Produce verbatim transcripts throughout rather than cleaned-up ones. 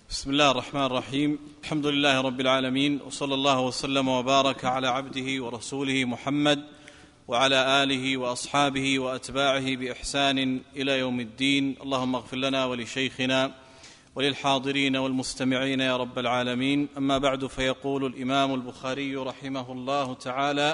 بسم الله الرحمن الرحيم. الحمد لله رب العالمين، وصلى الله وسلم وبارك على عبده ورسوله محمد وعلى آله وأصحابه وأتباعه بإحسان إلى يوم الدين. اللهم اغفر لنا ولشيخنا وللحاضرين والمستمعين يا رب العالمين. أما بعد، فيقول الإمام البخاري رحمه الله تعالى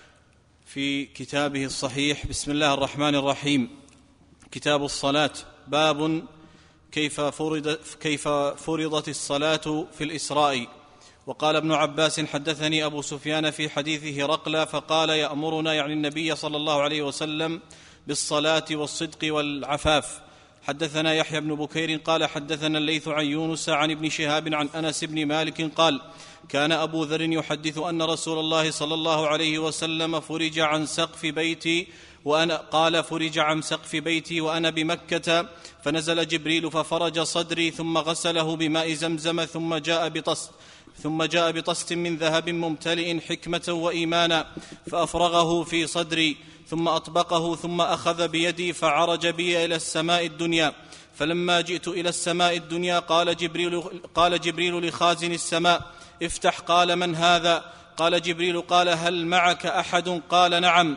في كتابه الصحيح: بسم الله الرحمن الرحيم. كتاب الصلاة. باب كيف فرض كيف فرضت الصلاة في الإسراء. وقال ابن عباس: حدثني أبو سفيان في حديث هرقل فقال: يأمرنا يعني النبي صلى الله عليه وسلم بالصلاة والصدق والعفاف. حدثنا يحيى بن بكير قال: حدثنا الليث عن يونس عن ابن شهاب عن أنس بن مالك قال: كان أبو ذر يحدث أن رسول الله صلى الله عليه وسلم فرج عن سقف بيتي وأنا قال فرج عن سقف بيتي وأنا بمكة، فنزل جبريل ففرج صدري ثم غسله بماء زمزم ثم جاء بطست ثم جاء بطست من ذهب ممتلئ حكمة وإيمانا فأفرغه في صدري ثم أطبقه ثم أخذ بيدي فعرج بي إلى السماء الدنيا. فلما جئت إلى السماء الدنيا قال جبريل, قال جبريل لخازن السماء: افتح. قال: من هذا؟ قال جبريل: قال: هل معك أحد؟ قال: نعم.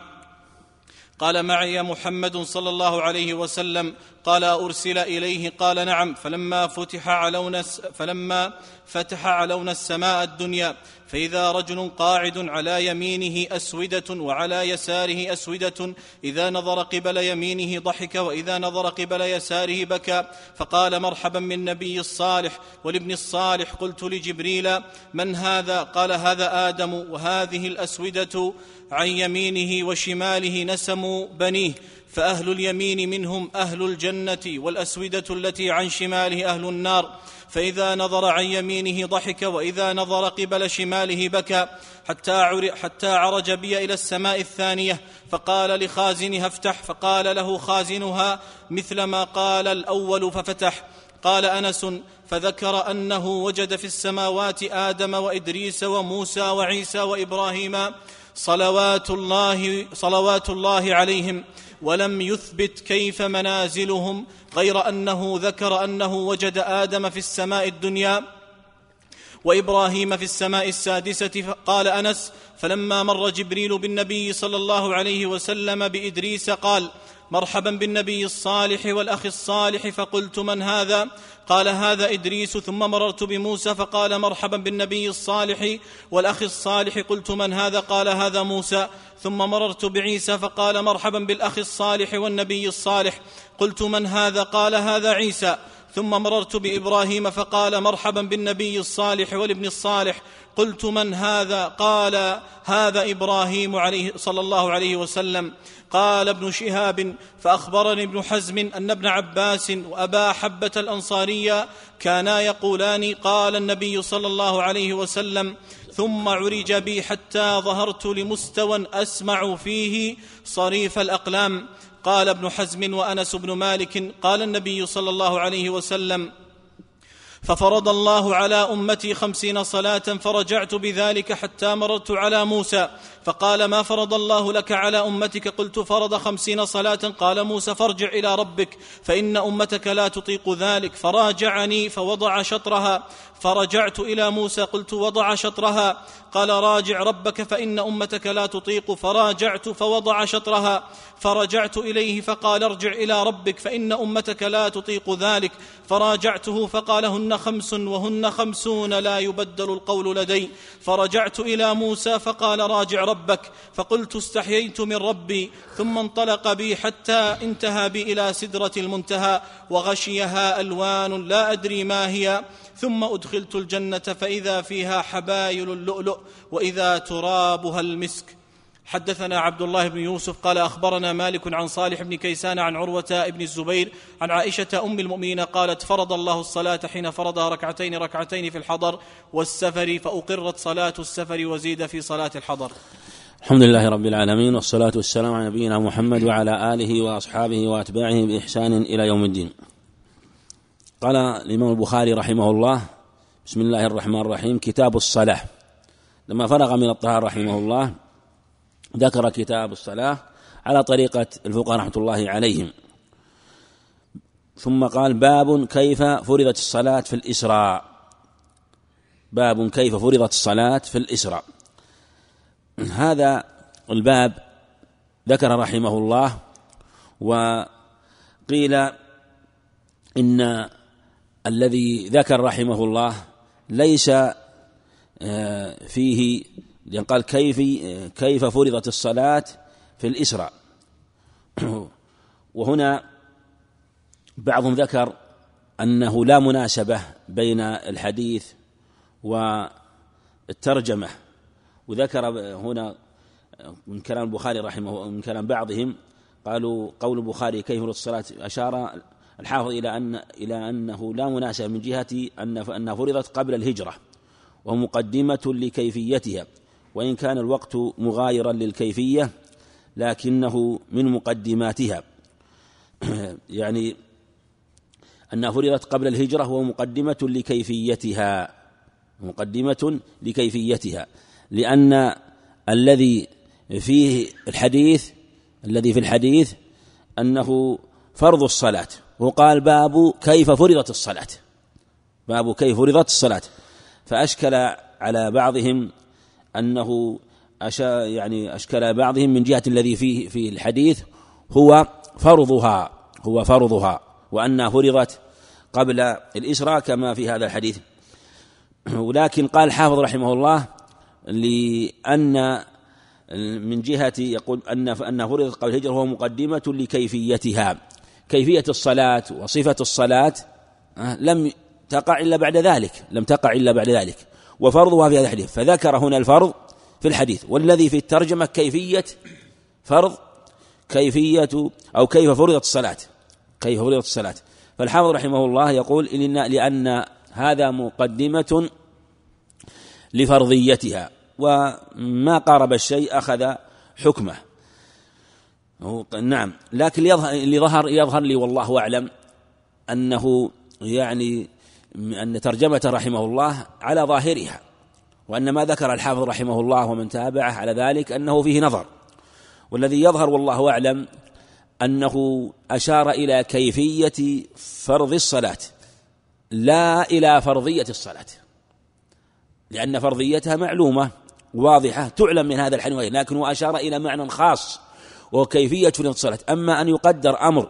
قال: معي محمد صلى الله عليه وسلم. قال: أرسل إليه؟ قال: نعم. فلما فتح علونا فلما فتح علونا السماء الدنيا فإذا رجل قاعد على يمينه أسودة وعلى يساره أسودة، إذا نظر قبل يمينه ضحك وإذا نظر قبل يساره بكى، فقال: مرحبا من النبي الصالح والابن الصالح. قلت لجبريل: من هذا؟ قال: هذا آدم، وهذه الأسودة عن يمينه وشماله نسم بنيه، فأهل اليمين منهم أهل الجنة، والأسودة التي عن شماله أهل النار. فإذا نظر عن يمينه ضحك وإذا نظر قبل شماله بكى، حتى حتى عرج بي إلى السماء الثانية فقال لخازنها: افتح. فقال له خازنها مثل ما قال الأول ففتح. قال أنس: فذكر أنه وجد في السماوات آدم وإدريس وموسى وعيسى وإبراهيم صلوات الله, صلوات الله عليهم، ولم يثبت كيف منازلهم، غير أنه ذكر أنه وجد آدم في السماء الدنيا وإبراهيم في السماء السادسة. قال أنس: فلما مر جبريل بالنبي صلى الله عليه وسلم بإدريس قال: مرحبا بالنبي الصالح والأخ الصالح. فقلت: من هذا؟ قال: هذا إدريس. ثم مررت بموسى فقال: مرحبا بالنبي الصالح والأخ الصالح. قلت: من هذا؟ قال: هذا موسى. ثم مررت بعيسى فقال: مرحبا بالأخ الصالح والنبي الصالح. قلت: من هذا؟ قال: هذا عيسى. ثم مررت بإبراهيم فقال: مرحبا بالنبي الصالح والابن الصالح. قلت: من هذا؟ قال: هذا إبراهيم عليه صلى الله عليه وسلم. قال ابن شهاب: فأخبرني ابن حزم أن ابن عباس وأبا حبة الأنصارية كانا يقولان: قال النبي صلى الله عليه وسلم: ثم عرج بي حتى ظهرت لمستوى أسمع فيه صريف الأقلام. قال ابن حزم: وأنس بن مالك قال النبي صلى الله عليه وسلم: ففرض الله على أمتي خمسين صلاة، فرجعت بذلك حتى مررت على موسى فقال: ما فرض الله لك على أمتك؟ قلت: فرض خمسين صلاة. قال موسى: فارجع إلى ربك فإن أمتك لا تطيق ذلك. فراجعني فوضع شطرها. فرجعت إلى موسى قلت: وضع شطرها. قال: راجع ربك فإن أمتك لا تطيق. فراجعت فوضع شطرها. فرجعت إليه فقال: ارجع إلى ربك فإن أمتك لا تطيق ذلك. فراجعته فقال: هن خمس وهن خمسون لا يبدل القول لدي. فرجعت إلى موسى فقال: راجع ربك. فقلت: استحييت من ربي. ثم انطلق بي حتى انتهى بي إلى سدرة المنتهى وغشيها ألوان لا أدري ما هي. ثم أدخلت الجنة فإذا فيها حبايل اللؤلؤ وإذا ترابها المسك. حدثنا عبد الله بن يوسف قال: أخبرنا مالك عن صالح بن كيسان عن عروة بن الزبير عن عائشة أم المؤمنين قالت: فرض الله الصلاة حين فرضها ركعتين ركعتين في الحضر والسفر، فأقرت صلاة السفر وزيد في صلاة الحضر. الحمد لله رب العالمين، والصلاة والسلام على نبينا محمد وعلى آله وأصحابه وأتباعه بإحسان إلى يوم الدين. قال الإمام البخاري رحمه الله: بسم الله الرحمن الرحيم. كتاب الصلاة. لما فرغ من الطهارة رحمه الله ذكر كتاب الصلاة على طريقة الفقهاء رحمة الله عليهم. ثم قال باب كيف فرضت الصلاة في الإسراء. باب كيف فرضت الصلاة في الإسراء. هذا الباب ذكر رحمه الله، وقيل إن الذي ذكر رحمه الله ليس فيه، يعني قال كيف كيف فرضت الصلاة في الإسراء، وهنا بعضهم ذكر أنه لا مناسبة بين الحديث والترجمة، وذكر هنا من كلام البخاري رحمه من كلام بعضهم قالوا قول البخاري كيف فرضت الصلاة، أشار الحافظ إلى أن إلى أنه لا مناسبة من جهة أن أنها فرضت قبل الهجرة ومقدمة لكيفيتها، وإن كان الوقت مغايرا للكيفية لكنه من مقدماتها، يعني أنها فرضت قبل الهجرة ومقدمة لكيفيتها مقدمة لكيفيتها لأن الذي فيه الحديث الذي في الحديث أنه فرض الصلاة، وقال باب كيف فرضت الصلاة باب كيف فرضت الصلاة فأشكل على بعضهم أنه أشا يعني أشكل بعضهم من جهة الذي فيه في الحديث هو فرضها هو فرضها وأنها فرضت قبل الإسراء كما في هذا الحديث. ولكن قال الحافظ رحمه الله لأن من جهة يقول أن أنها فرضت قبل الهجرة هو مقدمة لكيفيتها، كيفية الصلاة وصفة الصلاة لم تقع إلا بعد ذلك لم تقع إلا بعد ذلك وفرضها في هذا الحديث، فذكر هنا الفرض في الحديث، والذي في الترجمة كيفية فرض كيفية أو كيف فرضت الصلاة كيف فرضت الصلاة فالحافظ رحمه الله يقول إن لأن هذا مقدمة لفرضيتها، وما قارب الشيء أخذ حكمه. نعم، لكن اللي ظهر يظهر لي والله أعلم أنه يعني أن ترجمته رحمه الله على ظاهرها، وأن ما ذكر الحافظ رحمه الله ومن تابعه على ذلك أنه فيه نظر، والذي يظهر والله أعلم أنه أشار إلى كيفية فرض الصلاة لا إلى فرضية الصلاة، لأن فرضيتها معلومة واضحة تعلم من هذا الحديث، لكنه أشار إلى معنى خاص وكيفية فرض الصلاة. أما أن يقدر أمر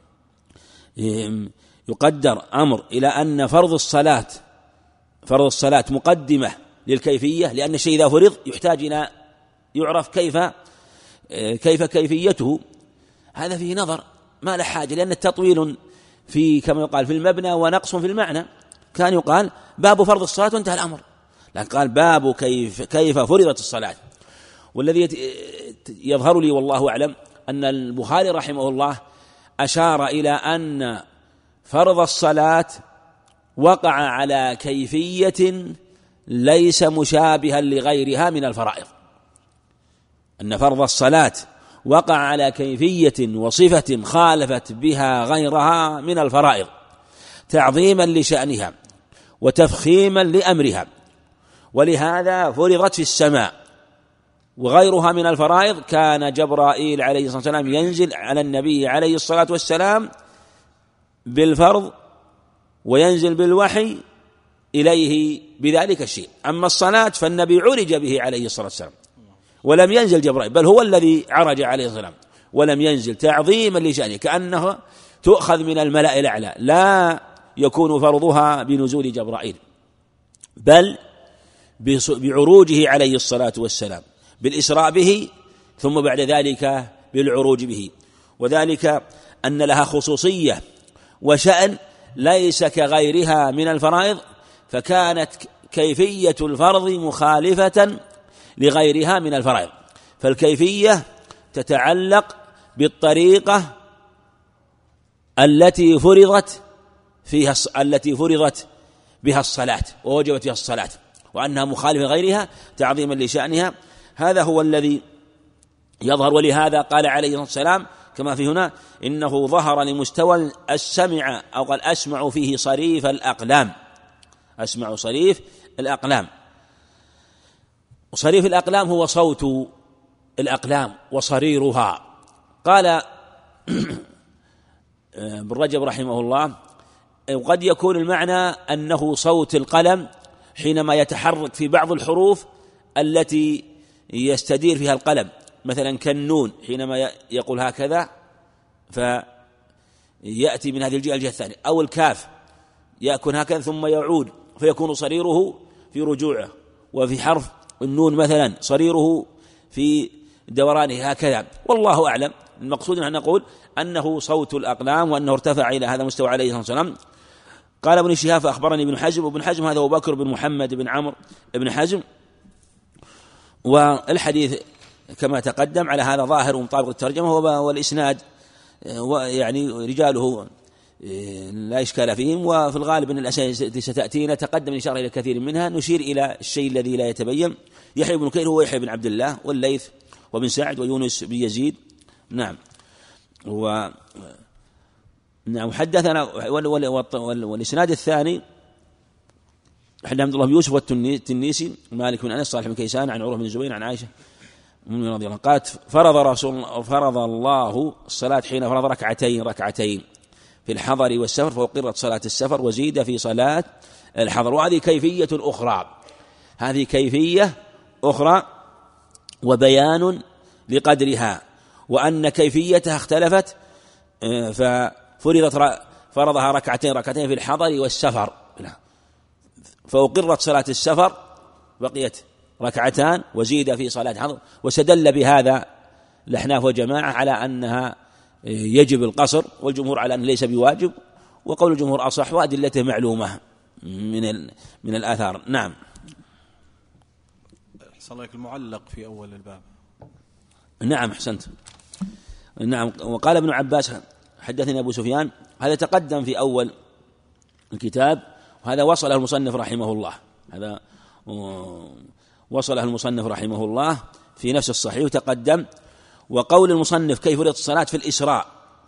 يقدر أمر إلى أن فرض الصلاة فرض الصلاة مقدمة للكيفية، لأن الشيء إذا فرض يحتاج إلى يعرف كيف كيف كيفيته، هذا فيه نظر ما له حاجة، لأن التطويل في كما يقال في المبنى ونقص في المعنى، كان يقال باب فرض الصلاة وانتهى الأمر، لكن قال باب كيف كيف فرضت الصلاة. والذي يظهر لي والله أعلم أن البخاري رحمه الله أشار إلى أن فرض الصلاة وقع على كيفية ليس مشابها لغيرها من الفرائض، أن فرض الصلاة وقع على كيفية وصفة خالفت بها غيرها من الفرائض تعظيما لشأنها وتفخيما لأمرها، ولهذا فرضت في السماء، وغيرها من الفرائض كان جبرائيل عليه الصلاة والسلام ينزل على النبي عليه الصلاة والسلام بالفرض وينزل بالوحي إليه بذلك الشيء. أما الصلاة فالنبي عرج به عليه الصلاة والسلام ولم ينزل جبرائيل، بل هو الذي عرج عليه الصلاة والسلام ولم ينزل تعظيما لشأنه، كأنه تؤخذ من الملأ الأعلى، لا يكون فرضها بنزول جبرائيل بل بعروجه عليه الصلاة والسلام بالإسراء به، ثم بعد ذلك بالعروج به، وذلك أن لها خصوصية وشأن ليس كغيرها من الفرائض، فكانت كيفية الفرض مخالفة لغيرها من الفرائض، فالكيفية تتعلق بالطريقة التي فرضت فيها التي فرضت بها الصلاة ووجبت فيها الصلاة، وأنها مخالفة لغيرها تعظيما لشأنها. هذا هو الذي يظهر، ولهذا قال عليه الصلاة والسلام كما في هنا إنه ظهر لمستوى السمع أو قال أسمع فيه صريف الأقلام أسمع صريف الأقلام وصريف الأقلام هو صوت الأقلام وصريرها. قال ابن رجب رحمه الله وقد يكون المعنى أنه صوت القلم حينما يتحرك في بعض الحروف التي يستدير فيها القلم، مثلا كالنون حينما يقول هكذا فيأتي من هذه الجهة الجهة الثانية، أو الكاف يكون هكذا ثم يعود فيكون صريره في رجوعه، وفي حرف النون مثلا صريره في دورانه هكذا. والله أعلم، المقصود أن نقول أنه صوت الأقلام وأنه ارتفع إلى هذا المستوى عليه الصلاة والسلام. قال ابن شهاب أخبرني ابن حزم، وابن حزم هذا أبو بكر بن محمد بن عمرو بن حزم، والحديث كما تقدم على هذا ظاهر ومطابق الترجمة، والإسناد يعني رجاله لا إشكال فيهم، وفي الغالب أن الأسانيد التي ستأتينا تقدم الإشارة إلى كثير منها، نشير إلى الشيء الذي لا يتبين. يحيى بن كثير هو يحيى بن عبد الله، والليث وابن سعد ويونس بن يزيد. نعم. و نعم حدثنا والإسناد الثاني حدثنا عبد الله بن يوسف والتنيسي مالك بن أنس صالح بن كيسان عن عروة بن الزبير عن عائشة رضي الله عنها قالت فرض رسول فرض الله الصلاة حين فرض ركعتين ركعتين في الحضر والسفر، فأقرت صلاة السفر وزيد في صلاة الحضر. وهذه كيفية أخرى، هذه كيفية أخرى وبيان لقدرها، وأن كيفيتها اختلفت ففرضت فرضها ركعتين ركعتين في الحضر والسفر، فأقرت صلاة السفر بقيت ركعتان وزيد في صلاة الحضر. وسدل بهذا الأحناف وجماعة على أنها يجب القصر، والجمهور على أنه ليس بواجب، وقول الجمهور أصح وأدلته معلومة من من الآثار. نعم. أحسن لك المعلق في أول الباب. نعم أحسنت. نعم. وقال ابن عباس حدثني أبو سفيان، هذا تقدم في أول الكتاب، وهذا وصله المصنف رحمه الله، هذا وصله المصنف رحمه الله في نفس الصحيح وتقدم. وقول المصنف كيف فرضت الصلاة في الإسراء،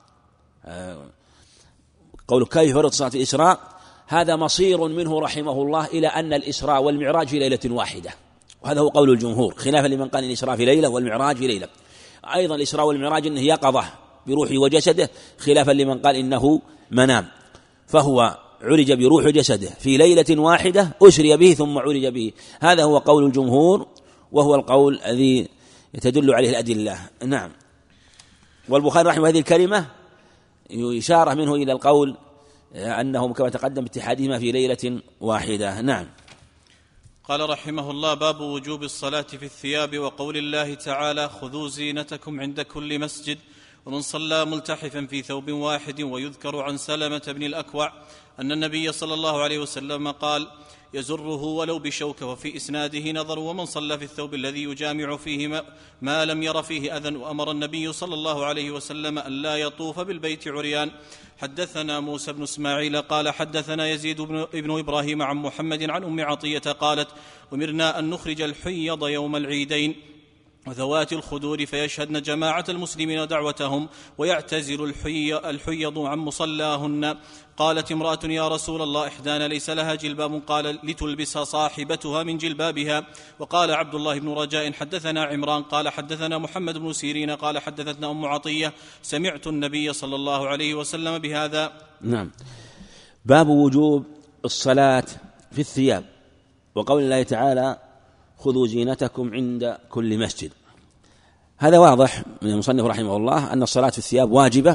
قول كيف فرضت الصلاة في الإسراء هذا مصير منه رحمه الله إلى أن الإسراء والمعراج في ليلة واحدة، وهذا هو قول الجمهور، خلافا لمن قال الإسراء في ليلة والمعراج في ليلة. أيضا الإسراء والمعراج إنه يقظة بروحه وجسده، خلافا لمن قال إنه منام، فهو عرج بروح جسده في ليلة واحدة أسري به ثم عرج به. هذا هو قول الجمهور، وهو القول الذي تدل عليه الأدلة. نعم. والبخاري رحمه هذه الكلمة إشارة منه إلى القول أنهم كما تقدم اتحادهما في ليلة واحدة. نعم. قال رحمه الله: باب وجوب الصلاة في الثياب، وقول الله تعالى: خذوا زينتكم عند كل مسجد. ومن صلى ملتحفا في ثوب واحد. ويذكر عن سلمة بن الأكوع أن النبي صلى الله عليه وسلم قال: يزره ولو بشوكة. وفي إسناده نظر. ومن صلى في الثوب الذي يجامع فيه ما, ما لم ير فيه أذى. وأمر النبي صلى الله عليه وسلم أن لا يطوف بالبيت عريان. حدثنا موسى بن إسماعيل قال حدثنا يزيد بن ابن إبراهيم عن محمد عن أم عطية قالت: أمرنا أن نخرج الحيض يوم العيدين وذوات الخدور فيشهدن جماعة المسلمين دعوتهم ويعتزل الحي الحيض عن مصلاهن. قالت امرأة: يا رسول الله، إحدانا ليس لها جلباب، قال: لتلبس صاحبتها من جلبابها. وقال عبد الله بن رجاء حدثنا عمران قال حدثنا محمد بن سيرين قال حدثتنا أم عطية سمعت النبي صلى الله عليه وسلم بهذا. نعم. باب وجوب الصلاة في الثياب، وقول الله تعالى: خذوا زينتكم عند كل مسجد. هذا واضح من المصنف رحمه الله أن الصلاة في الثياب واجبة،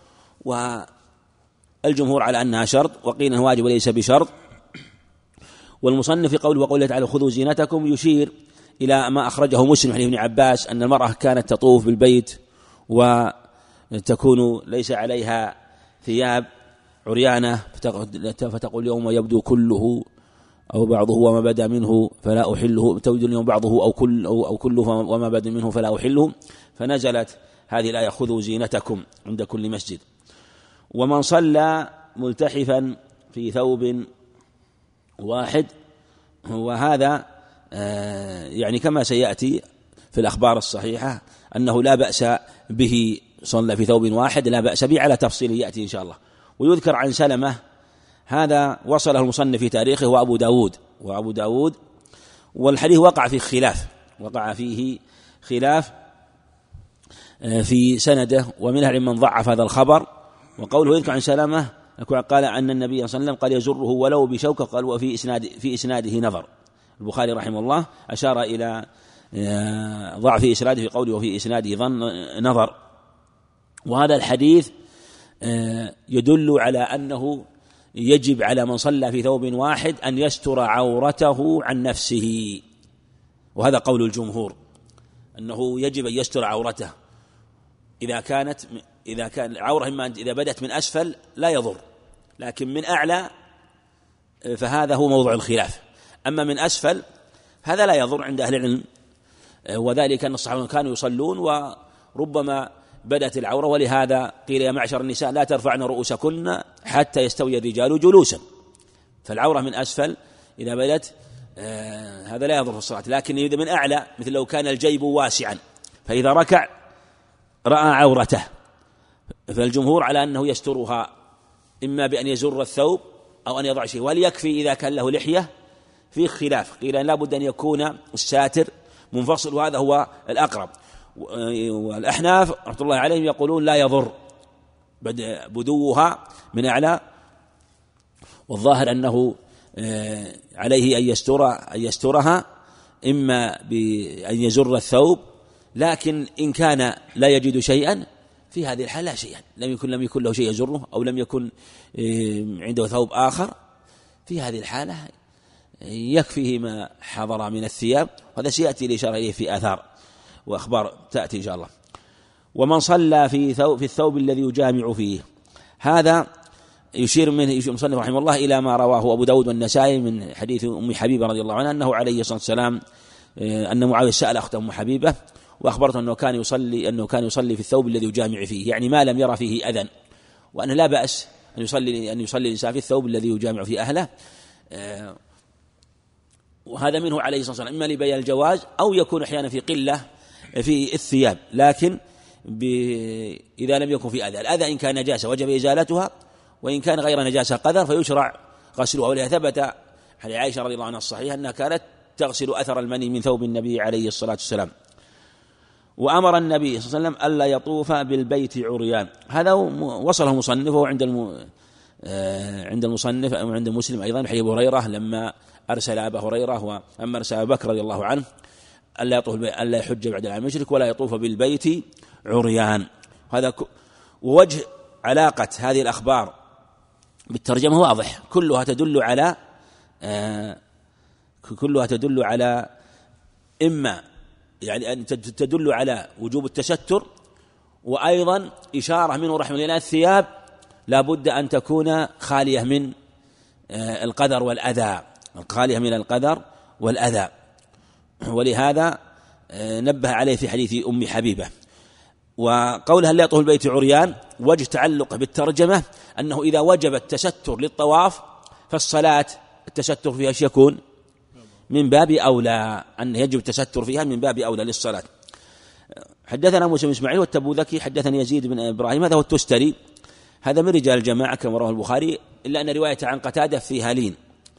والجمهور على أنها شرط، وقيل أنها واجب وليس بشرط. والمصنف في قوله وقوله تعالى: خذوا زينتكم يشير إلى ما أخرجه مسلم عن ابن عباس أن المرأة كانت تطوف بالبيت وتكون ليس عليها ثياب عريانة فتقول يوم يبدو كله أو بعضه وما بدا منه فلا أحله، تود اليوم بعضه أو كل أو كله وما بدا منه فلا أحله. فنزلت هذه الآية: خذوا زينتكم عند كل مسجد. ومن صلى ملتحفا في ثوب واحد، وهذا يعني كما سيأتي في الأخبار الصحيحة أنه لا بأس به، صلى في ثوب واحد لا بأس به، على تفصيل يأتي إن شاء الله. ويذكر عن سلمة، هذا وصله المصنف في تاريخه وأبو داود وأبو داود والحديث وقع فيه خلاف وقع فيه خلاف في سنده، ومن أهل من ضعف هذا الخبر، وقوله يذكر عن سلامة قال أن النبي صلى الله عليه وسلم قال يزره ولو بشوكة، قال وفي إسناد في إسناده نظر. البخاري رحمه الله أشار إلى ضعف إسناده في قوله وفي إسناده ظن نظر. وهذا الحديث يدل على أنه يجب على من صلى في ثوب واحد أن يستر عورته عن نفسه، وهذا قول الجمهور أنه يجب أن يستر عورته إذا كانت إذا كان العورة إما إذا بدت من أسفل لا يضر، لكن من أعلى فهذا هو موضع الخلاف. أما من أسفل هذا لا يضر عند أهل العلم، وذلك أن الصحابة كانوا يصلون وربما بدت العورة، ولهذا قيل يا معشر النساء لا ترفعن رؤوسكن حتى يستوي الرجال جلوسا. فالعورة من أسفل إذا بدت آه هذا لا يضر في الصلاة، لكن إذا من أعلى مثل لو كان الجيب واسعا فإذا ركع رأى عورته، فالجمهور على أنه يسترها إما بأن يزر الثوب أو أن يضع شيء، وليكفي إذا كان له لحية في خلاف، قيل أن لا بد أن يكون الساتر منفصل، وهذا هو الأقرب. والأحناف رحمة الله عليهم يقولون لا يضر بدوها من أعلى، والظاهر أنه عليه أن يستر أن يسترها إما بأن يزر الثوب، لكن إن كان لا يجد شيئا في هذه الحالة شيئا لم يكن لم يكن له شيء يزره أو لم يكن عنده ثوب آخر، في هذه الحالة يكفيه ما حضر من الثياب، وهذا سيأتي الإشارة إليه في آثار وأخبار تأتي إن شاء الله. ومن صلى في ثوب في الثوب الذي يجامع فيه، هذا يشير منه المصنف رحمه الله إلى ما رواه أبو داود والنسائي من حديث أم حبيبة رضي الله عنها أنه عليه الصلاة والسلام أن معاوية سأل أخته أم حبيبة وأخبرته أنه كان يصلي أنه كان يصلي في الثوب الذي يجامع فيه، يعني ما لم يرى فيه أذى، وأنه لا بأس أن يصلي أن يصلي الإنسان في الثوب الذي يجامع فيه أهله، وهذا منه عليه الصلاة والسلام إما لبيان الجواز أو يكون أحيانا في قلة في الثياب، لكن إذا لم يكن في أذى. الأذى إن كان نجاسة وجب إزالتها، وإن كان غير نجاسة قدر فيشرع غسلها. ولها ثبت عن عائشة رضي الله عنها الصحيح أنها كانت تغسل أثر المني من ثوب النبي عليه الصلاة والسلام. وأمر النبي صلى الله عليه وسلم ألا يطوف بالبيت عريان، هذا وصله مصنفه عند الم... عند المصنف أو عند مسلم أيضا حديث أبي هريرة لما أرسل أبا هريرة وأما أرسل أبا بكر رضي الله عنه ألا يطوف ألا يحج بعد العام المشرك ولا يطوف بالبيت عريان. هذا ك... ووجه علاقة هذه الأخبار بالترجمة واضح، كلها تدل على آه كلها تدل على إما يعني أن تدل على وجوب التستر، وأيضا إشارة منه رحمه الله إلى الثياب لا بد أن تكون خالية من آه القدر والأذى، خالية من القدر والأذى، ولهذا آه نبه عليه في حديث أم حبيبة. وقولها لا يطوف البيت عريان وجه تعلق بالترجمة أنه إذا وجب التستر للطواف فالصلاة التستر فيها يكون من باب أولى، أن يجب التستر فيها من باب أولى للصلاة. حدثنا موسى بن إسماعيل والتبوذكي حدثني يزيد بن إبراهيم هذا هو التستري، هذا من رجال الجماعة كما رواه البخاري، إلا أن رواية عن قتادة فيها لين.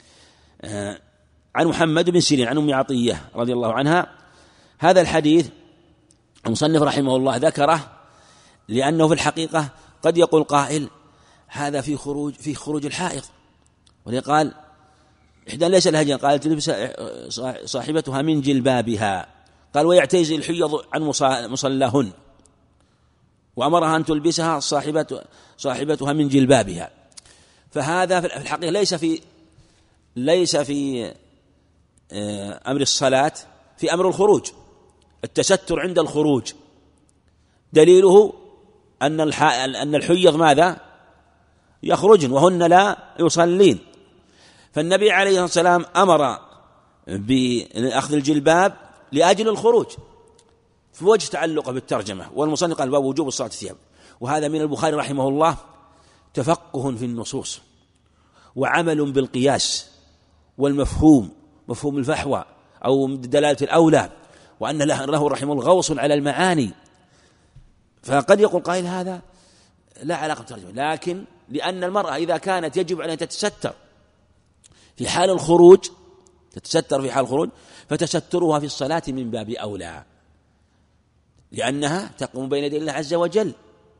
عن محمد بن سيرين عن أم عطية رضي الله عنها. هذا الحديث المصنف رحمه الله ذكره لأنه في الحقيقة قد يقول قائل هذا في خروج في خروج الحائض، ولقال إحدى ليس لها جن، قالت تلبس صاحبتها من جلبابها، قال ويعتزل الحيض عن مصلاهن، وأمرها أن تلبسها صاحبة صاحبتها من جلبابها. فهذا في الحقيقة ليس في ليس في أمر الصلاة، في أمر الخروج، التستر عند الخروج. دليله أن أن الحيض ماذا يخرجن وهن لا يصلين، فالنبي عليه الصلاة والسلام أمر بأخذ الجلباب لأجل الخروج، في وجه تعلقه بالترجمة. والمصنف قال باب وجوب الصلاة الثياب، وهذا من البخاري رحمه الله تفقه في النصوص وعمل بالقياس والمفهوم، مفهوم الفحوى أو دلالة الأولى، وأن له رحمه الله غوص على المعاني. فقد يقول قائل هذا لا علاقة بالترجمة، لكن لأن المرأة إذا كانت يجب أن تتستر في حال الخروج، تتستر في حال الخروج، فتسترها في الصلاة من باب أولى، لأنها تقوم بين يدي الله عز وجل،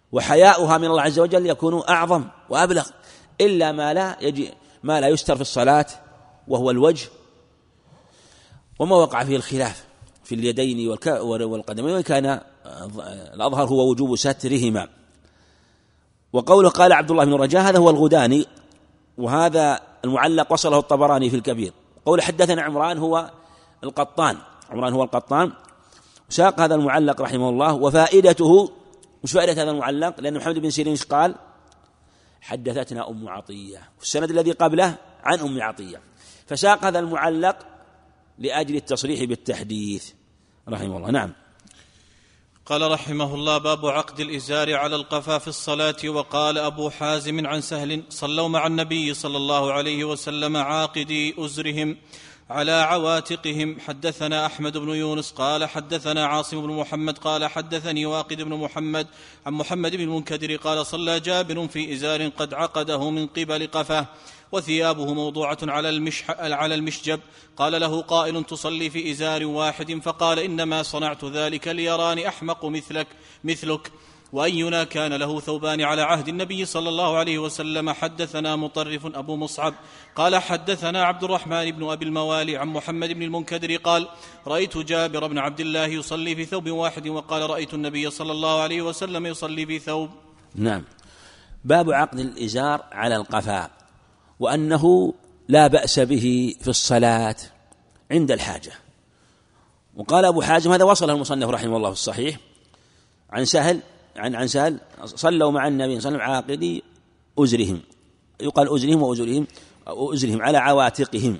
وحياؤها من الله عز وجل يكون أعظم وأبلغ، إلا ما لا يجي ما لا يستر في الصلاة وهو الوجه، وما وقع فيه الخلاف في اليدين والقدمين، وكان الأظهر هو وجوب سترهما. وقوله قال عبد الله بن رجاء هذا هو الغداني، وهذا المعلق وصله الطبراني في الكبير. قول حدثنا عمران هو القطان، عمران هو القطان، ساق هذا المعلق رحمه الله. وفائدته، مش فائدة هذا المعلق؟ لأن محمد بن سيرين قال حدثتنا أم عطية، والسند الذي قبله عن أم عطية، فساق هذا المعلق لأجل التصريح بالتحديث رحمه الله. نعم. قال رحمه الله: باب عقد الإزار على القفا في الصلاة. وقال أبو حازم عن سهل: صلوا مع النبي صلى الله عليه وسلم عاقدي أزرهم على عواتقهم. حدثنا أحمد بن يونس قال حدثنا عاصم بن محمد قال حدثني واقد بن محمد عن محمد بن المنكدر قال: صلى جابر في إزار قد عقده من قبل قفاه وثيابه موضوعة على المشح على المشجب. قال له قائل: تصلي في إزار واحد؟ فقال: إنما صنعت ذلك ليراني أحمق مثلك مثلك وأينا كان له ثوبان على عهد النبي صلى الله عليه وسلم. حدثنا مطرف أبو مصعب قال حدثنا عبد الرحمن بن أبي الموالي عن محمد بن المنكدر قال: رأيت جابر بن عبد الله يصلي في ثوب واحد، وقال: رأيت النبي صلى الله عليه وسلم يصلي في ثوب. نعم. باب عقد الإزار على القفا، وأنه لا بأس به في الصلاة عند الحاجة. وقال أبو حازم هذا وصله المصنف رحمه الله في الصحيح عن سهل عن عن سهل: صلوا مع النبي صلى الله عليه وسلم عاقدي أزرهم، يقال أزرهم وأزرهم أزرهم على عواتقهم.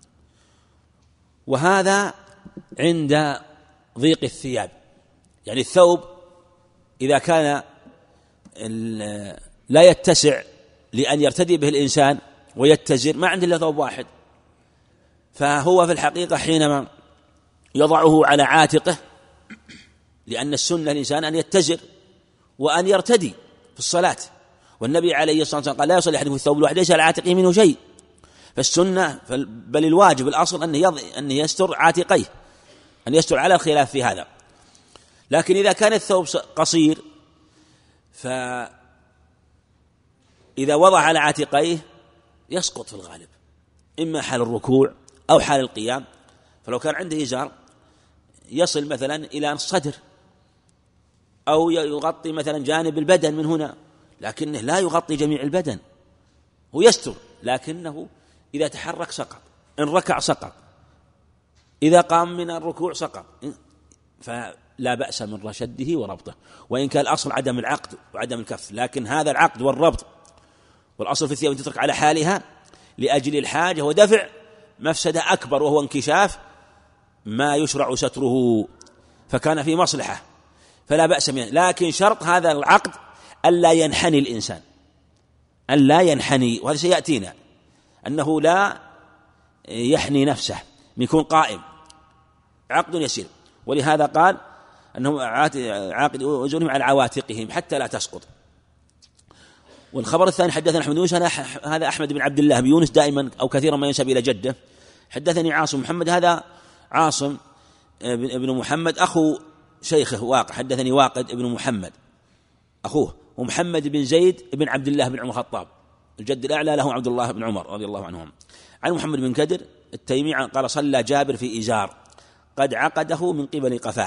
وهذا عند ضيق الثياب، يعني الثوب إذا كان لا يتسع لأن يرتدي به الإنسان ويتزر، ما عنده إلا ثوب واحد، فهو في الحقيقة حينما يضعه على عاتقه، لأن السنة الإنسان أن يتزر وأن يرتدي في الصلاة، والنبي عليه الصلاة والسلام قال: لا يصلي أحدكم في الثوب الواحد ليس على عاتقه منه شيء. فالسنة بل الواجب الأصل أن أن يستر عاتقيه، أن يستر على الخلاف في هذا. لكن إذا كان الثوب قصير، فإذا وضع على عاتقيه يسقط في الغالب، إما حال الركوع أو حال القيام. فلو كان عنده إزار يصل مثلا إلى الصدر أو يغطي مثلا جانب البدن من هنا، لكنه لا يغطي جميع البدن، هو يستر، لكنه إذا تحرك سقط، إن ركع سقط، إذا قام من الركوع سقط، فلا بأس من رشده وربطه. وإن كان الأصل عدم العقد وعدم الكف، لكن هذا العقد والربط، والأصل في الثياب أن تترك على حالها لأجل الحاجة ودفع مفسدة أكبر، وهو انكشاف ما يشرع ستره، فكان في مصلحة فلا بأس منه. لكن شرط هذا العقد ألا ينحني الإنسان، ألا ينحني، وهذا سيأتينا أنه لا يحني نفسه، يكون قائم، عقد يسير. ولهذا قال أنه عاقد أزرهم على عواتقهم حتى لا تسقط. والخبر الثاني: حدثنا أحمد بن يونس، هذا أحمد بن عبد الله بن يونس دائما أو كثيرا ما ينسب إلى جده. حدثني عاصم محمد، هذا عاصم بن محمد أخو شيخه واقد، حدثني واقد بن محمد أخوه، ومحمد بن زيد بن عبد الله بن عمر الخطاب الجد الأعلى له عبد الله بن عمر رضي الله عنهم. عن محمد بن كدر التيمي قال: صلى جابر في إزار قد عقده من قبل قفاه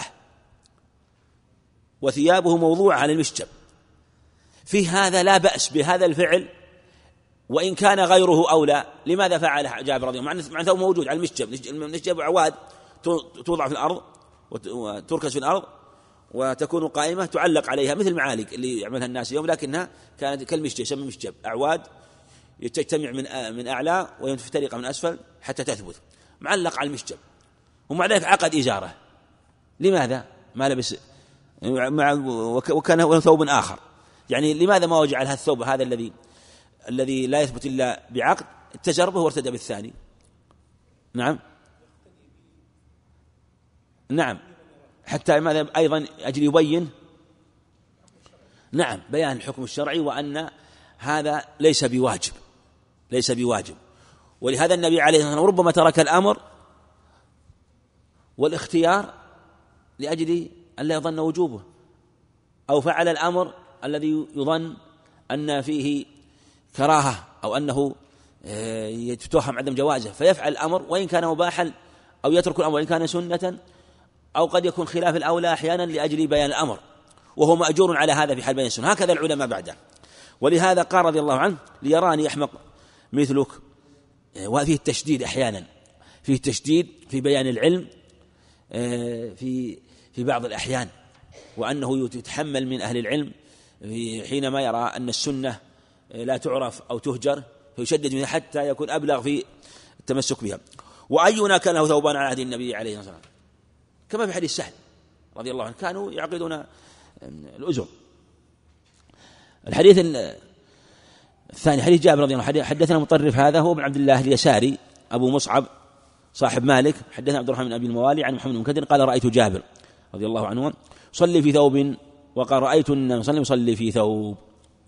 وثيابه موضوع على المشجب. في هذا لا بأس بهذا الفعل، وإن كان غيره أولى. لماذا فعل جابر رضي الله عنه؟ مع ثوب موجود على المشجب، المشجب عواد توضع في الأرض وتركز في الأرض وتكون قائمة تعلق عليها مثل المعالق اللي يعملها الناس اليوم، لكنها كانت كالمشجب، يسمى مشجب، أعواد تجتمع من من أعلى ويفترق من أسفل حتى تثبت، معلق على المشجب، ومع ذلك عقد إزاره. لماذا ما لبس مع وكان ثوب آخر؟ يعني لماذا ما وجعل هذا الثوب هذا الذي الذي لا يثبت إلا بعقد اتجر به وارتدى بالثاني؟ نعم نعم حتى ماذا أيضا أجل يبين نعم بيان الحكم الشرعي، وأن هذا ليس بواجب ليس بواجب ولهذا النبي عليه الصلاة والسلام ربما ترك الأمر والاختيار لأجل أن لا يظن وجوبه، أو فعل الأمر الذي يظن أن فيه كراهة أو أنه يتوهم عدم جوازه فيفعل الأمر وإن كان مباحا، أو يترك الأمر وإن كان سنة، أو قد يكون خلاف الأولى أحيانا لأجل بيان الأمر، وهو مأجور على هذا في حال بيان السنة. هكذا العلماء بعده. ولهذا قال رضي الله عنه: ليراني أحمق مثلك. وفيه التشديد أحيانا، فيه التشديد في بيان العلم في في بعض الأحيان، وأنه يتحمل من أهل العلم حينما يرى أن السنة لا تعرف أو تهجر فيشدد منها حتى يكون أبلغ في التمسك بها. وأينا كان له ثوبان على عهد النبي عليه الصلاة والسلام، كما في حديث سهل رضي الله عنه كانوا يعقدون الأزر. الحديث الثاني حديث جابر رضي الله عنه، حدثنا مطرف هذا هو ابن عبد الله اليساري أبو مصعب صاحب مالك، حدثنا عبد الرحمن بن أبي الموالي عن محمد بن منكدر قال: رأيت جابر رضي الله عنه صلي في ثوب، وقال: رأيت النبي صلى الله عليه وسلم يصلي في ثوب.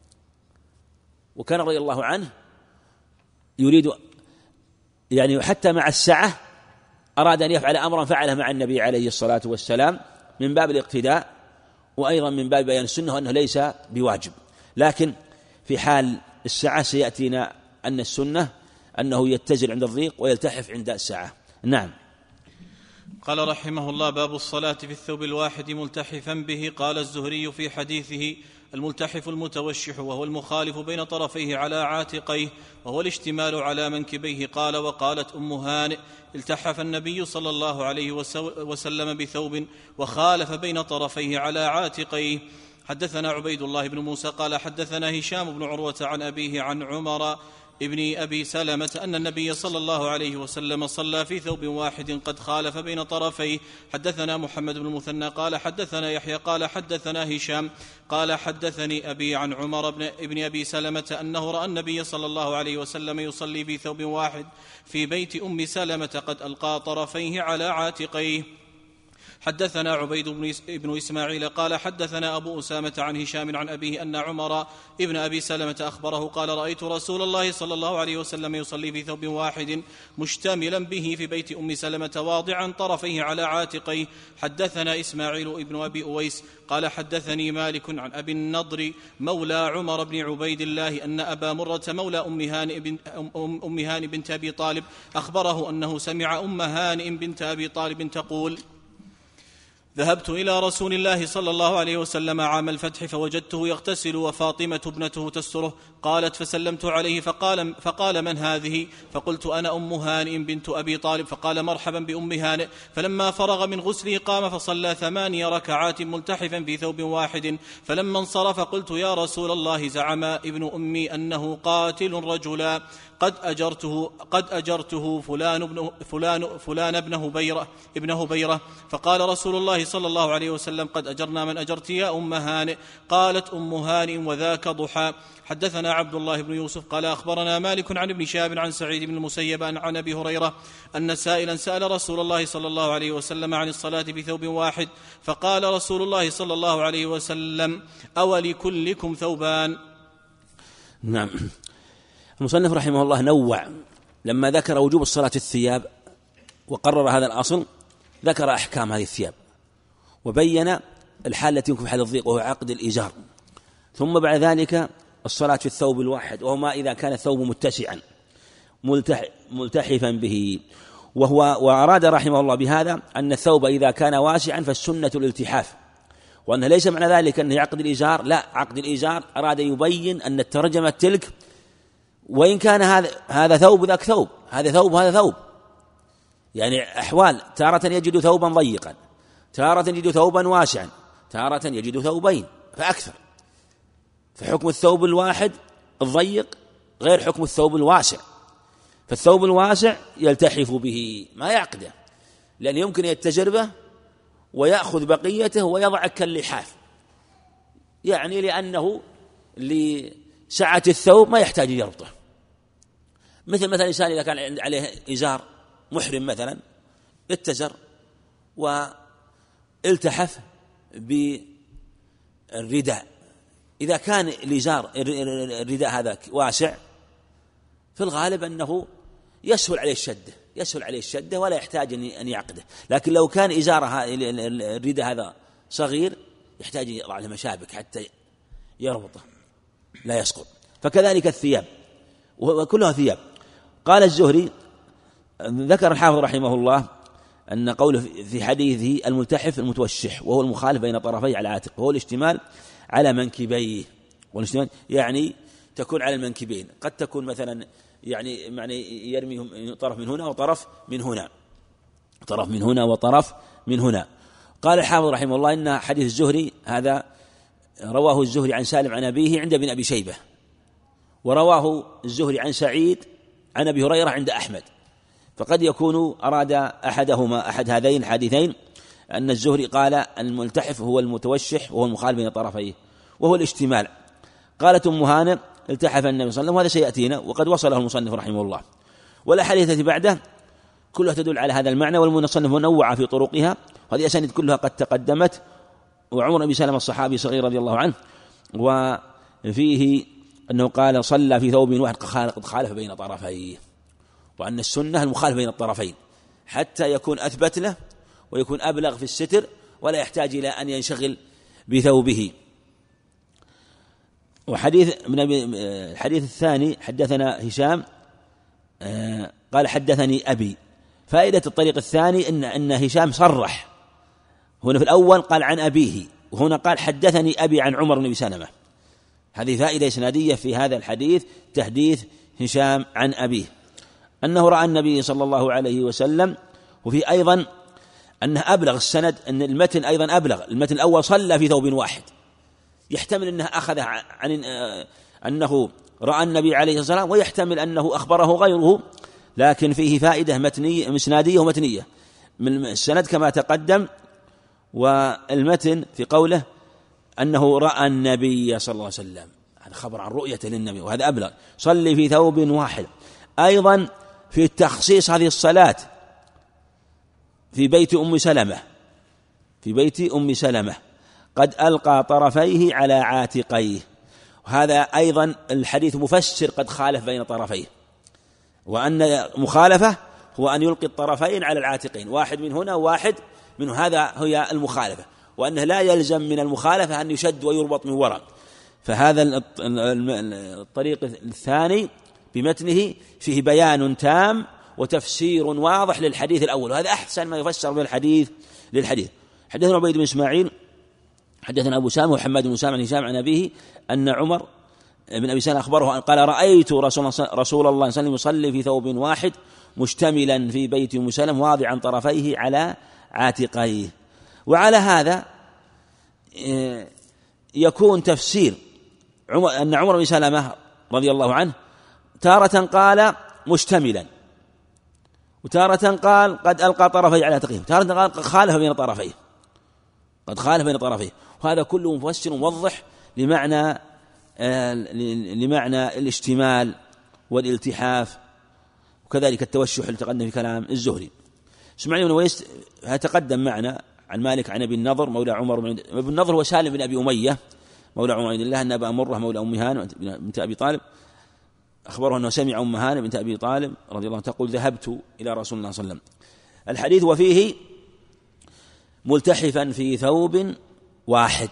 وكان رضي الله عنه يريد يعني حتى مع السعة أراد أن يفعل أمرا فعله مع النبي عليه الصلاة والسلام من باب الاقتداء، وأيضا من باب بيان السنة وأنه ليس بواجب. لكن في حال السعة سيأتينا أن السنة أنه يتزل عند الضيق ويلتحف عند السعة. نعم. قال رحمه الله: باب الصلاة في الثوب الواحد ملتحفا به. قال الزهري في حديثه: الملتحف المتوشح، وهو المخالف بين طرفيه على عاتقيه، وهو الاشتمال على منكبيه. قال: وقالت أم هانئ: التحف النبي صلى الله عليه وسلم بثوب وخالف بين طرفيه على عاتقيه. حدثنا عبيد الله بن موسى قال: حدثنا هشام بن عروة عن أبيه عن عمر ابن أبي سلمة أن النبي صلى الله عليه وسلم صلى في ثوب واحد قد خالف بين طرفيه. حدثنا محمد بن المثنى قال: حدثنا يحيى قال: حدثنا هشام قال: حدثني أبي عن عمر بن ابن أبي سلمة أنه رأى النبي صلى الله عليه وسلم يصلي في ثوب واحد في بيت أم سلمة قد ألقى طرفيه على عاتقيه. حدثنا عبيد بن إسماعيل قال: حدثنا أبو أسامة عن هشام عن أبيه أن عمر ابن أبي سلمة أخبره قال: رأيت رسول الله صلى الله عليه وسلم يصلي في ثوب واحد مشتملا به في بيت أم سلمة واضعا طرفيه على عاتقيه. حدثنا إسماعيل ابن أبي أويس قال: حدثني مالك عن أبي النضر مولى عمر بن عبيد الله أن أبا مرة مولى أم هانئ بنت, أم هانئ بنت أبي طالب أخبره أنه سمع أم هانئ بنت أبي طالب تقول: ذهبت إلى رسول الله صلى الله عليه وسلم عام الفتح فوجدته يغتسل وفاطمة ابنته تستره. قالت: فسلمت عليه فقال, فقال: من هذه؟ فقلت: أنا أم هانئ بنت أبي طالب. فقال: مرحبا بأم هانئ. فلما فرغ من غسله قام فصلى ثماني ركعات ملتحفا في ثوب واحد. فلما انصرف قلت: يا رسول الله، زعم ابن أمي أنه قاتل رجلا قد أجرته قد أجرته فلان ابن فلان فلان ابن هبيرة ابن هبيرة. فقال رسول الله صلى الله عليه وسلم: قد أجرنا من أجرت يا أم هانئ. قالت أم هانئ: وذاك ضحى. حدثنا عبد الله بن يوسف قال: أخبرنا مالك عن ابن شهاب عن سعيد بن المسيب عن أبي هريرة أن سائلا سأل رسول الله صلى الله عليه وسلم عن الصلاة بثوب واحد، فقال رسول الله صلى الله عليه وسلم: أولكلكم ثوبان؟ نعم. المصنف رحمه الله نوع لما ذكر وجوب الصلاة الثياب وقرر هذا الأصل، ذكر أحكام هذه الثياب وبين الحال التي يمكن في حال الضيق وهو عقد الإزار، ثم بعد ذلك الصلاة في الثوب الواحد وهو ما إذا كان الثوب متسعا ملتحفا به. وهو وأراد رحمه الله بهذا أن الثوب إذا كان واسعا فالسنة الالتحاف، وأنه ليس معنى ذلك أنه عقد الإزار، لا، عقد الإزار أراد يبين أن الترجمة تلك وإن كان هذا هذا ثوب ذاك ثوب، هذا ثوب هذا ثوب، يعني أحوال، تارة يجد ثوبا ضيقا، تارة يجد ثوبا واسعا، تارة يجد ثوبين فأكثر. فحكم الثوب الواحد الضيق غير حكم الثوب الواسع، فالثوب الواسع يلتحف به ما يعقده، لأن يمكن يتجر به ويأخذ بقيته ويضع كاللحاف، يعني لأنه لسعة الثوب ما يحتاج يربطه. مثل مثلا إنسان إذا كان عليه إزار محرم مثلا اتزر والتحف بالرداء، إذا كان الإزار الرداء هذا واسع في الغالب أنه يسهل عليه الشدة يسهل عليه الشدة ولا يحتاج أن يعقده. لكن لو كان إزارها الرداء هذا صغير يحتاج يضع له مشابك حتى يربطه لا يسقط. فكذلك الثياب وكلها ثياب. قال الزهري ذكر الحافظ رحمه الله أن قوله في حديثه الملتحف المتوشح وهو المخالف بين طرفي على عاتق وهو الاشتمال على منكبيه، والاشتمال يعني تكون على المنكبين، قد تكون مثلا يعني معني يرميهم طرف من هنا وطرف من هنا، طرف من هنا وطرف من هنا. قال الحافظ رحمه الله إن حديث الزهري هذا رواه الزهري عن سالم عن أبيه عند ابن أبي شيبة، ورواه الزهري عن سعيد عن أبي هريرة عند أحمد، فقد يكون أراد أحدهما أحد هذين الحديثين، أن الزهري قال الملتحف هو المتوشح وهو المخالف بين طرفيه وهو الاشتمال. قالت أم هانئ التحف النبي صلى الله عليه وسلم، وهذا سيأتينا وقد وصله المصنف رحمه الله. والأحاديث التي بعده كلها تدل على هذا المعنى، والمصنف منوعة في طرقها، وهذه الأسانيد كلها قد تقدمت. وعمر بن سلمة الصحابي صغير رضي الله عنه، وفيه أنه قال صلى في ثوب واحد قد خالف بين طرفيه، وأن السنة المخالف بين الطرفين حتى يكون أثبت له ويكون أبلغ في الستر ولا يحتاج إلى أن ينشغل بثوبه. وحديث من الحديث الثاني حدثنا هشام قال حدثني أبي. فائدة الطريق الثاني إن أن هشام صرح، هنا في الأول قال عن أبيه، وهنا قال حدثني أبي عن عمر بن أبي سلمة. هذه فائدة إسنادية في هذا الحديث، تحديث هشام عن أبيه أنه رأى النبي صلى الله عليه وسلم. وفي أيضا أنه أبلغ السند، أن المتن أيضا أبلغ. المتن الأول صلى في ثوب واحد، يحتمل أنه أخذ عن أنه رأى النبي عليه الصلاة والسلام، ويحتمل أنه أخبره غيره، لكن فيه فائدة متنية إسنادية ومتنية من السند كما تقدم. والمتن في قوله أنه رأى النبي صلى الله عليه وسلم، هذا خبر عن رؤيته للنبي، وهذا أبلغ. صلي في ثوب واحد. أيضا في تخصيص هذه الصلاة في بيت أم سلمة، في بيت أم سلمة قد ألقى طرفيه على عاتقيه، وهذا أيضا الحديث مفسر قد خالف بين طرفيه، وأن مخالفة هو أن يلقي الطرفين على العاتقين، واحد من هنا وواحد من هذا، هي المخالفة، وأنه لا يلزم من المخالفة أن يشد ويربط من وراء. فهذا الطريق الثاني بمتنه فيه بيان تام وتفسير واضح للحديث الأول، وهذا أحسن ما يفسر بالحديث للحديث. حدثنا عبيد بن إسماعيل حدثنا أبو سامة وحماد بن سامة عن هشام عن أبيه أن عمر بن أبي سلمة أخبره أن قال رأيت رسول الله صلى الله عليه وسلم يصلي في ثوب واحد مشتملا في بيت أم سلمة واضعا طرفيه على عاتقيه. وعلى هذا يكون تفسير أن عمر بن سلمة رضي الله عنه تارة قال مشتملا، وتارة قال قد ألقى طرفيه على عاتقيه، تارة قال قد خالف بين طرفيه، قد خالف بين طرفيه. وهذا كله مفسر موضح لمعنى آه لمعنى الاشتمال والالتحاف، وكذلك التوشح اللي تقدم في كلام الزهري. اسماعيل بن ويس تقدم معنا عن مالك عن أبي النضر مولى عمر بن أبي النضر هو سالم بن أبي أمية مولى عمر بن الله، أن أبا مرة مولى أم هانئ بنت أبي طالب أخبره أنه سمع أم هانئ بنت أبي طالب رضي الله عنها تقول ذهبت إلى رسول الله صلى الله عليه وسلم. الحديث وفيه ملتحفا في ثوب واحد،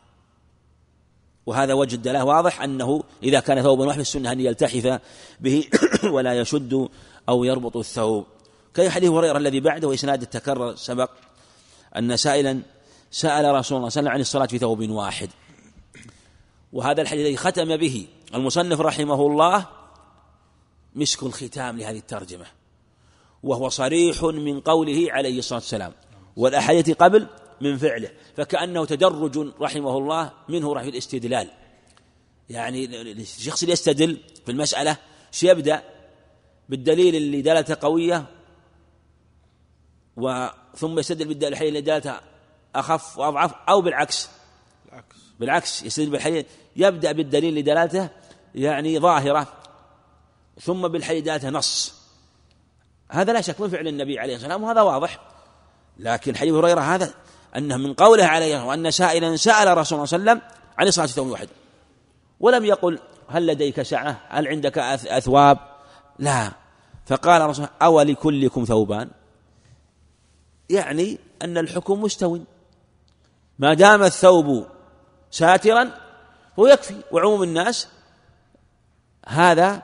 وهذا وجه الدلالة واضح أنه إذا كان ثوبا واحد السنة أن يلتحف به ولا يشد أو يربط الثوب. كي حديث هريرة الذي بعده وإسناد التكرر سبق أن سائلا سأل رسول الله صلى الله عليه وسلم عن الصلاة في ثوب واحد. وهذا الحديث الذي ختم به المصنف رحمه الله مسك الختام لهذه الترجمة، وهو صريح من قوله عليه الصلاة والسلام، والأحاديث قبل من فعله، فكأنه تدرج رحمه الله منه رحمه الاستدلال. يعني الشخص اللي يستدل في المسألة سيبدأ بالدليل اللي دلالته قوية، وثم يستدل بالدليل اللي دلالته أخف وأضعف، أو بالعكس بالعكس يستدل بالحديث يبدأ بالدليل اللي دلالته يعني ظاهرة، ثم بالحديث دلالته نص. هذا لا شك من فعل النبي عليه الصلاة والسلام، وهذا واضح. لكن حديث هريرة هذا أنه من قوله عليه وأن سائلا سأل رسول الله صلى الله عليه وسلم عن الصلاة في ثوب واحد، ولم يقل هل لديك سعة، هل عندك أثواب، لا، فقال رسول الله أو لكلكم ثوبان، يعني أن الحكم مستوي، ما دام الثوب ساترا هو يكفي، وعموم الناس هذا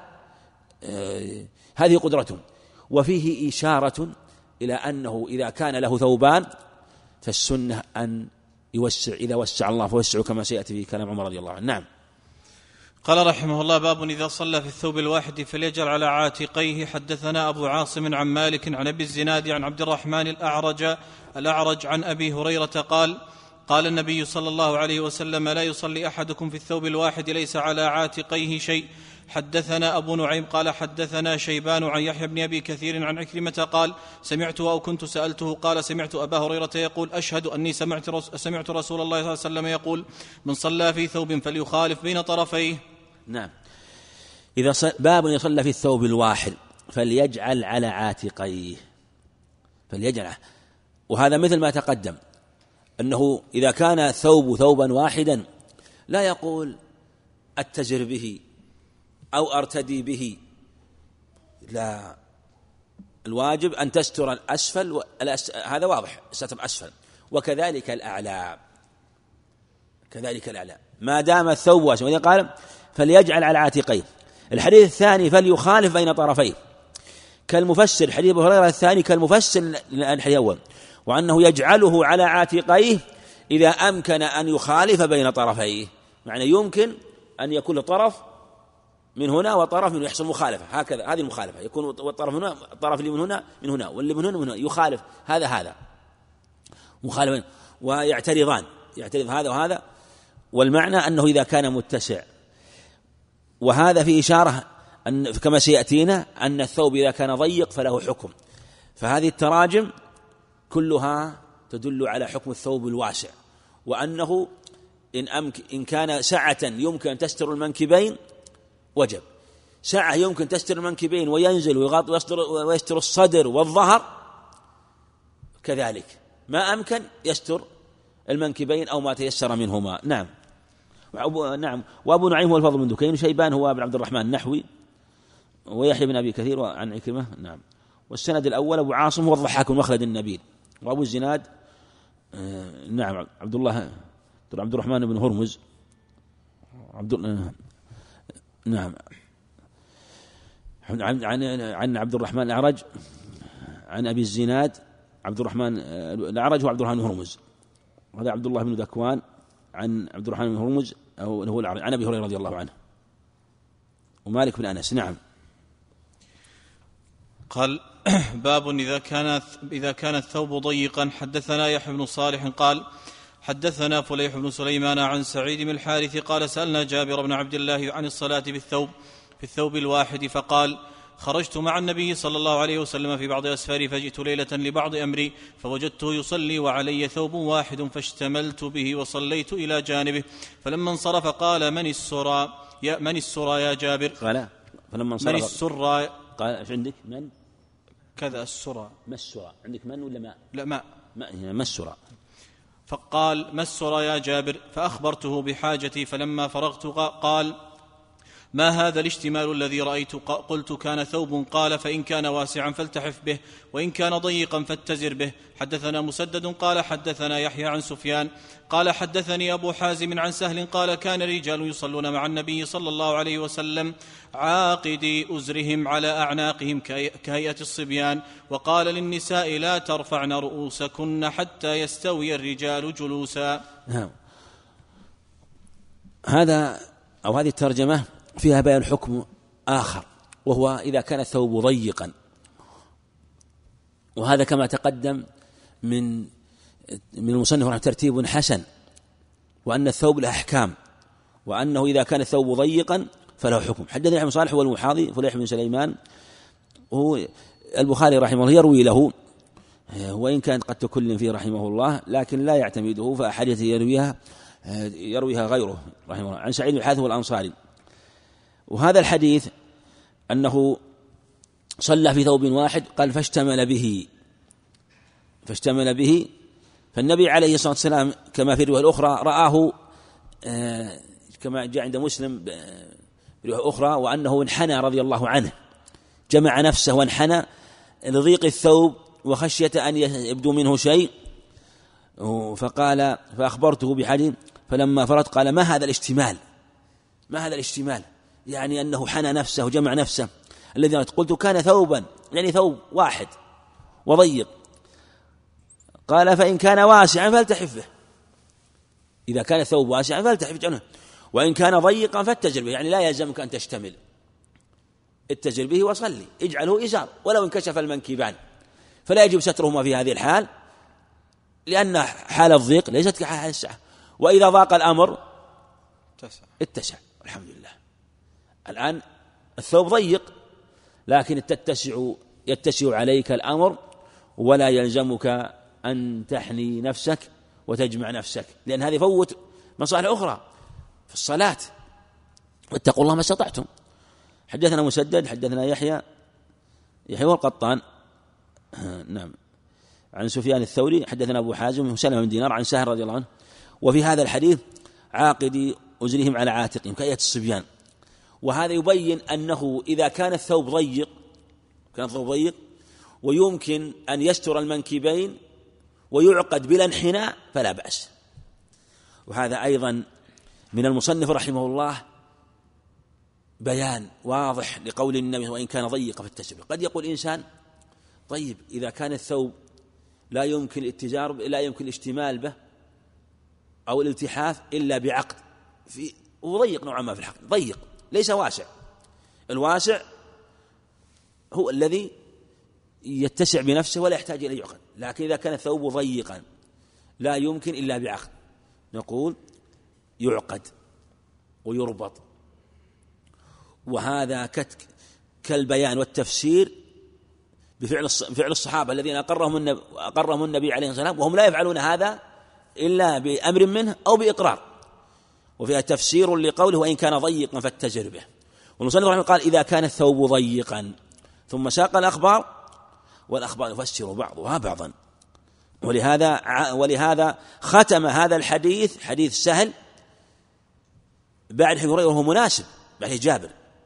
آه هذه قدرته. وفيه إشارة إلى أنه إذا كان له ثوبان فالسنة أن يوسع، إذا وسع الله فوسعوا، كما سيأتي في كلام عمر رضي الله عنه. نعم. قال رحمه الله: باب إذا صلى في الثوب الواحد فليجعل على عاتقيه. حدثنا أبو عاصم عن مالك عن أبي الزناد عن عبد الرحمن الأعرج الأعرج عن أبي هريرة قال: قال النبي صلى الله عليه وسلم: لا يصلي أحدكم في الثوب الواحد ليس على عاتقيه شيء. حدثنا أبو نعيم قال: حدثنا شيبان عن يحيى بن أبي كثير عن عكرمة قال: سمعت أو كنت سألته قال: سمعت أبا هريرة يقول: أشهد أني سمعت, رس سمعت رسول الله صلى الله عليه وسلم يقول: من صلى في ثوب فليخالف بين طرفيه. نعم. إذا صل... باب يصلى في الثوب الواحد فليجعل على عاتقيه، فليجعل، وهذا مثل ما تقدم أنه إذا كان ثوب ثوبا واحدا لا يقول أتزر به أو أرتدي به، لا، الواجب أن تستر الأسفل و... الأس... هذا واضح، ستر أسفل، وكذلك الأعلى، كذلك الأعلى ما دام الثوب واسع. وإذا قال فليجعل على عاتقيه. الحديث الثاني فليخالف بين طرفيه، كالمفسر حديث أبي هريرة الثاني كالمفسر الحديث الأول، وأنه يجعله على عاتقيه إذا أمكن أن يخالف بين طرفيه، معنى يمكن أن يكون طرف من هنا وطرف من يحصل مخالفة، هكذا هذه المخالفة، يكون الطرف من هنا، الطرف اللي من هنا من هنا، واللي من هنا من هنا يخالف هذا هذا مخالفة، ويعترضان، يعترض هذا وهذا، والمعنى أنه إذا كان متسع. وهذا في إشارة أن كما سيأتينا أن الثوب إذا كان ضيق فله حكم، فهذه التراجم كلها تدل على حكم الثوب الواسع، وأنه إن, أمك إن كان سعة يمكن أن تستر المنكبين وجب، سعة يمكن تستر المنكبين وينزل ويغطي ويستر الصدر والظهر كذلك، ما أمكن يستر المنكبين أو ما تيسر منهما. نعم. نعم. وأبو نعيم هو الفضل بن دكين، شيبان هو ابن عبد الرحمن النحوي، ويحيى بن أبي كثير عن عكرمة. نعم. والسند الأول أبو عاصم هو الضحاك بن مخلد النبيل، وأبو الزناد آه نعم عبد الله عبد الرحمن بن هرمز عبد آه نعم عن عن عن عبد الرحمن الأعرج عن أبي الزناد عبد الرحمن آه الأعرج وعبد الرحمن بن هرمز، هذا عبد الله بن ذكوان عن عبد الرحمن بن هرمز أو هو الأعرج عن أبي هريرة رضي الله عنه، ومالك بن أنس. نعم. قال: باب إذا كان إذا كان الثوب ضيقا. حدثنا يحيى بن صالح قال: حدثنا فليح بن سليمان عن سعيد بن الحارث قال: سألنا جابر بن عبد الله عن الصلاة بالثوب في الثوب الواحد فقال: خرجت مع النبي صلى الله عليه وسلم في بعض أسفاري فجئت ليلة لبعض أمري فوجدته يصلي وعلي ثوب واحد فاشتملت به وصليت إلى جانبه، فلما انصرف قال: من السرى يا من السرى يا جابر؟ قال فلما انصرف من السرى؟ قال ايش عندك؟ من كذا السرى، ما السرى عندك؟ من ولا ماء؟ لا ماء. ما السرى؟ فقال: ما السرى يا جابر؟ فأخبرته بحاجتي، فلما فرغت قال: ما هذا الاشتمال الذي رأيت؟ قلت: كان ثوب. قال: فإن كان واسعا فالتحف به، وإن كان ضيقا فاتزر به. حدثنا مسدد قال: حدثنا يحيى عن سفيان قال: حدثني أبو حازم عن سهل قال: كان رجال يصلون مع النبي صلى الله عليه وسلم عاقدي أزرهم على أعناقهم كهيئة الصبيان، وقال للنساء: لا ترفعن رؤوسكن حتى يستوي الرجال جلوسا. هذا أو هذه الترجمة فيها بيان حكم آخر، وهو إذا كان الثوب ضيقا، وهذا كما تقدم من من المصنف رحمه ترتيب حسن، وأن الثوب له أحكام، وأنه إذا كان الثوب ضيقا فله حكم. حدثنا يحيى بن صالح هو المحاضي فليح بن سليمان، وهو البخاري رحمه الله يروي له، وإن كان قد تكلم فيه رحمه الله لكن لا يعتمده، فأحاديث يرويها يرويها غيره رحمه الله. عن سعيد بن الحارث والأنصاري، وهذا الحديث أنه صلى في ثوب واحد، قال: فاشتمل به فاشتمل به فالنبي عليه الصلاة والسلام كما في الرواية الأخرى رآه كما جاء عند مسلم برواية أخرى، وأنه انحنى رضي الله عنه، جمع نفسه وانحنى لضيق الثوب وخشية أن يبدو منه شيء، فقال: فأخبرته بحديث، فلما فرط قال: ما هذا الاشتمال؟ ما هذا الاشتمال؟ يعني أنه حنى نفسه وجمع نفسه. الذي قلت كان ثوبا يعني ثوب واحد وضيق، قال فإن كان واسعا فلتحف به، إذا كان ثوب واسعا فلتحف عنه، وإن كان ضيقا فاتجر به، يعني لا يلزمك أن تشتمل، اتجر به وصلي، اجعله إزار ولو انكشف المنكبان، فلا يجب سترهما في هذه الحال، لأن حال الضيق ليست كحال السعة، وإذا ضاق الأمر اتسع. الحمد لله. الآن الثوب ضيق لكن تتسع يتسع عليك الأمر، ولا يلزمك أن تحني نفسك وتجمع نفسك، لأن هذه فوت مصالح أخرى في الصلاة. واتقوا الله ما استطعتم. حدثنا مسدد حدثنا يحيى يحيى والقطان نعم عن سفيان الثوري حدثنا أبو حازم سلمة بن دينار عن سهل رضي الله عنه. وفي هذا الحديث عاقدي أزرهم على عاتقهم كأية الصبيان، وهذا يبين أنه إذا كان الثوب ضيق كان الثوب ضيق ويمكن أن يستر المنكبين ويعقد بلا انحناء فلا بأس. وهذا أيضا من المصنف رحمه الله بيان واضح لقول النبي وإن كان ضيق فاتسع. قد يقول إنسان طيب إذا كان الثوب لا يمكن الاتجار لا يمكن الاشتمال به أو الالتحاف إلا بعقد، في وضيق نوعا ما في الحق، ضيق ليس واسع، الواسع هو الذي يتسع بنفسه ولا يحتاج إلى عقد، لكن إذا كان الثوب ضيقا لا يمكن إلا بعقد نقول يعقد ويربط. وهذا كالبيان والتفسير بفعل فعل الصحابة الذين أقرهم النبي, أقرهم النبي عليه الصلاة والسلام، وهم لا يفعلون هذا إلا بأمر منه أو بإقرار. وفيها تفسير لقوله وإن كان ضيقا فاتجر به. والمصنف رحمه قال إذا كان الثوب ضيقا، ثم ساق الأخبار، والأخبار يفسر بعضها بعضا. ولهذا ولهذا ختم هذا الحديث حديث سهل بعد حديث هريرة وهو مناسب بعد جابر،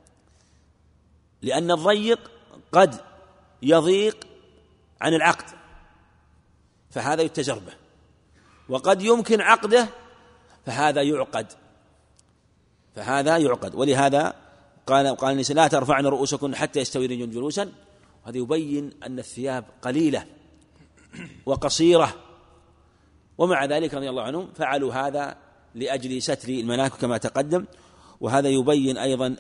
لأن الضيق قد يضيق عن العقد فهذا يتجر به، وقد يمكن عقده فهذا يعقد فهذا يعقد. ولهذا قال قال النساء لا ترفعن رؤوسكن حتى يستوي الرجال جلوسا. وهذا يبين أن الثياب قليلة وقصيرة، ومع ذلك رضي الله عنهم فعلوا هذا لأجل ستر المناكب كما تقدم. وهذا يبين أيضا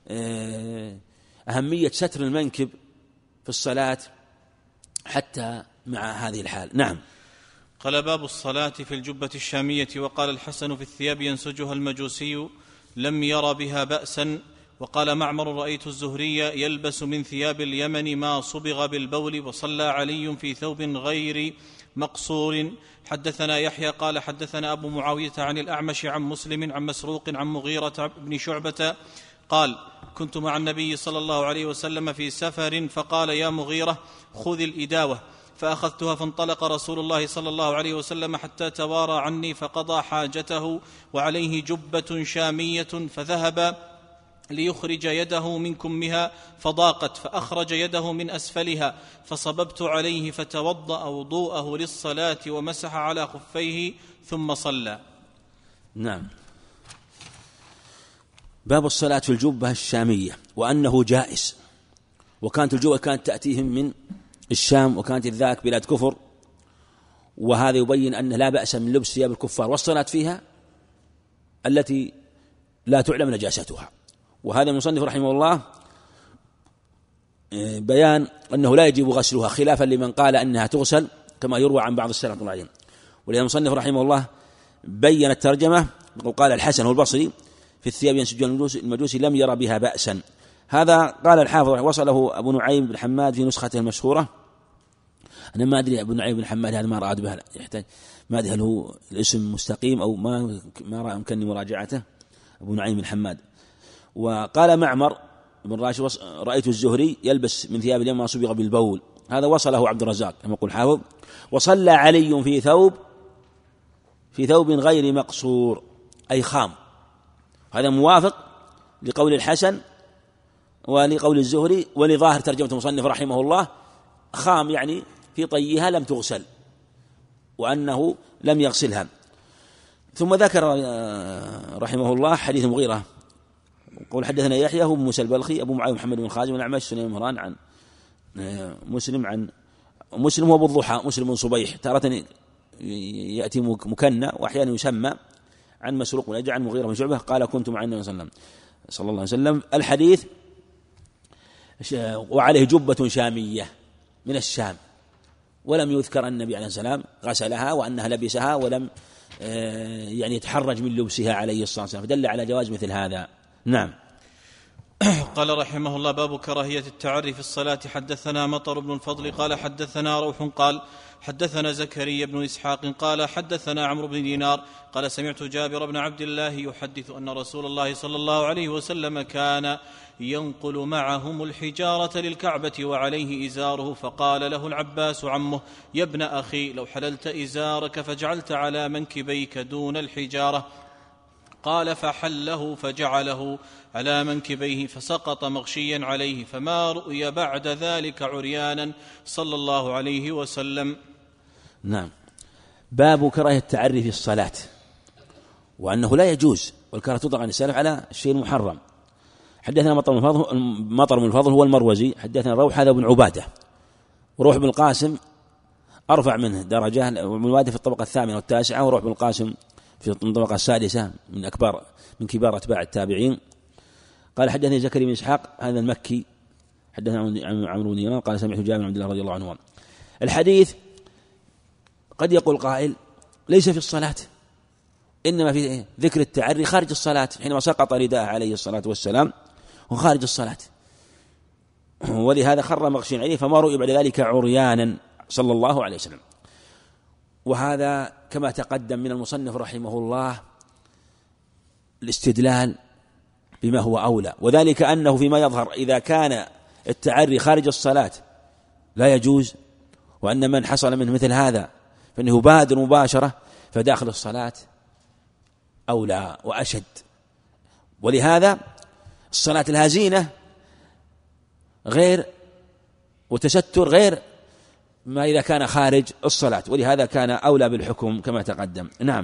أهمية ستر المنكب في الصلاة حتى مع هذه الحال. نعم. قال باب الصلاة في الجبة الشامية. وقال الحسن في الثياب ينسجها المجوسي لم ير بها بأسا. وقال معمر رأيت الزهري يلبس من ثياب اليمن ما صبغ بالبول، وصلى علي في ثوب غير مقصور. حدثنا يحيى قال حدثنا أبو معاوية عن الأعمش عن مسلم عن مسروق عن مغيرة بن شعبة قال كنت مع النبي صلى الله عليه وسلم في سفر فقال يا مغيرة خذ الإداوة، فأخذتها فانطلق رسول الله صلى الله عليه وسلم حتى توارى عني فقضى حاجته وعليه جبة شامية، فذهب ليخرج يده من كمها فضاقت، فأخرج يده من أسفلها فصببت عليه فتوضأ وضوءه للصلاة ومسح على خفيه ثم صلى. نعم. باب الصلاة في الجبة الشامية وأنه جائز. وكانت الجبة كانت تأتيهم من الشام، وكانت ذاك بلاد كفر، وهذا يبين أنه لا بأس من لبس ثياب الكفار والصلاة فيها التي لا تعلم نجاستها. وهذا المصنف رحمه الله بيان أنه لا يجب غسلها، خلافا لمن قال أنها تغسل كما يروى عن بعض السلف عليهم. ولهذا المصنف رحمه الله بين الترجمة وقال الحسن والبصري في الثياب ينسجها المجوسي لم يرى بها بأسا. هذا قال الحافظ وصله أبو نعيم بن حماد في نسخته المشهورة. أنا ما أدري أبو نعيم بن حماد هذا ما رأى بها، يحتاج ما أدري هل هو الاسم مستقيم أو ما ما رأى يمكنني مراجعته. أبو نعيم بن حماد. وقال معمر بن راشد رأيت الزهري يلبس من ثياب اليمن ما صبغ بالبول، هذا وصله عبد الرزاق كما يقول الحافظ. وصلى علي في ثوب في ثوب غير مقصور أي خام، هذا موافق لقول الحسن ولقول الزهري ولظاهر ترجمة المصنف رحمه الله، خام يعني في طيها لم تغسل وأنه لم يغسلها. ثم ذكر رحمه الله حديث مغيرة قول حدثنا يحيى هو موسى البلخي أبو معاوية محمد بن خازم والأعمش سليمان بن مهران عن مسلم عن مسلم هو أبو الضحى مسلم بن صبيح تارة يأتي مكنى وأحيانا يسمى عن مسروق بن أجدع عن مغيرة بن شعبة قال كنت مع النبي صلى الله عليه وسلم صلى الله عليه وسلم. الحديث وعليه جبة شامية من الشام، ولم يذكر أن النبي عليه السلام غسلها وأنها لبسها، ولم يعني يتحرج من لبسها عليه الصلاة والسلام، فدل على جواز مثل هذا. نعم. قال رحمه الله: باب كراهية التعري في الصلاة. حدثنا مطر بن الفضل قال حدثنا روح قال حدثنا زكريا بن إسحاق قال حدثنا عمرو بن دينار قال سمعت جابر بن عبد الله يحدث أن رسول الله صلى الله عليه وسلم كان ينقل معهم الحجارة للكعبة وعليه إزاره، فقال له العباس عمه: يا ابن أخي لو حللت إزارك فجعلت على منكبيك دون الحجارة. قال فحله فجعله على منكبيه فسقط مغشيا عليه، فما رؤي بعد ذلك عريانا صلى الله عليه وسلم. نعم. باب كراهية التعري في الصلاة، وأنه لا يجوز، والكراهة تطلق عن السلف على الشيء المحرم. حدثنا مطر بن الفضل مطر بن الفضل هو المروزي، حدثنا روح هذا بن عبادة، وروح بن القاسم أرفع منه درجة، وابن عبادة في الطبقة الثامنة والتاسعة، وروح بن القاسم في الطبقة السادسة من أكبر من كبار أتباع التابعين. قال حدثني زكريا بن إسحاق هذا المكي حدثنا عمرو بن دينار قال سمعت جابر بن عبد الله رضي الله عنه. الحديث قد يقول قائل ليس في الصلاة، إنما في ذكر التعري خارج الصلاة حينما سقط رداءه عليه الصلاة والسلام وخارج الصلاة، ولهذا خر مغشيا عليه فما رؤي بعد ذلك عريانا صلى الله عليه وسلم. وهذا كما تقدم من المصنف رحمه الله الاستدلال بما هو أولى، وذلك أنه فيما يظهر إذا كان التعري خارج الصلاة لا يجوز، وأن من حصل منه مثل هذا فإنه بادر مباشرة، فداخل الصلاة أولى وأشد. ولهذا الصلاة الهزينة غير وتستر غير ما إذا كان خارج الصلاة، ولهذا كان أولى بالحكم كما تقدم. نعم.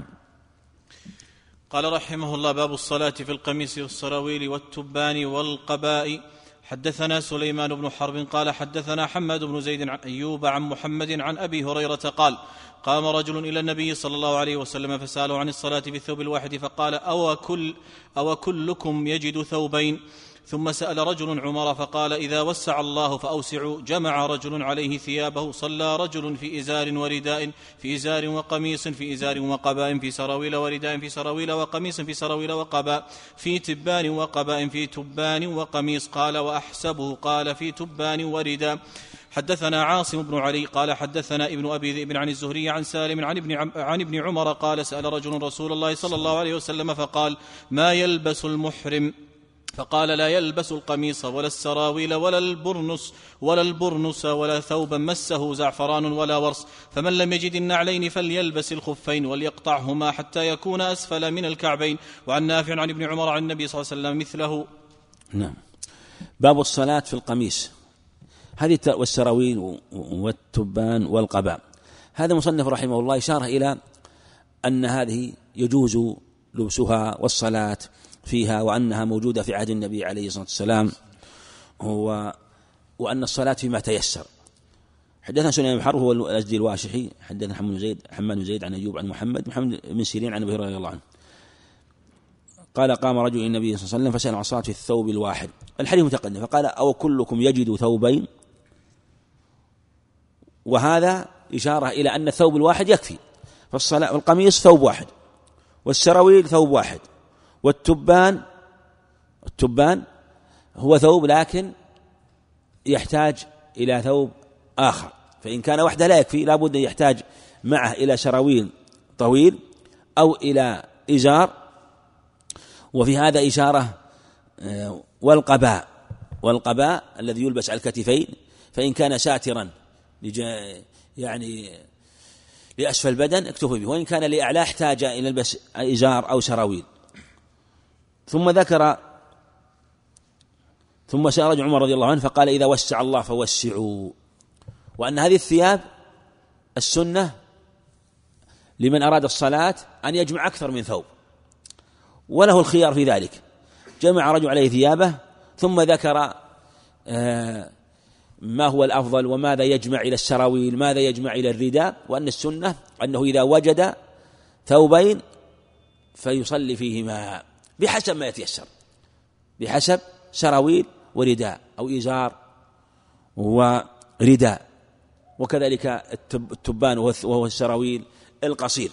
قال رحمه الله: باب الصلاة في القميص والسراويل والتبان والقباء. حدثنا سليمان بن حرب قال حدثنا حماد بن زيد عن أيوب عن محمد عن أبي هريرة قال: قام رجل إلى النبي صلى الله عليه وسلم فسأله عن الصلاة بالثوب الواحد، فقال: أو, كل أو كلكم يجد ثوبين؟ ثم سأل رجل عمر فقال: إذا وسع الله فأوسعوا. جمع رجل عليه ثيابه، صلى رجل في إزار ورداء في إزار وقميص في إزار وقباء في سراويل ورداء في سراويل وقميص في سراويل وقباء في تبان وقباء في تبان وقميص. قال: وأحسبه قال: في تبان ورداء. حدثنا عاصم بن علي قال حدثنا ابن أبي ذئب عن الزهري عن سالم عن ابن, عم عن ابن عمر قال: سأل رجل رسول الله صلى الله عليه وسلم فقال: ما يلبس المحرم؟ فقال: لا يلبس القميص ولا السراويل ولا البرنس ولا البرنس ولا ثوبا مسه زعفران ولا ورس، فمن لم يجد النعلين فليلبس الخفين وليقطعهما حتى يكون أسفل من الكعبين. وعن نافع عن ابن عمر عن النبي صلى الله عليه وسلم مثله. نعم. باب الصلاة في القميص هذه والسراويل والتبان والقباء. هذا مصنف رحمه الله إشارة إلى أن هذه يجوز لبسها والصلاة فيها، وأنها موجودة في عهد النبي عليه الصلاة والسلام، هو وأن الصلاة فيما تيسر. حدثنا سليمان بن حرب هو الأزدي الواشحي حدثنا حماد بن زيد حماد بن زيد عن أيوب عن محمد محمد بن سيرين عن أبي هريرة رضي الله عنه قال: قام رجل إلى النبي صلى الله عليه وسلم فسأل عن الصلاة في الثوب الواحد. الحديث متقدم، فقال: أو كلكم يجد ثوبين؟ وهذا إشارة إلى أن الثوب الواحد يكفي، فالصلاة القميص ثوب واحد، والسراويل ثوب واحد، والتبان التبان هو ثوب لكن يحتاج إلى ثوب آخر، فإن كان وحده لا يكفي، لا بد أن يحتاج معه إلى سراويل طويل أو إلى إزار. وفي هذا إشارة. والقباء والقباء الذي يلبس على الكتفين، فإن كان ساترا يعني لأسفل البدن اكتفي به، وإن كان لأعلى احتاج إلى لبس إزار أو سراويل. ثم ذكر ثم سأل رجل عمر رضي الله عنه فقال: إذا وسع الله فوسعوا. وأن هذه الثياب السنة لمن أراد الصلاة أن يجمع أكثر من ثوب، وله الخيار في ذلك، جمع رجل عليه ثيابه ثم ذكر ما هو الأفضل وماذا يجمع إلى السراويل ماذا يجمع إلى الرداء، وأن السنة أنه إذا وجد ثوبين فيصلي فيهما بحسب ما يتيسر، بحسب سراويل ورداء أو إزار ورداء، وكذلك التبان وهو السراويل القصير.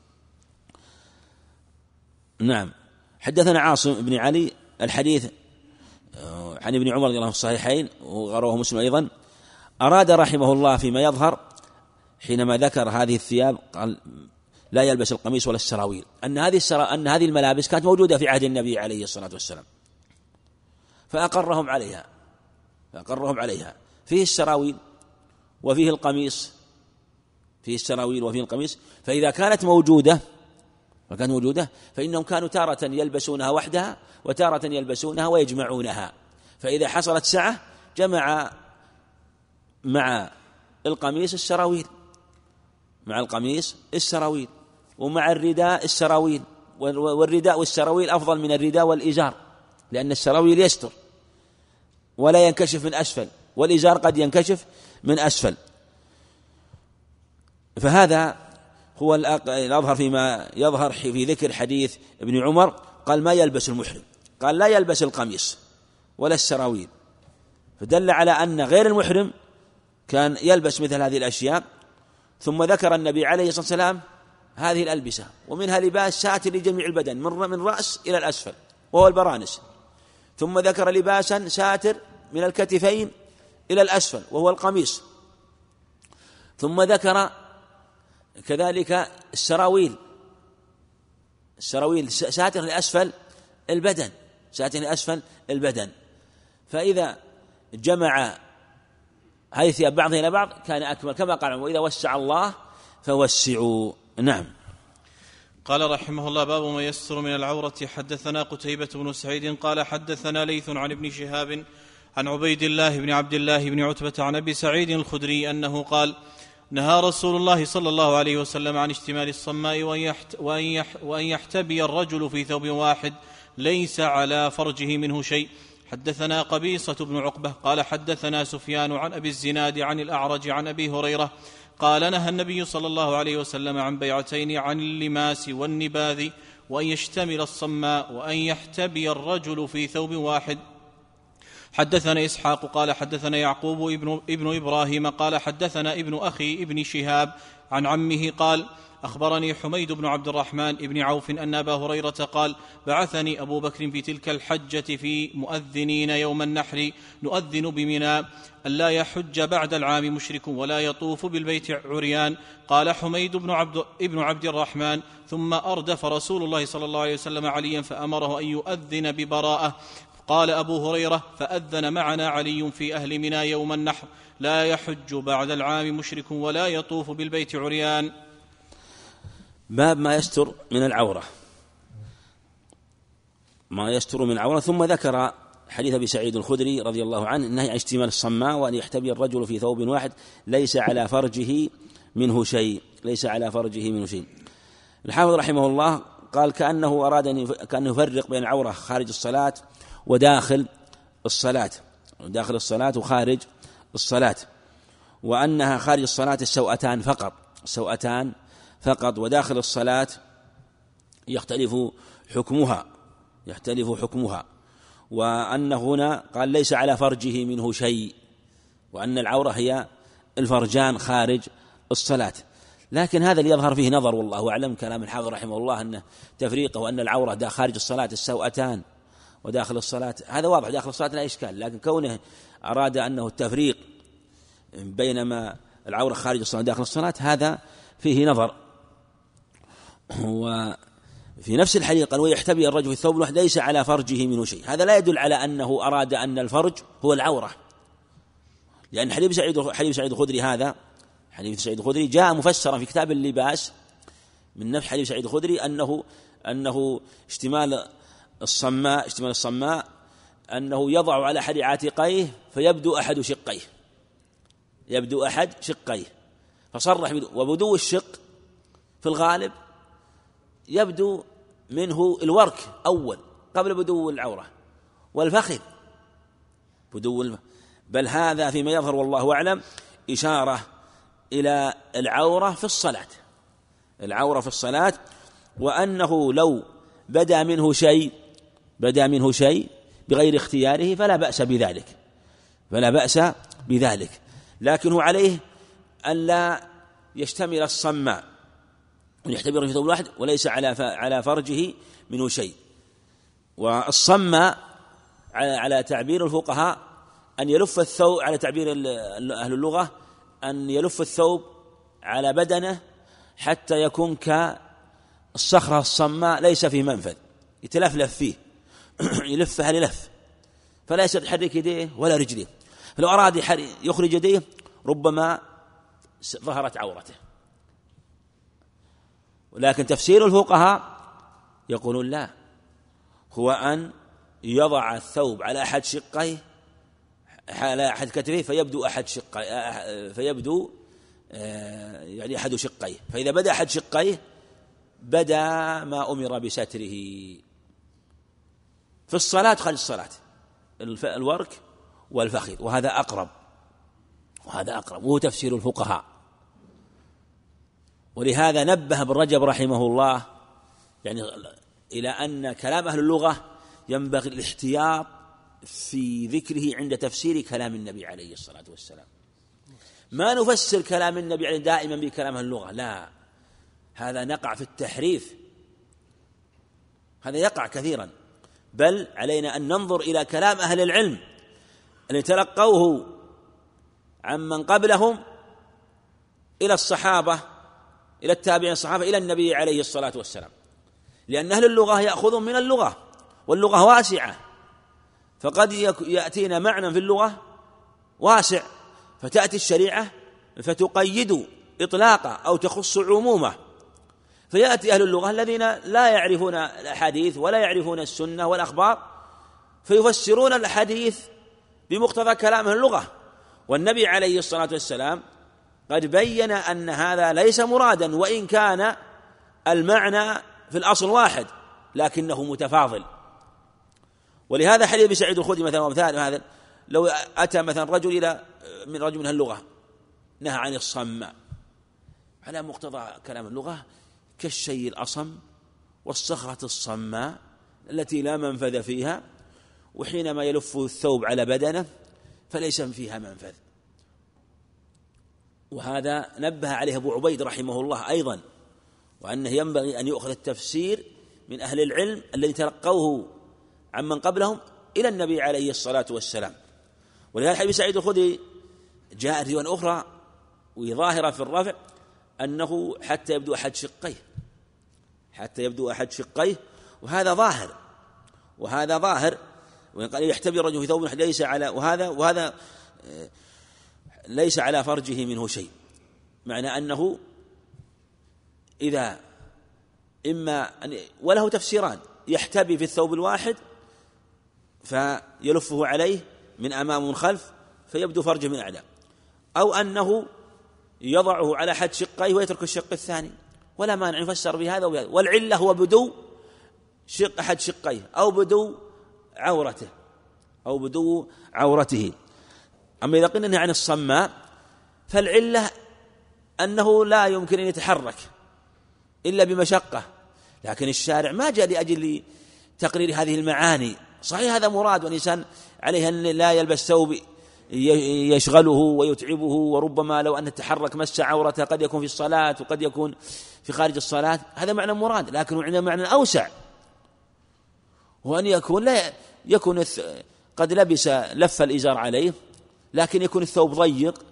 نعم. حدثنا عاصم بن علي الحديث عن ابن عمر رضي الله عنه في الصحيحين ورواه مسلم أيضا، أراد رحمه الله فيما يظهر حينما ذكر هذه الثياب قال لا يلبس القميص ولا السراويل، أن هذه السرا... أن هذه الملابس كانت موجودة في عهد النبي عليه الصلاة والسلام فأقرهم عليها فأقرهم عليها فيه السراويل وفيه القميص، فيه السراويل وفيه القميص، فإذا كانت موجودة فكانت موجودة فإنهم كانوا تارة يلبسونها وحدها وتارة يلبسونها ويجمعونها، فإذا حصلت سعة جمع مع القميص السراويل مع القميص السراويل ومع الرداء السراويل، والرداء والسراويل أفضل من الرداء والإزار، لأن السراويل يستر ولا ينكشف من أسفل، والإزار قد ينكشف من أسفل. فهذا هو الأظهر فيما يظهر في ذكر حديث ابن عمر، قال ما يلبس المحرم، قال لا يلبس القميص ولا السراويل، فدل على أن غير المحرم كان يلبس مثل هذه الأشياء. ثم ذكر النبي عليه الصلاة والسلام هذه الألبسة ومنها لباس ساتر لجميع البدن من رأس إلى الأسفل وهو البرانس، ثم ذكر لباسا ساتر من الكتفين إلى الأسفل وهو القميص، ثم ذكر كذلك السراويل السراويل ساتر لأسفل البدن ساتر لأسفل البدن فإذا جمع هذه الثياب بعضها إلى بعض كان أكمل، كما قال وإذا وسع الله فوسعوا. نعم. قال رحمه الله باب ما يستر من العورة. حدثنا قتيبة بن سعيد قال حدثنا ليث عن ابن شهاب عن عبيد الله بن عبد الله بن عتبة عن أبي سعيد الخدري أنه قال نهى رسول الله صلى الله عليه وسلم عن اشتمال الصماء وأن يحتبي الرجل في ثوب واحد ليس على فرجه منه شيء. حدثنا قبيصة بن عقبة قال حدثنا سفيان عن أبي الزناد عن الأعرج عن أبي هريرة قال نهى النبي صلى الله عليه وسلم عن بيعتين عن اللماس والنباذ وأن يشتمل الصماء وأن يحتبي الرجل في ثوب واحد. حدثنا إسحاق قال حدثنا يعقوب ابن, ابن إبراهيم قال حدثنا ابن أخي ابن شهاب عن عمه قال أخبرني حميد بن عبد الرحمن ابن عوف أن أبا هريرة قال بعثني أبو بكر في تلك الحجة في مؤذنين يوم النحر نؤذن بمنى ألا يحج بعد العام مشرك ولا يطوف بالبيت عريان. قال حميد بن عبد, ابن عبد الرحمن ثم أردف رسول الله صلى الله عليه وسلم عليا فأمره أن يؤذن ببراءة. قال أبو هريرة فأذن معنا علي في أهل منى يوم النحر لا يحج بعد العام مشرك ولا يطوف بالبيت عريان. باب ما يستر من العورة ما يستر من العورة. ثم ذكر حديث أبي سعيد الخدري رضي الله عنه النهي عن اشتمال الصماء وأن يحتبي الرجل في ثوب واحد ليس على فرجه منه شيء ليس على فرجه منه شيء. الحافظ رحمه الله قال كأنه أراد أن كأنه يفرق بين العورة خارج الصلاة وداخل الصلاة داخل الصلاة وخارج الصلاة، وأنها خارج الصلاة السوأتان فقط السوأتان فقط وداخل الصلاة يختلف حكمها يختلف حكمها وأن هنا قال ليس على فرجه منه شيء، وأن العورة هي الفرجان خارج الصلاة. لكن هذا اللي يظهر فيه نظر والله أعلم كلام الحافظ رحمه الله أنه تفريقه وأن العورة دا خارج الصلاة السوأتان وداخل الصلاة هذا واضح داخل الصلاة لا إشكال، لكن كونه أراد أنه التفريق بينما العورة خارج الصلاة داخل الصلاة هذا فيه نظر. وفي نفس الحديث قال ويحتبي الرجل في الثوب الواحد ليس على فرجه منه شيء، هذا لا يدل على أنه أراد أن الفرج هو العورة، لأن حديث سعيد حديث سعيد الخدري هذا حديث سعيد الخدري جاء مفسرا في كتاب اللباس من نفس حديث سعيد الخدري أنه أنه اشتمال الصماء اشتمال الصماء أنه يضع على أحد عاتقيه فيبدو أحد شقيه يبدو أحد شقيه فصرح وبدو الشق في الغالب يبدو منه الورك أول قبل بدو العورة، والفخذ، بدو الفخذ. بل هذا فيما يظهر والله أعلم إشارة إلى العورة في الصلاة، العورة في الصلاة، وأنه لو بدأ منه شيء بدأ منه شيء بغير اختياره فلا بأس بذلك، فلا بأس بذلك، لكنه عليه أن لا يشتمل الصماء ويحتبر في ثوب واحد وليس على على فرجه منه شيء. والصماء على تعبير الفقهاء أن يلف الثوب، على تعبير أهل اللغة أن يلف الثوب على بدنه حتى يكون كالصخرة الصماء ليس فيه منفذ، يتلفلف فيه يلفها للف، فلا يستطيع يحرك يديه ولا رجليه، فلو أراد يخرج يديه ربما ظهرت عورته. ولكن تفسير الفقهاء يقولون لا، هو أن يضع الثوب على أحد شقيه، على أحد كتفيه، فيبدو أحد شقيه، فيبدو يعني أحد شقيه، فإذا بدأ أحد شقيه بدأ ما أمر بستره في الصلاة خلال الصلاة، الورك والفخذ، وهذا أقرب وهذا أقرب وهو تفسير الفقهاء. ولهذا نبه ابن رجب رحمه الله يعني إلى أن كلام أهل اللغة ينبغي الاحتياط في ذكره عند تفسير كلام النبي عليه الصلاة والسلام. ما نفسر كلام النبي عليه دائما بكلام أهل اللغة، لا، هذا نقع في التحريف، هذا يقع كثيرا، بل علينا أن ننظر إلى كلام أهل العلم الذين تلقوه عمن قبلهم إلى الصحابة، إلى التابعين الصحابة، إلى النبي عليه الصلاة والسلام، لأن أهل اللغة يأخذون من اللغة، واللغة واسعة، فقد يأتينا معنى في اللغة واسع فتأتي الشريعة فتقيد إطلاقه أو تخص عمومه، فيأتي أهل اللغة الذين لا يعرفون الأحاديث ولا يعرفون السنة والأخبار فيفسرون الأحاديث بمقتضى كلام أهل اللغة. والنبي عليه الصلاة والسلام قد بين أن هذا ليس مرادا، وإن كان المعنى في الأصل واحد لكنه متفاضل. ولهذا حديث أبي سعيد الخدري مثلا ومثال هذا، لو أتى مثلا رجل إلى من رجل من اللغة نهى عن الصماء على مقتضى كلام اللغة كالشيء الأصم والصخرة الصماء التي لا منفذ فيها، وحينما يلف الثوب على بدنه فليس فيها منفذ. وهذا نبه عليه أبو عبيد رحمه الله أيضا، وأنه ينبغي أن يؤخذ التفسير من أهل العلم الذي تلقوه عمن قبلهم إلى النبي عليه الصلاة والسلام. ولهذا حديث سعيد الخدري جاء رواية أخرى وظاهرة في الرفع أنه حتى يبدو أحد شقيه، حتى يبدو أحد شقيه، وهذا ظاهر وهذا ظاهر وإن قال يحتبي الرجل في ثوب ليس على وهذا وهذا ليس على فرجه منه شيء، معنى أنه إذا إما أن وله تفسيران، يحتبي في الثوب الواحد فيلفه عليه من أمام ومن خلف فيبدو فرجه من أعلى، أو أنه يضعه على أحد شقيه ويترك الشق الثاني، ولا مانع يفسر بهذا وبهذا. والعلة هو بدو شق أحد شقيه أو بدو عورته أو بدو عورته. أما إذا قلنا عن الصماء فالعلة أنه لا يمكن أن يتحرك إلا بمشقة، لكن الشارع ما جاء لأجل تقرير هذه المعاني. صحيح هذا مراد، والإنسان عليه أن لا يلبس ثوب يشغله ويتعبه، وربما لو أن تحرك مس عورته قد يكون في الصلاة وقد يكون في خارج الصلاة، هذا معنى مراد. لكن عندنا معنى أوسع، وأن يكون لا يكون قد لبس لف الإزار عليه لكن يكون الثوب ضيق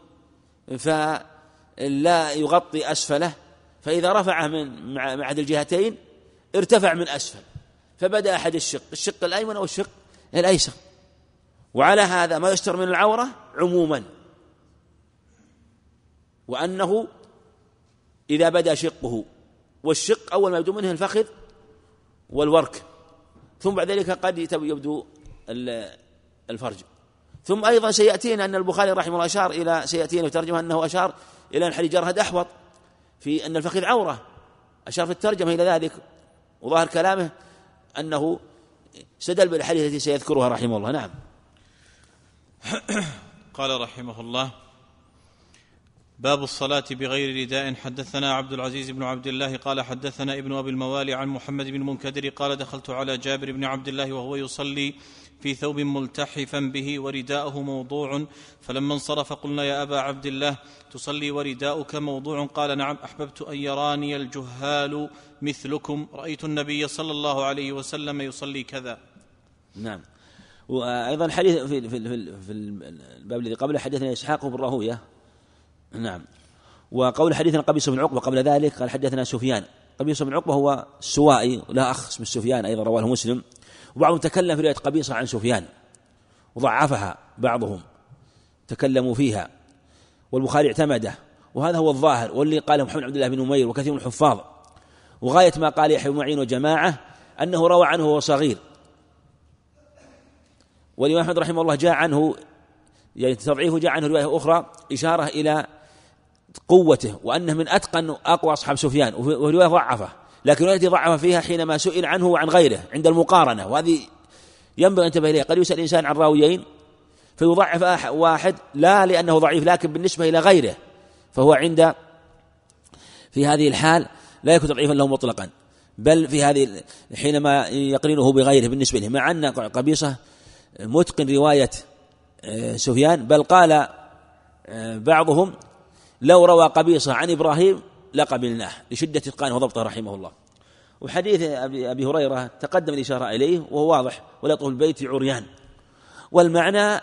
فلا يغطي أسفله، فإذا رفعه من مع أحد الجهتين ارتفع من أسفل فبدأ أحد الشق الشق الأيمن أو الشق الأيسر. وعلى هذا ما يستر من العورة عموما، وأنه إذا بدأ شقه، والشق أول ما يبدو منه الفخذ والورك، ثم بعد ذلك قد يبدو الفرج. ثم أيضا سيأتينا أن البخاري رحمه الله أشار إلى سيأتينا في ترجمة أنه أشار إلى أن حديث جرهد أحوط في أن الفخذ عورة، أشار في الترجمة إلى ذلك. وظاهر كلامه أنه استدل بالحديث التي سيذكرها رحمه الله. نعم. قال رحمه الله: باب الصلاة بغير رداء. حدثنا عبد العزيز بن عبد الله قال حدثنا ابن أبي الموالي عن محمد بن المنكدر قال دخلت على جابر بن عبد الله وهو يصلي في ثوب ملتحفا به ورداءه موضوع، فلما انصرف قلنا: يا أبا عبد الله تصلي ورداؤك موضوع؟ قال: نعم، أحببت أن يراني الجهال مثلكم، رأيت النبي صلى الله عليه وسلم يصلي كذا. نعم. وأيضا حديث في, في, في, في الباب الذي قبله حدثنا إسحاق بن راهوية. نعم. وقول حديثنا قبيصة بن عقبة قبل ذلك قال حدثنا سفيان. قبيصة بن عقبة هو السوائي لا أخ اسمه سفيان، أيضا رواه مسلم. وبعضهم تكلم في رواية قبيصة عن سفيان وضعفها بعضهم، تكلموا فيها والبخاري اعتمده، وهذا هو الظاهر واللي قاله محمد عبد الله بن نمير وكثير من الحفاظ. وغاية ما قال يحيى بن معين وجماعة أنه روى عنه وهو صغير، والإمام أحمد رحمه الله جاء عنه يعني تضعيفه جاء عنه رواية أخرى إشارة إلى قوته وأنه من أتقن أقوى أصحاب سفيان، ورواية ضعفه، لكن التي ضعف فيها حينما سئل عنه وعن غيره عند المقارنة، وهذه ينبغي أن تنتبه إليها. قد يسأل الإنسان عن راويين فيضعف واحد لا لأنه ضعيف، لكن بالنسبة إلى غيره فهو عند في هذه الحال لا يكون ضعيفا له مطلقا، بل في هذه حينما يقرنه بغيره بالنسبة له، مع أن قبيصة متقن رواية سفيان، بل قال بعضهم لو روى قبيصة عن إبراهيم لقبلناه لشدة إتقانه وضبطه رحمه الله. وحديث أبي هريرة تقدم الإشارة إليه وهو واضح: ولا يطوف البيت عريان، والمعنى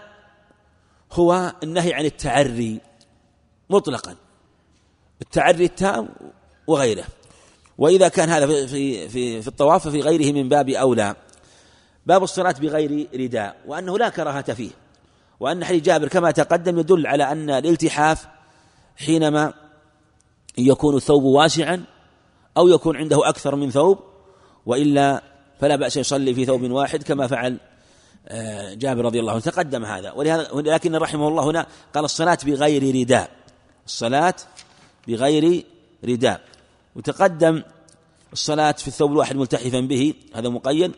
هو النهي عن التعري مطلقا، التعري التام وغيره. وإذا كان هذا في في في الطواف ففي غيره من باب أولى. باب الصلاة بغير رداء، وأنه لا كراهة فيه، وأن حديث جابر كما تقدم يدل على أن الالتحاف حينما يكون الثوب واسعا أو يكون عنده أكثر من ثوب، وإلا فلا بأس يصلي في ثوب واحد كما فعل جابر رضي الله عنه، تقدم هذا. ولهذا ولكن رحمه الله هنا قال الصلاة بغير رداء، الصلاة بغير رداء، وتقدم الصلاة في الثوب الواحد ملتحفا به، هذا مقيد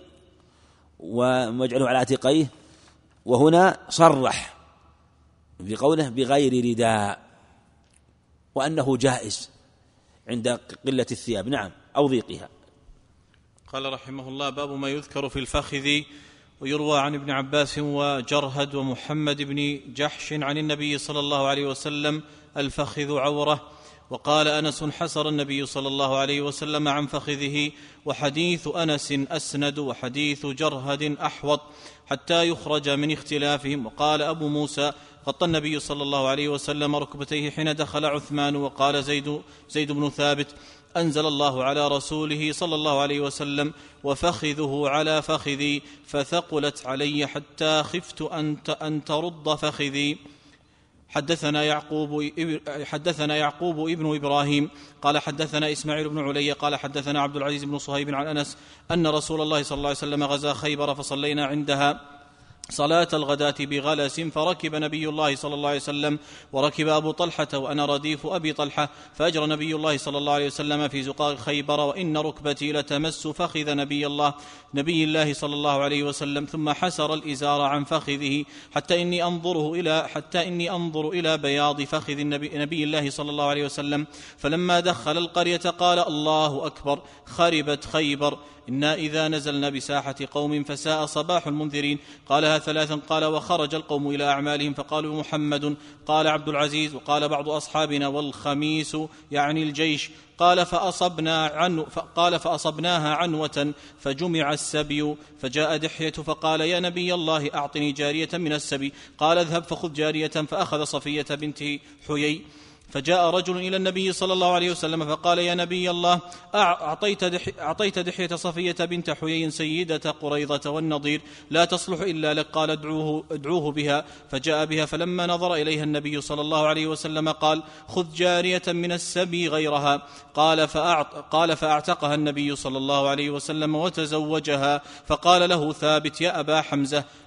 ومجعله على عاتقيه، وهنا صرح بقوله بغير رداء وأنه جائز عند قلة الثياب، نعم، أو ضيقها. قال رحمه الله: باب ما يذكر في الفخذ. ويروى عن ابن عباس وجرهد ومحمد بن جحش عن النبي صلى الله عليه وسلم: الفخذ عورة. وقال أنس: حسر النبي صلى الله عليه وسلم عن فخذه. وحديث أنس أسند وحديث جرهد أحوط حتى يخرج من اختلافهم. وقال أبو موسى: غطى النبي صلى الله عليه وسلم ركبتيه حين دخل عثمان. وقال زيد, زيد بن ثابت: أنزل الله على رسوله صلى الله عليه وسلم: وفخذه على فخذي، فثقلت علي حتى خفت أن ترد فخذي. حدثنا يعقوب حدثنا يعقوب ابن إبراهيم قال حدثنا إسماعيل بن علي قال حدثنا عبد العزيز بن صهيب عن أنس أن رسول الله صلى الله عليه وسلم غزا خيبر، فصلينا عندها صلاة الغداة بغلس، فركب نبي الله صلى الله عليه وسلم وركب أبو طلحة وأنا رديف أبي طلحة، فأجرى نبي الله صلى الله عليه وسلم في زقاق خيبر، وإن ركبتي لتمس فخذ نبي الله نبي الله صلى الله عليه وسلم، ثم حسر الإزار عن فخذه حتى إني أنظره إلى حتى إني أنظر إلى بياض فخذ النبي نبي الله صلى الله عليه وسلم. فلما دخل القرية قال: الله أكبر، خربت خيبر، إنا إذا نزلنا بساحة قوم فساء صباح المنذرين. قالها ثلاثا. قال: وخرج القوم إلى أعمالهم فقالوا: محمد. قال عبد العزيز: وقال بعض أصحابنا: والخميس يعني الجيش. قال فأصبنا عنو قال فأصبناها عنوة فجمع السبي، فجاء دحية فقال: يا نبي الله أعطني جارية من السبي. قال: اذهب فخذ جارية، فأخذ صفية بنت حيي. فجاء رجل إلى النبي صلى الله عليه وسلم فقال: يا نبي الله أعطيت, دحي أعطيت دحية صفية بنت حيي سيدة قريظة والنضير، لا تصلح إلا لك. قال: ادعوه, ادعوه بها. فجاء بها، فلما نظر إليها النبي صلى الله عليه وسلم قال: خذ جارية من السبي غيرها. قال, فأعط قال فأعتقها النبي صلى الله عليه وسلم وتزوجها. فقال له ثابت: يا أبا حمزة،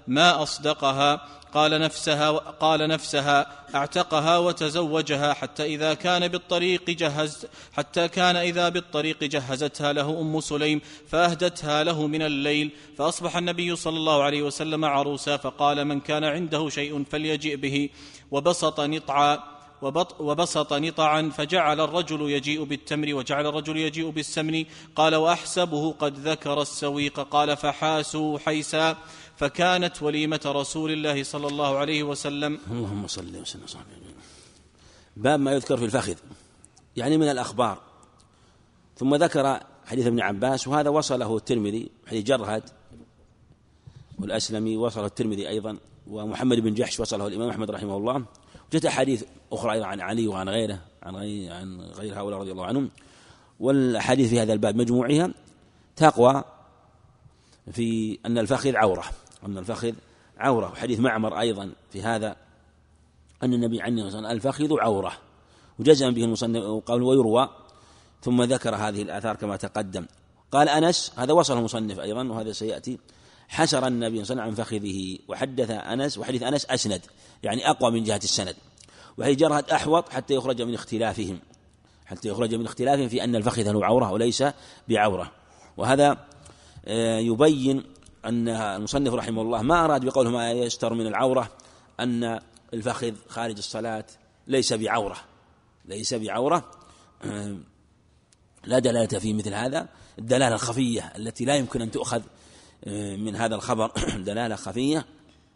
ما أصدقها. قال نفسها, قال نفسها اعتقها وتزوجها حتى إذا كان بالطريق جهز حتى كان إذا بالطريق جهزتها له أم سليم فأهدتها له من الليل. فأصبح النبي صلى الله عليه وسلم عروسا، فقال: من كان عنده شيء فليجئ به. وبسط نطعا وبسط نطعا فجعل الرجل يجيء بالتمر وجعل الرجل يجيء بالسمن. قال: وأحسبه قد ذكر السويق. قال: فحاسوا حيسا، فكانت وليمة رسول الله صلى الله عليه وسلم. اللهم صل وسلم وسلم. باب ما يذكر في الفخذ، يعني من الأخبار. ثم ذكر حديث ابن عباس، وهذا وصله الترمذي، حديث جرهد والأسلمي وصله الترمذي أيضا، ومحمد بن جحش وصله الإمام أحمد رحمه الله. وجدت أحاديث أخرى أيضا عن علي وعن غيره عن غير, عن غير هؤلاء رضي الله عنهم. والحديث في هذا الباب مجموعها تقوى في أن الفخذ عورة، أن الفخذ عورة. وحديث معمر أيضا في هذا أن النبي عنه صلى الفخذ عورة، وجزم به المصنف وقال ويروى، ثم ذكر هذه الآثار كما تقدم. قال أنس، هذا وصل المصنف أيضا وهذا سيأتي، حشر النبي صلى الله عليه وسلم عن فخذه. وحدث أنس، وحديث أنس أسند يعني أقوى من جهة السند. وحديث جرهد أحوط حتى يخرج من اختلافهم حتى يخرج من اختلافهم في أن الفخذ له عورة وليس بعورة. وهذا يبين أن المصنف رحمه الله ما أراد بقوله ما يستر من العورة أن الفخذ خارج الصلاة ليس بعورة ليس بعورة لا دلالة في مثل هذا، الدلالة الخفية التي لا يمكن أن تؤخذ من هذا الخبر دلالة خفية.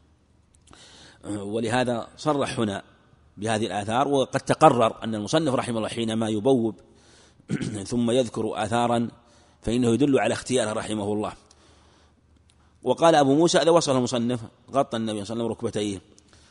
ولهذا صرح هنا بهذه الآثار. وقد تقرر أن المصنف رحمه الله حينما يبوب ثم يذكر آثارا فإنه يدل على اختياره رحمه الله. وقال أبو موسى إذا وصل المصنف غطى النبي صلى الله عليه وسلم ركبتيه.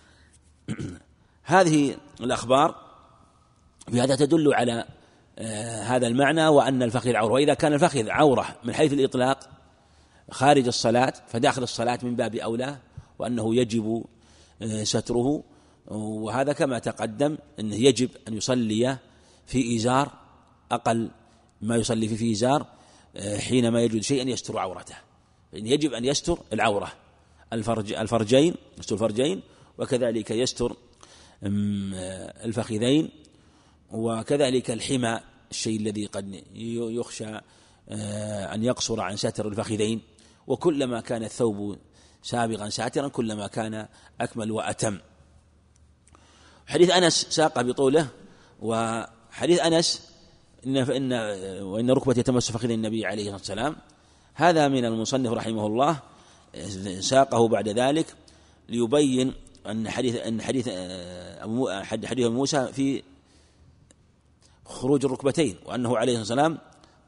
هذه الأخبار في هذا تدل على آه هذا المعنى، وأن الفخذ عورة. وإذا كان الفخذ عورة من حيث الإطلاق خارج الصلاة فداخل الصلاة من باب أولى، وأنه يجب آه ستره. وهذا كما تقدم أنه يجب أن يصلي في إزار أقل ما يصلي في إزار آه حينما يجد شيئا يستر عورته، يجب أن يستر العورة الفرج الفرجين يستر الفرجين، وكذلك يستر الفخذين، وكذلك الحمى الشيء الذي قد يخشى أن يقصر عن ستر الفخذين. وكلما كان الثوب سابقا ساترا كلما كان أكمل وأتم. حديث أنس ساق بطوله، وحديث أنس إن فإن وإن ركبتي تمس فخذ النبي عليه الصلاة والسلام، هذا من المصنف رحمه الله ساقه بعد ذلك ليبين أن حديث أن حديث حديث موسى في خروج الركبتين، وأنه عليه الصلاة والسلام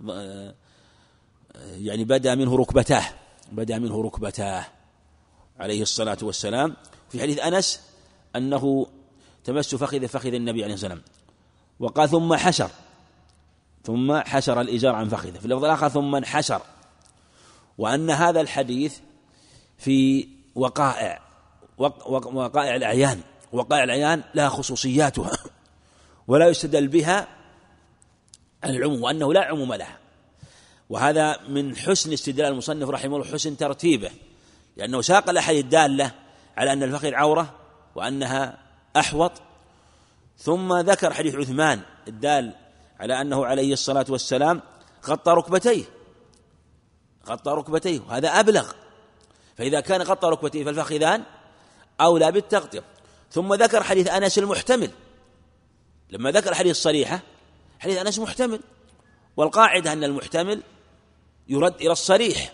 يعني بدأ منه ركبتاه بدأ منه ركبتاه عليه الصلاة والسلام. في حديث أنس أنه تمس فخذ فخذ النبي عليه الصلاة والسلام، وقال ثم حشر ثم حشر الإزار عن فخذه. في اللفظ الآخر ثم انحشر. وأن هذا الحديث في وقائع وقائع الأعيان وقائع الأعيان لها خصوصياتها ولا يستدل بها العموم، وأنه لا عموم لها. وهذا من حسن استدلال المصنف رحمه الله، حسن ترتيبه، لأنه ساق الأحاديث الدالة على أن الفخذ عورة وأنها أحوط، ثم ذكر حديث عثمان الدال على أنه عليه الصلاة والسلام غطى ركبتيه غطى ركبتيه وهذا أبلغ. فإذا كان غطى ركبتيه فالفخذان أولى بالتغطية. ثم ذكر حديث أنس المحتمل، لما ذكر حديث الصريحة حديث أنس محتمل، والقاعدة أن المحتمل يرد إلى الصريح،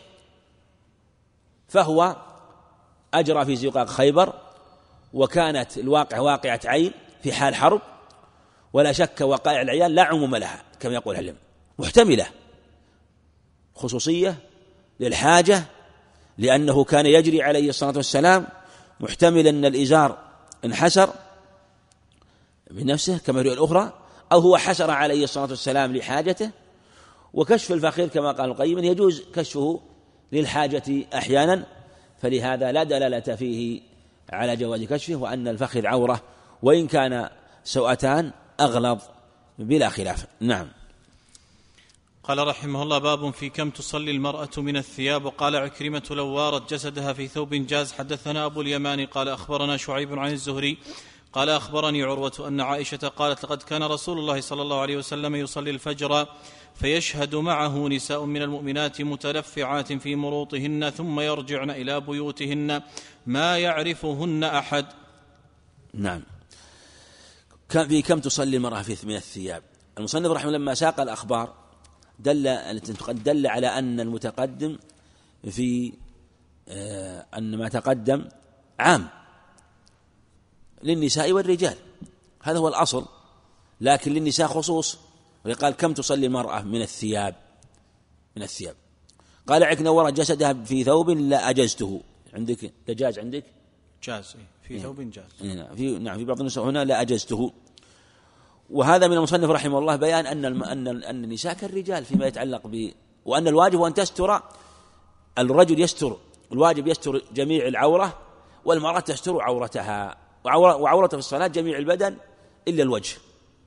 فهو أجرى في زقاق خيبر، وكانت الواقع واقعة عين في حال حرب، ولا شك وقائع العيان لا عموم لها كما يقول العلم، محتملة خصوصية للحاجة، لأنه كان يجري عليه الصلاة والسلام محتمل أن الإزار انحسر بنفسه كما يقول الأخرى، أو هو حسر عليه الصلاة والسلام لحاجته. وكشف الفخذ كما قال القيم يجوز كشفه للحاجة أحيانا، فلهذا لا دلالة فيه على جواز كشفه، وأن الفخذ عورة وإن كان سوءتان أغلظ بلا خلاف. نعم. قال رحمه الله: باب في كم تصلي المرأة من الثياب. وقال عكرمة: لو وارت جسدها في ثوب جاز. حدثنا أبو اليمان قال أخبرنا شعيب عن الزهري قال أخبرني عروة أن عائشة قالت: لقد كان رسول الله صلى الله عليه وسلم يصلي الفجر فيشهد معه نساء من المؤمنات متلفعات في مروطهن ثم يرجعن إلى بيوتهن ما يعرفهن أحد. نعم. في كم تصلي المرأة في من الثياب. المصنف رحمه الله لما ساق الأخبار دل دل على أن المتقدم في أن ما تقدم عام للنساء والرجال، هذا هو الأصل، لكن للنساء خصوص. وقال: كم تصلي المرأة من الثياب من الثياب قال: عكنا وراء جسدها في ثوب لا أجزته. عندك دجاج؟ عندك جاز في ثوب جاز. في نعم في بعض النساء هنا لا أجزته. وهذا من المصنف رحمه الله بيان أن أن أن النساء كالرجال فيما يتعلق ب وأن الواجب أن تستر الرجل يستر الواجب يستر جميع العورة، والمرأة تستر عورتها، وعورة في الصلاة جميع البدن إلا الوجه،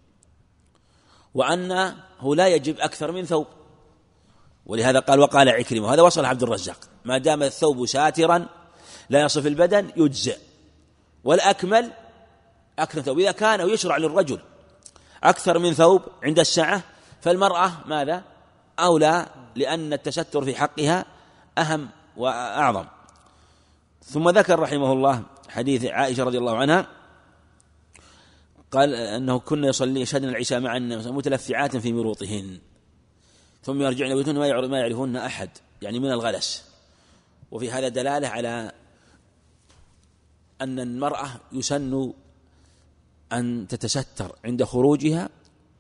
وأنه لا يجب أكثر من ثوب. ولهذا قال: وقال عكرمة، وهذا وصل عبد الرزاق: ما دام الثوب ساترا لا يصف البدن يجزئ، والأكمل أكثر ثوب. إذا كان يشرع للرجل أكثر من ثوب عند السعة فالمرأة ماذا؟ أولى، لأن التستر في حقها أهم وأعظم. ثم ذكر رحمه الله حديث عائشة رضي الله عنها قال أنه كنا يصلي يشهدن العشاء مع متلفعات في مروطهن ثم يرجعن بيوتهن ما يعرفون أحد، يعني من الغلس. وفي هذا دلالة على أن المرأة يسن أن تتستر عند خروجها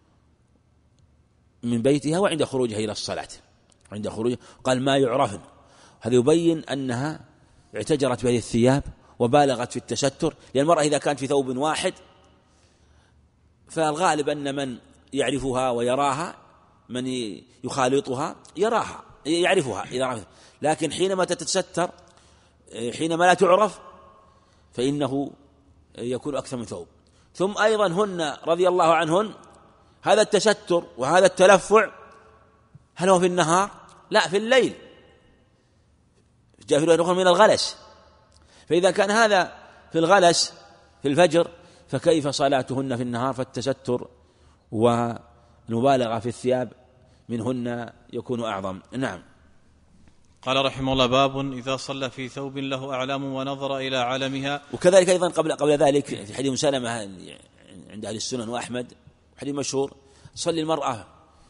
من بيتها وعند خروجها إلى الصلاة. عند خروجها قال: ما يعرفن. هذا يبين أنها اعتجرت بهذه الثياب وبالغت في التستر، لأن المرأة إذا كانت في ثوب واحد فالغالب أن من يعرفها ويراها، من يخالطها يراها يعرفها إذا عرفت. لكن حينما تتستر، حينما لا تعرف، فإنه يكون أكثر من ثوب. ثم أيضا هن رضي الله عنهن هذا التستر وهذا التلفع هل هو في النهار؟ لا، في الليل، جاء في الوقت من الغلس. فإذا كان هذا في الغلس في الفجر فكيف صلاتهن في النهار؟ فالتستر والمبالغة في الثياب منهن يكون أعظم. نعم. قال رحمه الله: باب إذا صلى في ثوب له أعلام ونظر إلى علمها. وكذلك أيضا قبل قبل ذلك في حديث سلمة عند أهل السنن وأحمد، حديث مشهور: صلي المرأة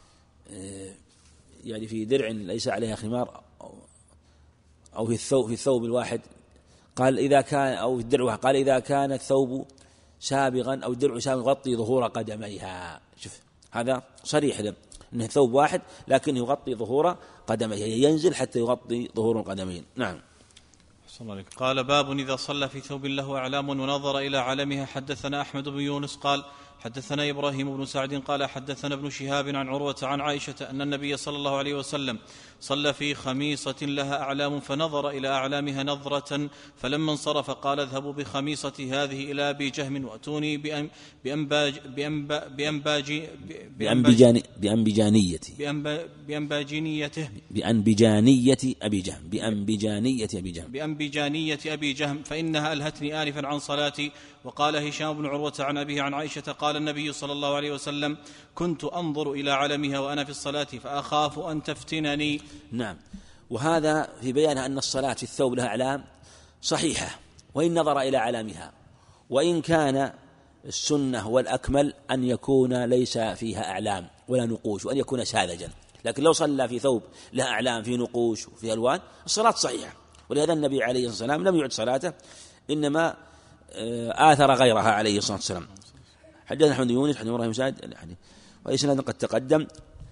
يعني في درع ليس عليها خمار أو في الثوب في الثوب الواحد، قال إذا كان أو في الدرع، قال إذا كان الثوب سابغا أو الدرع سابغا يغطي ظهور قدميها. شوف هذا صريح له أنه ثوب واحد لكن يغطي ظهور قدميه، ينزل حتى يغطي ظهور القدمين. نعم. قال: باب إذا صلى في ثوب له أعلام ونظر إلى علمها. حدثنا أحمد بن يونس قال حدثنا إبراهيم بن سعد قال حدثنا ابن شهاب عن عروة عن عائشة أن النبي صلى الله عليه وسلم صلى في خميصة لها أعلام فنظر إلى أعلامها نظرة، فلما انصرف قال: اذهبوا بخميصتي هذه إلى أبي جهم وأتوني بأنباج بأنباج بأنبجانيته بأنباجينيته بأنبجانية أبي جهم بأنبجانية أبي جهم بأنبجانية أبي جهم فإنها ألهتني آنفا عن صلاتي. وقال هشام بن عروة عن أبيه عن عائشة قال النبي صلى الله عليه وسلم: كنت أنظر إلى علمها وأنا في الصلاة فأخاف أن تفتنني. نعم. وهذا في بيان أن الصلاة في الثوب لها أعلام صحيحة وإن نظر إلى علامها، وإن كان السنة والأكمل أن يكون ليس فيها أعلام ولا نقوش وأن يكون ساذجا، لكن لو صلى في ثوب لها أعلام في نقوش وفي ألوان الصلاة صحيحة. ولهذا النبي عليه الصلاة والسلام لم يعد صلاته، إنما آثر غيرها عليه الصلاة والسلام. حدثنا أحمد بن يونس حدثنا إبراهيم بن سعد وإسناد قد تقدم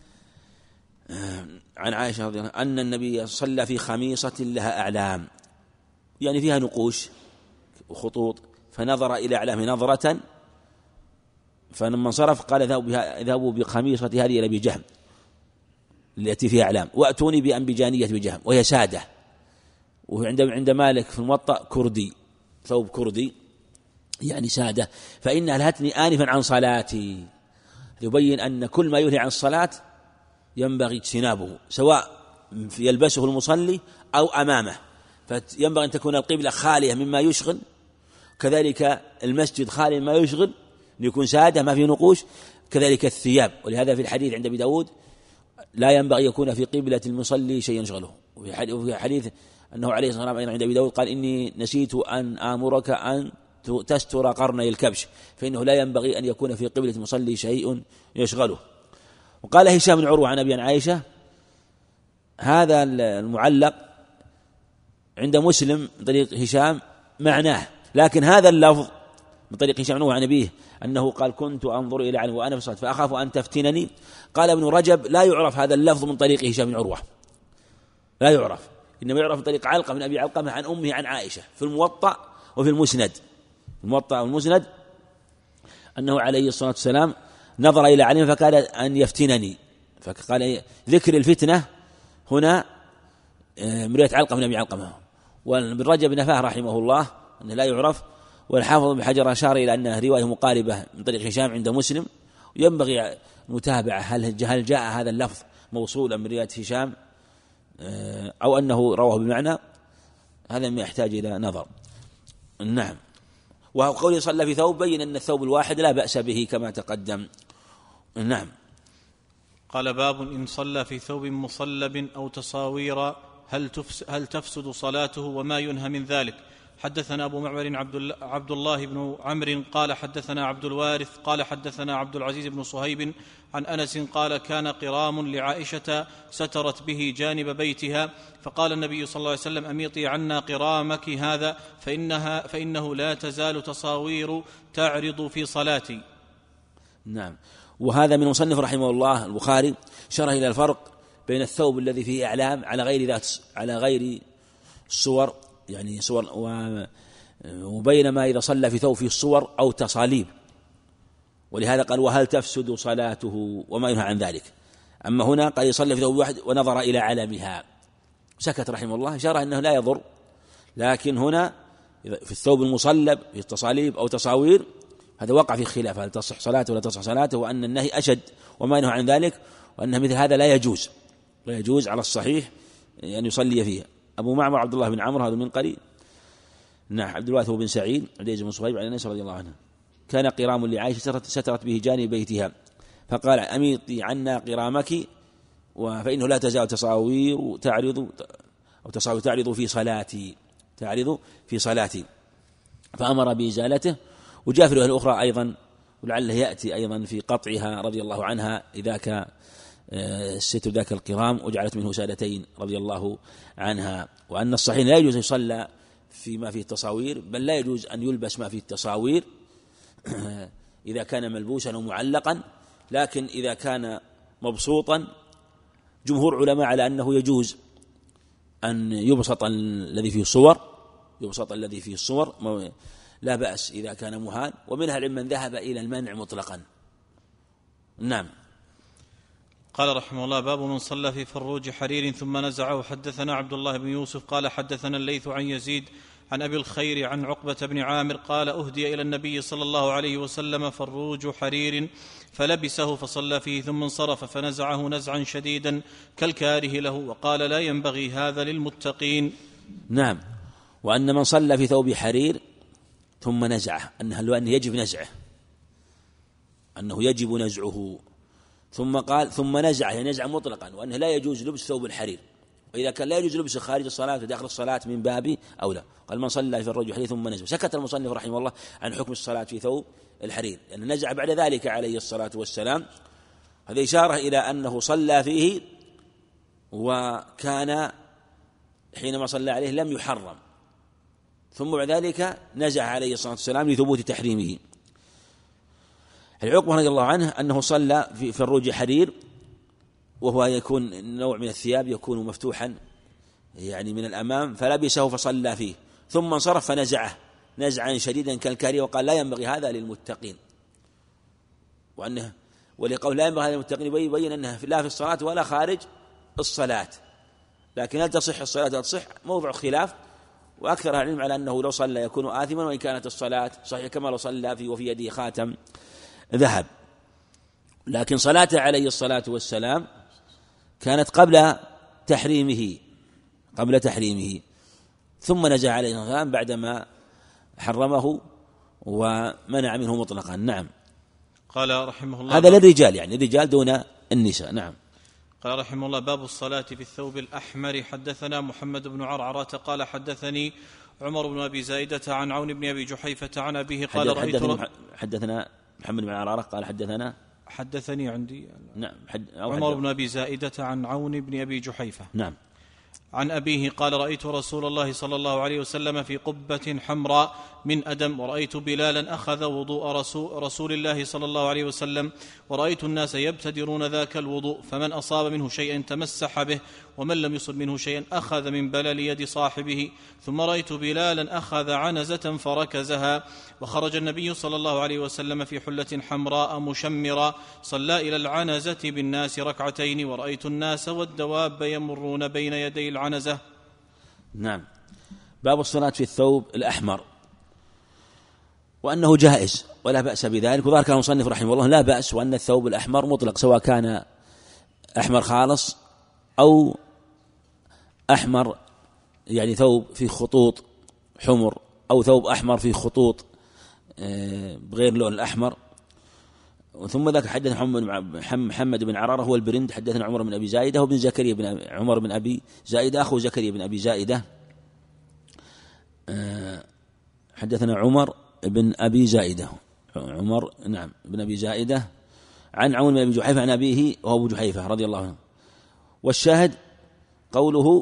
عن عائشة رضي الله عنها أن النبي صلى في خميصة لها أعلام، يعني فيها نقوش وخطوط، فنظر إلى أعلام نظرة، فلما انصرف قال: اذهبوا بخميصة هذه إلى أبي جهم التي فيها أعلام وأتوني بأنبجانية أبي جهم، وهي سادة. وعند عند مالك في الموطأ كردي، ثوب كردي يعني سادة، فإن ألهتني آنفا عن صلاتي. يبين أن كل ما يلهي عن الصلاة ينبغي اجتنابه، سواء يلبسه المصلي أو أمامه، فينبغي أن تكون القبلة خالية مما يشغل، كذلك المسجد خالي مما يشغل ليكون سادة ما فيه نقوش، كذلك الثياب. ولهذا في الحديث عند أبي داود لا ينبغي يكون في قبلة المصلي شيء يشغله. وفي حديث أنه عليه الصلاة والسلام عند أبي داود قال إني نسيت أن آمرك أن تستر قرني الكبش، فإنه لا ينبغي أن يكون في قبلة المصلي شيء يشغله. وقال هشام بن عروة عن أبي عائشة هذا المعلق عند مسلم من طريق هشام معناه، لكن هذا اللفظ من طريق هشام بن عروة عن أبيه أنه قال كنت أنظر إلى علم وأنا في الصلاة فأخاف أن تفتنني. قال ابن رجب لا يعرف هذا اللفظ من طريق هشام بن عروة، لا يعرف، إنما يعرف من طريق علقة من أبي علقمة عن أمه عن عائشة في الموطأ وفي المسند. الموطأ والمسند أنه عليه الصلاة والسلام نظر إلى علم فقال أن يفتنني، فقال ذكر الفتنة هنا من رواية علقة من أبي علقمة. وابن رجب نفاه رحمه الله أنه لا يعرف، والحافظ بن حجر أشار إلى أنها رواية مقاربة من طريق هشام عند مسلم، وينبغي متابعة هل جاء هذا اللفظ موصولا من رواية هشام أو أنه رواه بمعنى، هذا ما يحتاج إلى نظر. نعم. وقوله صلى في ثوب بين أن الثوب الواحد لا بأس به كما تقدم. نعم. قال باب إن صلى في ثوب مصلب أو تصاوير هل, هل تفسد صلاته وما ينهى من ذلك. حدثنا أبو معمر عبد الله بن عمرو قال حدثنا عبد الوارث قال حدثنا عبد العزيز بن صهيب عن أنس قال كان قرام لعائشة سترت به جانب بيتها، فقال النبي صلى الله عليه وسلم أميطي عنا قرامك هذا فإنها فإنه لا تزال تصاوير تعرض في صلاتي. نعم. وهذا من مصنف رحمه الله البخاري شرح إلى الفرق بين الثوب الذي فيه إعلام على غير ذات على غير الصور، يعني صور، وبين ما إذا صلى في ثوب فيه الصور أو تصاليب. ولهذا قال وهل تفسد صلاته وما ينهى عن ذلك. أما هنا قال يصلي في ثوب واحد ونظر إلى علمها سكت رحمه الله، إشارة أنه لا يضر. لكن هنا في الثوب المصلب في التصاليب أو تصاوير هذا وقع في خلاف هل تصح صلاته ولا تصح صلاته، وأن النهي أشد وما ينهى عن ذلك، وأن مثل هذا لا يجوز لا يجوز على الصحيح أن يصلي فيها. أبو معمر عبد الله بن عمرو هذا من قريب. نعم. عبد الوارث بن سعيد عبد العزيز بن صهيب عن أنس رضي الله عنه كان قرام لعائشة سترت به جانب بيتها، فقال أميطي عنا قرامك فإنه لا تزال تصاوير تعرض أو تصاوير تعرض في صلاتي تعرض في صلاتي فأمر بإزالته. وجاء في الرواية الأخرى أيضا ولعله يأتي أيضا في قطعها رضي الله عنها إذا كان الستر ذاك القرام وجعلت منه سادتين رضي الله عنها. وأن الصحيح لا يجوز أن يصلى فيما فيه التصاوير، بل لا يجوز أن يلبس ما فيه التصاوير إذا كان ملبوسا أو معلقا، لكن إذا كان مبسوطا جمهور علماء على أنه يجوز أن يبسط الذي فيه الصور يبسط الذي فيه الصور لا بأس إذا كان مهان، ومنها من ذهب إلى المنع مطلقا. نعم. قال رحمه الله باب من صلى في فروج حرير ثم نزعه. حدثنا عبد الله بن يوسف قال حدثنا الليث عن يزيد عن أبي الخير عن عقبة بن عامر قال أهدي إلى النبي صلى الله عليه وسلم فروج حرير فلبسه فصلى فيه ثم انصرف فنزعه نزعا شديدا كالكاره له، وقال لا ينبغي هذا للمتقين. نعم. وأن من صلى في ثوب حرير ثم نزعه أنه أنه يجب نزعه أنه يجب نزعه ثم قال ثم نزعه يعني نزع مطلقا، وأنه لا يجوز لبس ثوب الحرير، وإذا كان لا يجوز لبسه خارج الصلاة وداخل الصلاة من باب أولى. قال من صلى في الرجل حرير ثم نزعه. سكت المصنف رحمه الله عن حكم الصلاة في ثوب الحرير لأن يعني نزع بعد ذلك عليه الصلاة والسلام. هذا إشارة إلى أنه صلى فيه وكان حينما صلى عليه لم يحرم، ثم بعد ذلك نزع عليه الصلاة والسلام لثبوت تحريمه. العقبة رضي الله عنه أنه صلى في فروج حرير، وهو يكون نوع من الثياب يكون مفتوحا يعني من الأمام، فلبسه فصلى فيه ثم انصرف فنزعه نزعا شديدا كالكاري، وقال لا ينبغي هذا للمتقين. وأنه ولقول لا ينبغي هذا للمتقين يبين أنه لا في الصلاة ولا خارج الصلاة. لكن هل تصح الصلاة ولا تصح موضع خلاف، وأكثر العلم على أنه لو صلى يكون آثما وإن كانت الصلاة صحيح كما لو صلى فيه وفي يده خاتم ذهب. لكن صلاته عليه الصلاة والسلام كانت قبل تحريمه قبل تحريمه ثم نزع عليه الغام بعدما حرمه ومنع منه مطلقا. نعم. قال رحمه الله هذا للرجال، يعني الرجال دون النساء. نعم. قال رحمه الله باب الصلاة في الثوب الأحمر. حدثنا محمد بن عرعرة قال حدثني عمر بن أبي زائدة عن عون بن أبي جحيفة عن أبيه قال رأيت حدثنا, حدثنا محمد بن عرعرة قال حدثنا حدثني عندي نعم حد عمر بن أبي زائدة عن عون بن أبي جحيفة نعم عن أبيه قال رأيت رسول الله صلى الله عليه وسلم في قبة حمراء من أدم، ورأيت بلالا أخذ وضوء رسول, رسول الله صلى الله عليه وسلم، ورأيت الناس يبتدرون ذاك الوضوء، فمن أصاب منه شيئا تمسح به، ومن لم يصب منه شيئا أخذ من بلل يد صاحبه. ثم رأيت بلالا أخذ عنزة فركزها، وخرج النبي صلى الله عليه وسلم في حلة حمراء مشمرة، صلى إلى العنزة بالناس ركعتين، ورأيت الناس والدواب يمرون بين يدي العنزة. نعم. باب الصلاة في الثوب الأحمر، وأنه جائز ولا بأس بذلك، وظهر كان المصنف رحمه الله لا بأس، وأن الثوب الأحمر مطلق سواء كان أحمر خالص أو أحمر يعني ثوب في خطوط حمر، أو ثوب أحمر في خطوط بغير لون الأحمر. ثم ذاك حدث محمد بن عرارة هو البرند، حدثنا عمر بن أبي زائدة وابن زكريا بن عمر بن أبي زائدة أخو زكريا بن أبي زائدة، حدثنا عمر بن أبي زائدة عمر نعم بن أبي زائدة عن عون بن أبي جحيفة عن أبيه وهو أبو جحيفة رضي الله عنه. والشاهد قوله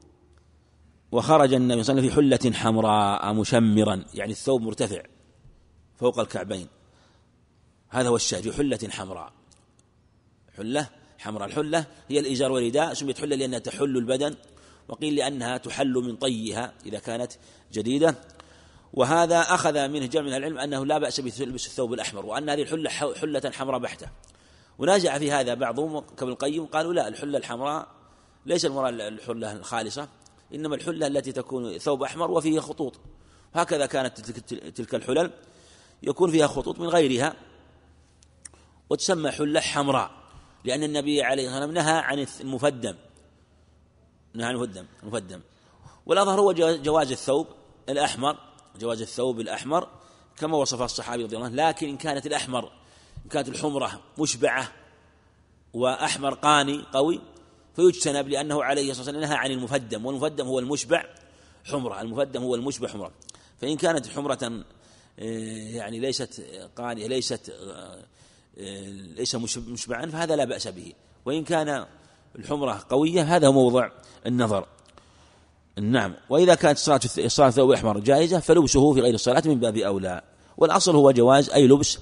وخرج النبي صلى الله عليه وسلم في حلة حمراء مشمرا، يعني الثوب مرتفع فوق الكعبين، هذا هو الشاهد، حلة حمراء، حلة حمراء. الحلة هي الإزار والرداء، سميت حلة لأنها تحل البدن، وقيل لأنها تحل من طيها إذا كانت جديدة. وهذا أخذ منه جمع من العلم أنه لا بأس بلبس الثوب الأحمر، وأن هذه الحلة حلة حمراء بحتة. ونازع في هذا بعضهم كابن القيم قالوا لا، الحلة الحمراء ليس المراد الحلة الخالصة، إنما الحلة التي تكون ثوب أحمر وفيه خطوط، هكذا كانت تلك الحلل يكون فيها خطوط من غيرها، وتسمى حلة حمراء، لأن النبي عليه الصلاة والسلام نهى عن المفدم، نهى عن المفدم المفدم. والأظهر هو جواز الثوب الأحمر، جواز الثوب الأحمر كما وصف الصحابي رضي الله عنه. لكن إن كانت الأحمر إن كانت الحمرة مشبعة وأحمر قاني قوي فيجتنب، لأنه عليه الصلاة والسلام نهى عن المفدم، والمفدم هو المشبع حمرة، المفدم هو المشبع حمرة. فإن كانت حمرة يعني ليست قانية ليست ليس مشبعا فهذا لا بأس به، وإن كان الحمرة قوية هذا هو موضع النظر. نعم. وإذا كانت الصلاة ثوب أحمر جائزة فلبسه في غير الصلاة من باب أولى، والأصل هو جواز أي لبس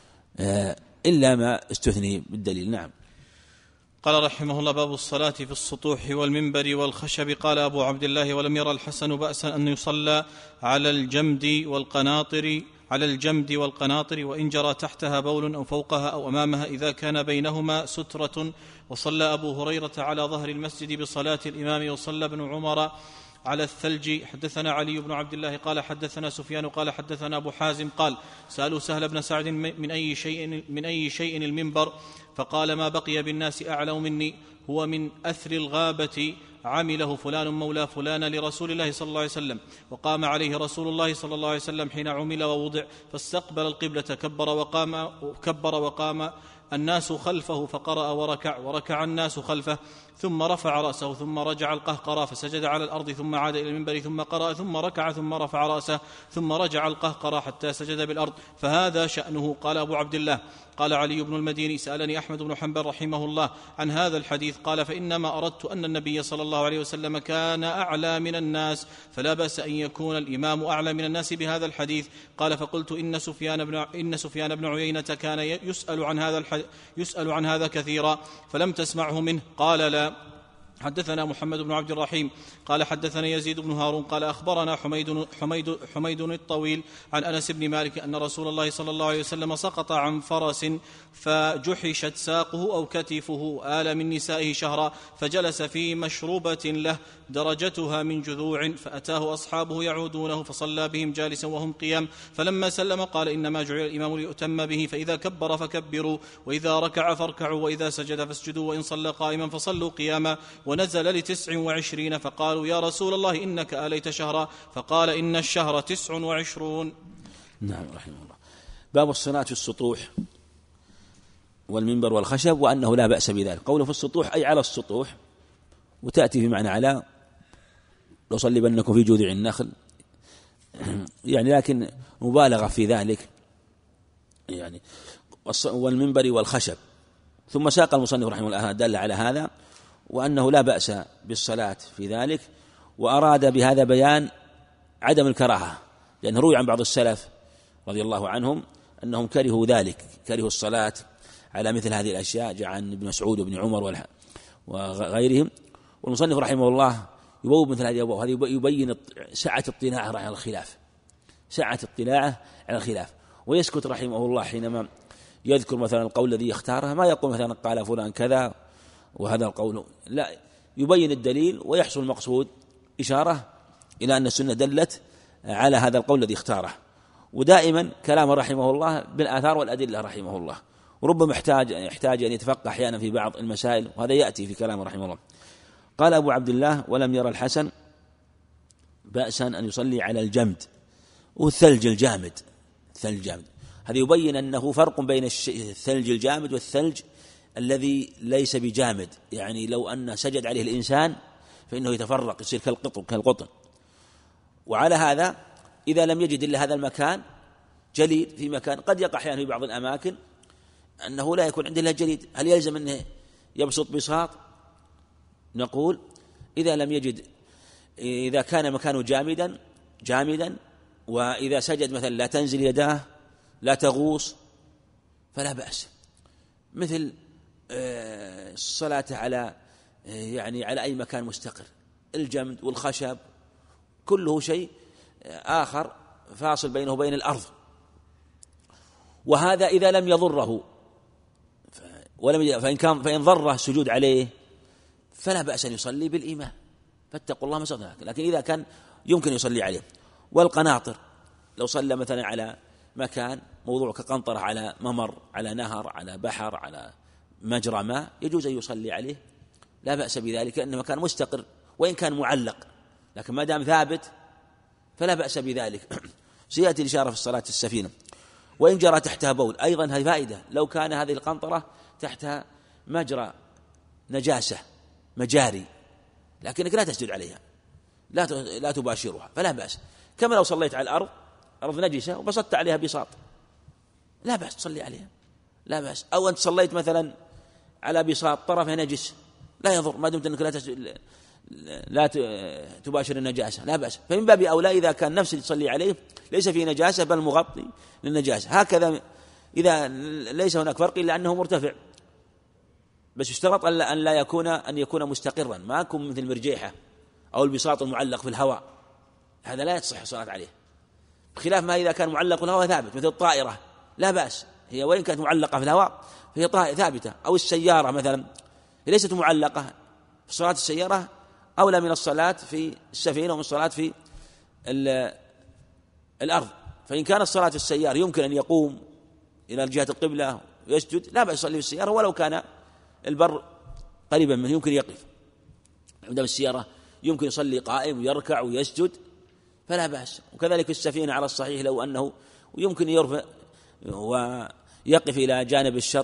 إلا ما استثني بالدليل. نعم. قال رحمه الله باب الصلاة في السطوح والمنبر والخشب. قال أبو عبد الله ولم يرى الحسن بأسا أن يصلى على الجمد والقناطر على الجمد والقناطر وإن جرى تحتها بول أو فوقها أو أمامها إذا كان بينهما سترة. وصلى أبو هريرة على ظهر المسجد بصلاة الإمام، وصلى ابن عمر على الثلج. حدثنا علي بن عبد الله قال حدثنا سفيان قال حدثنا أبو حازم قال سألوا سهل بن سعد من أي شيء من أي شيء المنبر، فقال ما بقي بالناس أعلم مني، هو من أثر الغابة، عمله فلان مولى فلان لرسول الله صلى الله عليه وسلم، وقام عليه رسول الله صلى الله عليه وسلم حين عمل ووضع، فاستقبل القبلة كبر وقام كبر وقام الناس خلفه فقرأ وركع وركع الناس خلفه، ثم رفع رأسه ثم رجع القهقرى فسجد على الأرض ثم عاد إلى المنبر ثم قرأ ثم ركع ثم رفع رأسه ثم رجع القهقرى حتى سجد بالأرض، فهذا شأنه. قال أبو عبد الله قال علي بن المديني سألني أحمد بن حنبل رحمه الله عن هذا الحديث، قال فإنما أردت أن النبي صلى الله عليه وسلم كان أعلى من الناس، فلا بأس أن يكون الإمام أعلى من الناس بهذا الحديث. قال فقلت إن سفيان بن إن سفيان بن عيينة كان يسأل عن هذا الحديث يسأل عن هذا كثيرا، فلم تسمعه منه؟ قال لا. حدثنا محمد بن عبد الرحيم قال حدثنا يزيد بن هارون قال أخبرنا حميد, حميد, حميد الطويل عن أنس بن مالك أن رسول الله صلى الله عليه وسلم سقط عن فرس فجحشت ساقه أو كتفه آل من نسائه شهرا فجلس في مشروبة له درجتها من جذوع فأتاه أصحابه يعودونه فصلى بهم جالسا وهم قيام فلما سلم قال إنما جعل الإمام ليؤتم به فإذا كبر فكبروا وإذا ركع فاركعوا وإذا سجد فاسجدوا وإن صلى قائما فصلوا قياما ونزل لتسع وعشرين فقالوا يا رسول الله إنك آليت شهرا فقال إن الشهر تسع وعشرون. نعم رحمه الله. باب الصلاة في السطوح والمنبر والخشب وأنه لا بأس بذلك. قوله في السطوح أي على السطوح، وتأتي في معنى على لو صلبنكم في جذوع النخل، يعني لكن مبالغة في ذلك يعني، والمنبر والخشب. ثم ساق المصنف رحمه الله دل على هذا وأنه لا بأس بالصلاة في ذلك، وأراد بهذا بيان عدم الكراهة، لأنه روي عن بعض السلف رضي الله عنهم أنهم كرهوا ذلك، كرهوا الصلاة على مثل هذه الأشياء، جاء عن ابن مسعود وابن عمر وغيرهم. والمصنف رحمه الله يبوب مثل هذه الأبواب، هذا يبين سعة اطلاعه على الخلاف، سعة اطلاعه على الخلاف، ويسكت رحمه الله حينما يذكر مثلا القول الذي اختاره، ما يقول مثلا قال فلان كذا وهذا القول، لا، يبين الدليل ويحصل المقصود، إشارة إلى أن السنة دلت على هذا القول الذي اختاره. ودائما كلام رحمه الله بالآثار والأدلة رحمه الله، وربما يحتاج يحتاج أن يتفقه أحيانا في بعض المسائل، وهذا يأتي في كلام رحمه الله. قال أبو عبد الله ولم يرى الحسن بأسا أن يصلي على الجمد والثلج الجامد. الثلج الجامد هذا يبين أنه فرق بين الثلج الجامد والثلج الذي ليس بجامد، يعني لو أن سجد عليه الإنسان فإنه يتفرق يصير كالقطن كالقطن. وعلى هذا إذا لم يجد إلا هذا المكان جليد في مكان، قد يقع أحيانا في بعض الأماكن أنه لا يكون عنده إلا جليد، هل يلزم أنه يبسط بساط؟ نقول إذا لم يجد، إذا كان مكانه جامدا جامدا وإذا سجد مثلا لا تنزل يداه لا تغوص فلا بأس، مثل الصلاة على يعني على أي مكان مستقر، الجمد والخشب كله شيء آخر فاصل بينه وبين الأرض. وهذا إذا لم يضره ولم فإن كان فإن ضره السجود عليه فلا بأس أن يصلي بالإيمان، فاتقوا الله ما استطعتم، لكن إذا كان يمكن يصلي عليه. والقناطر لو صلى مثلا على مكان موضوع كقنطرة على ممر على نهر على بحر على مجرى ماء يجوز أن يصلي عليه، لا بأس بذلك، لأنه مكان مستقر وإن كان معلق، لكن ما دام ثابت فلا بأس بذلك. سيأتي الإشارة في الصلاة السفينة. وإن جرى تحتها بول، أيضا هذه فائدة، لو كان هذه القنطرة تحتها مجرى نجاسة مجاري لكنك لا تسجد عليها، لا لا تباشرها، فلا بأس. كما لو صليت على الأرض أرض نجسة وبسطت عليها بساط لا بأس تصلي عليها، لا بأس. أو أنت صليت مثلا على بساط طرفه نجس لا يضر ما دمت أنك لا تسجد لا تباشر النجاسة، لا بأس. فمن باب أولى إذا كان نفس اللي تصلي عليه ليس فيه نجاسة بل مغطي للنجاسة، هكذا إذا ليس هناك فرق إلا أنه مرتفع، بس يشترط أن لا يكون أن يكون مستقرا، ما يكون مثل المرجيحة أو البساط المعلق في الهواء، هذا لا يصح الصلاة عليه، بخلاف ما إذا كان معلق في الهواء ثابت، مثل الطائرة لا بأس، هي وإن كانت معلقة في الهواء فهي ثابتة. أو السيارة مثلا ليست معلقة، في صلاة السيارة أولى من الصلاة في السفينة ومن الصلاة في الأرض. فإن كانت صلاة السيارة يمكن أن يقوم إلى جهة القبلة ويسجد لا بأس يصلي في السيارة، ولو كان البر قريبا منه يمكن يقف. عندما السيارة يمكن يصلي قائم ويركع ويسجد فلا بأس. وكذلك السفينة على الصحيح لو أنه يمكن يرفع ويقف إلى جانب الشط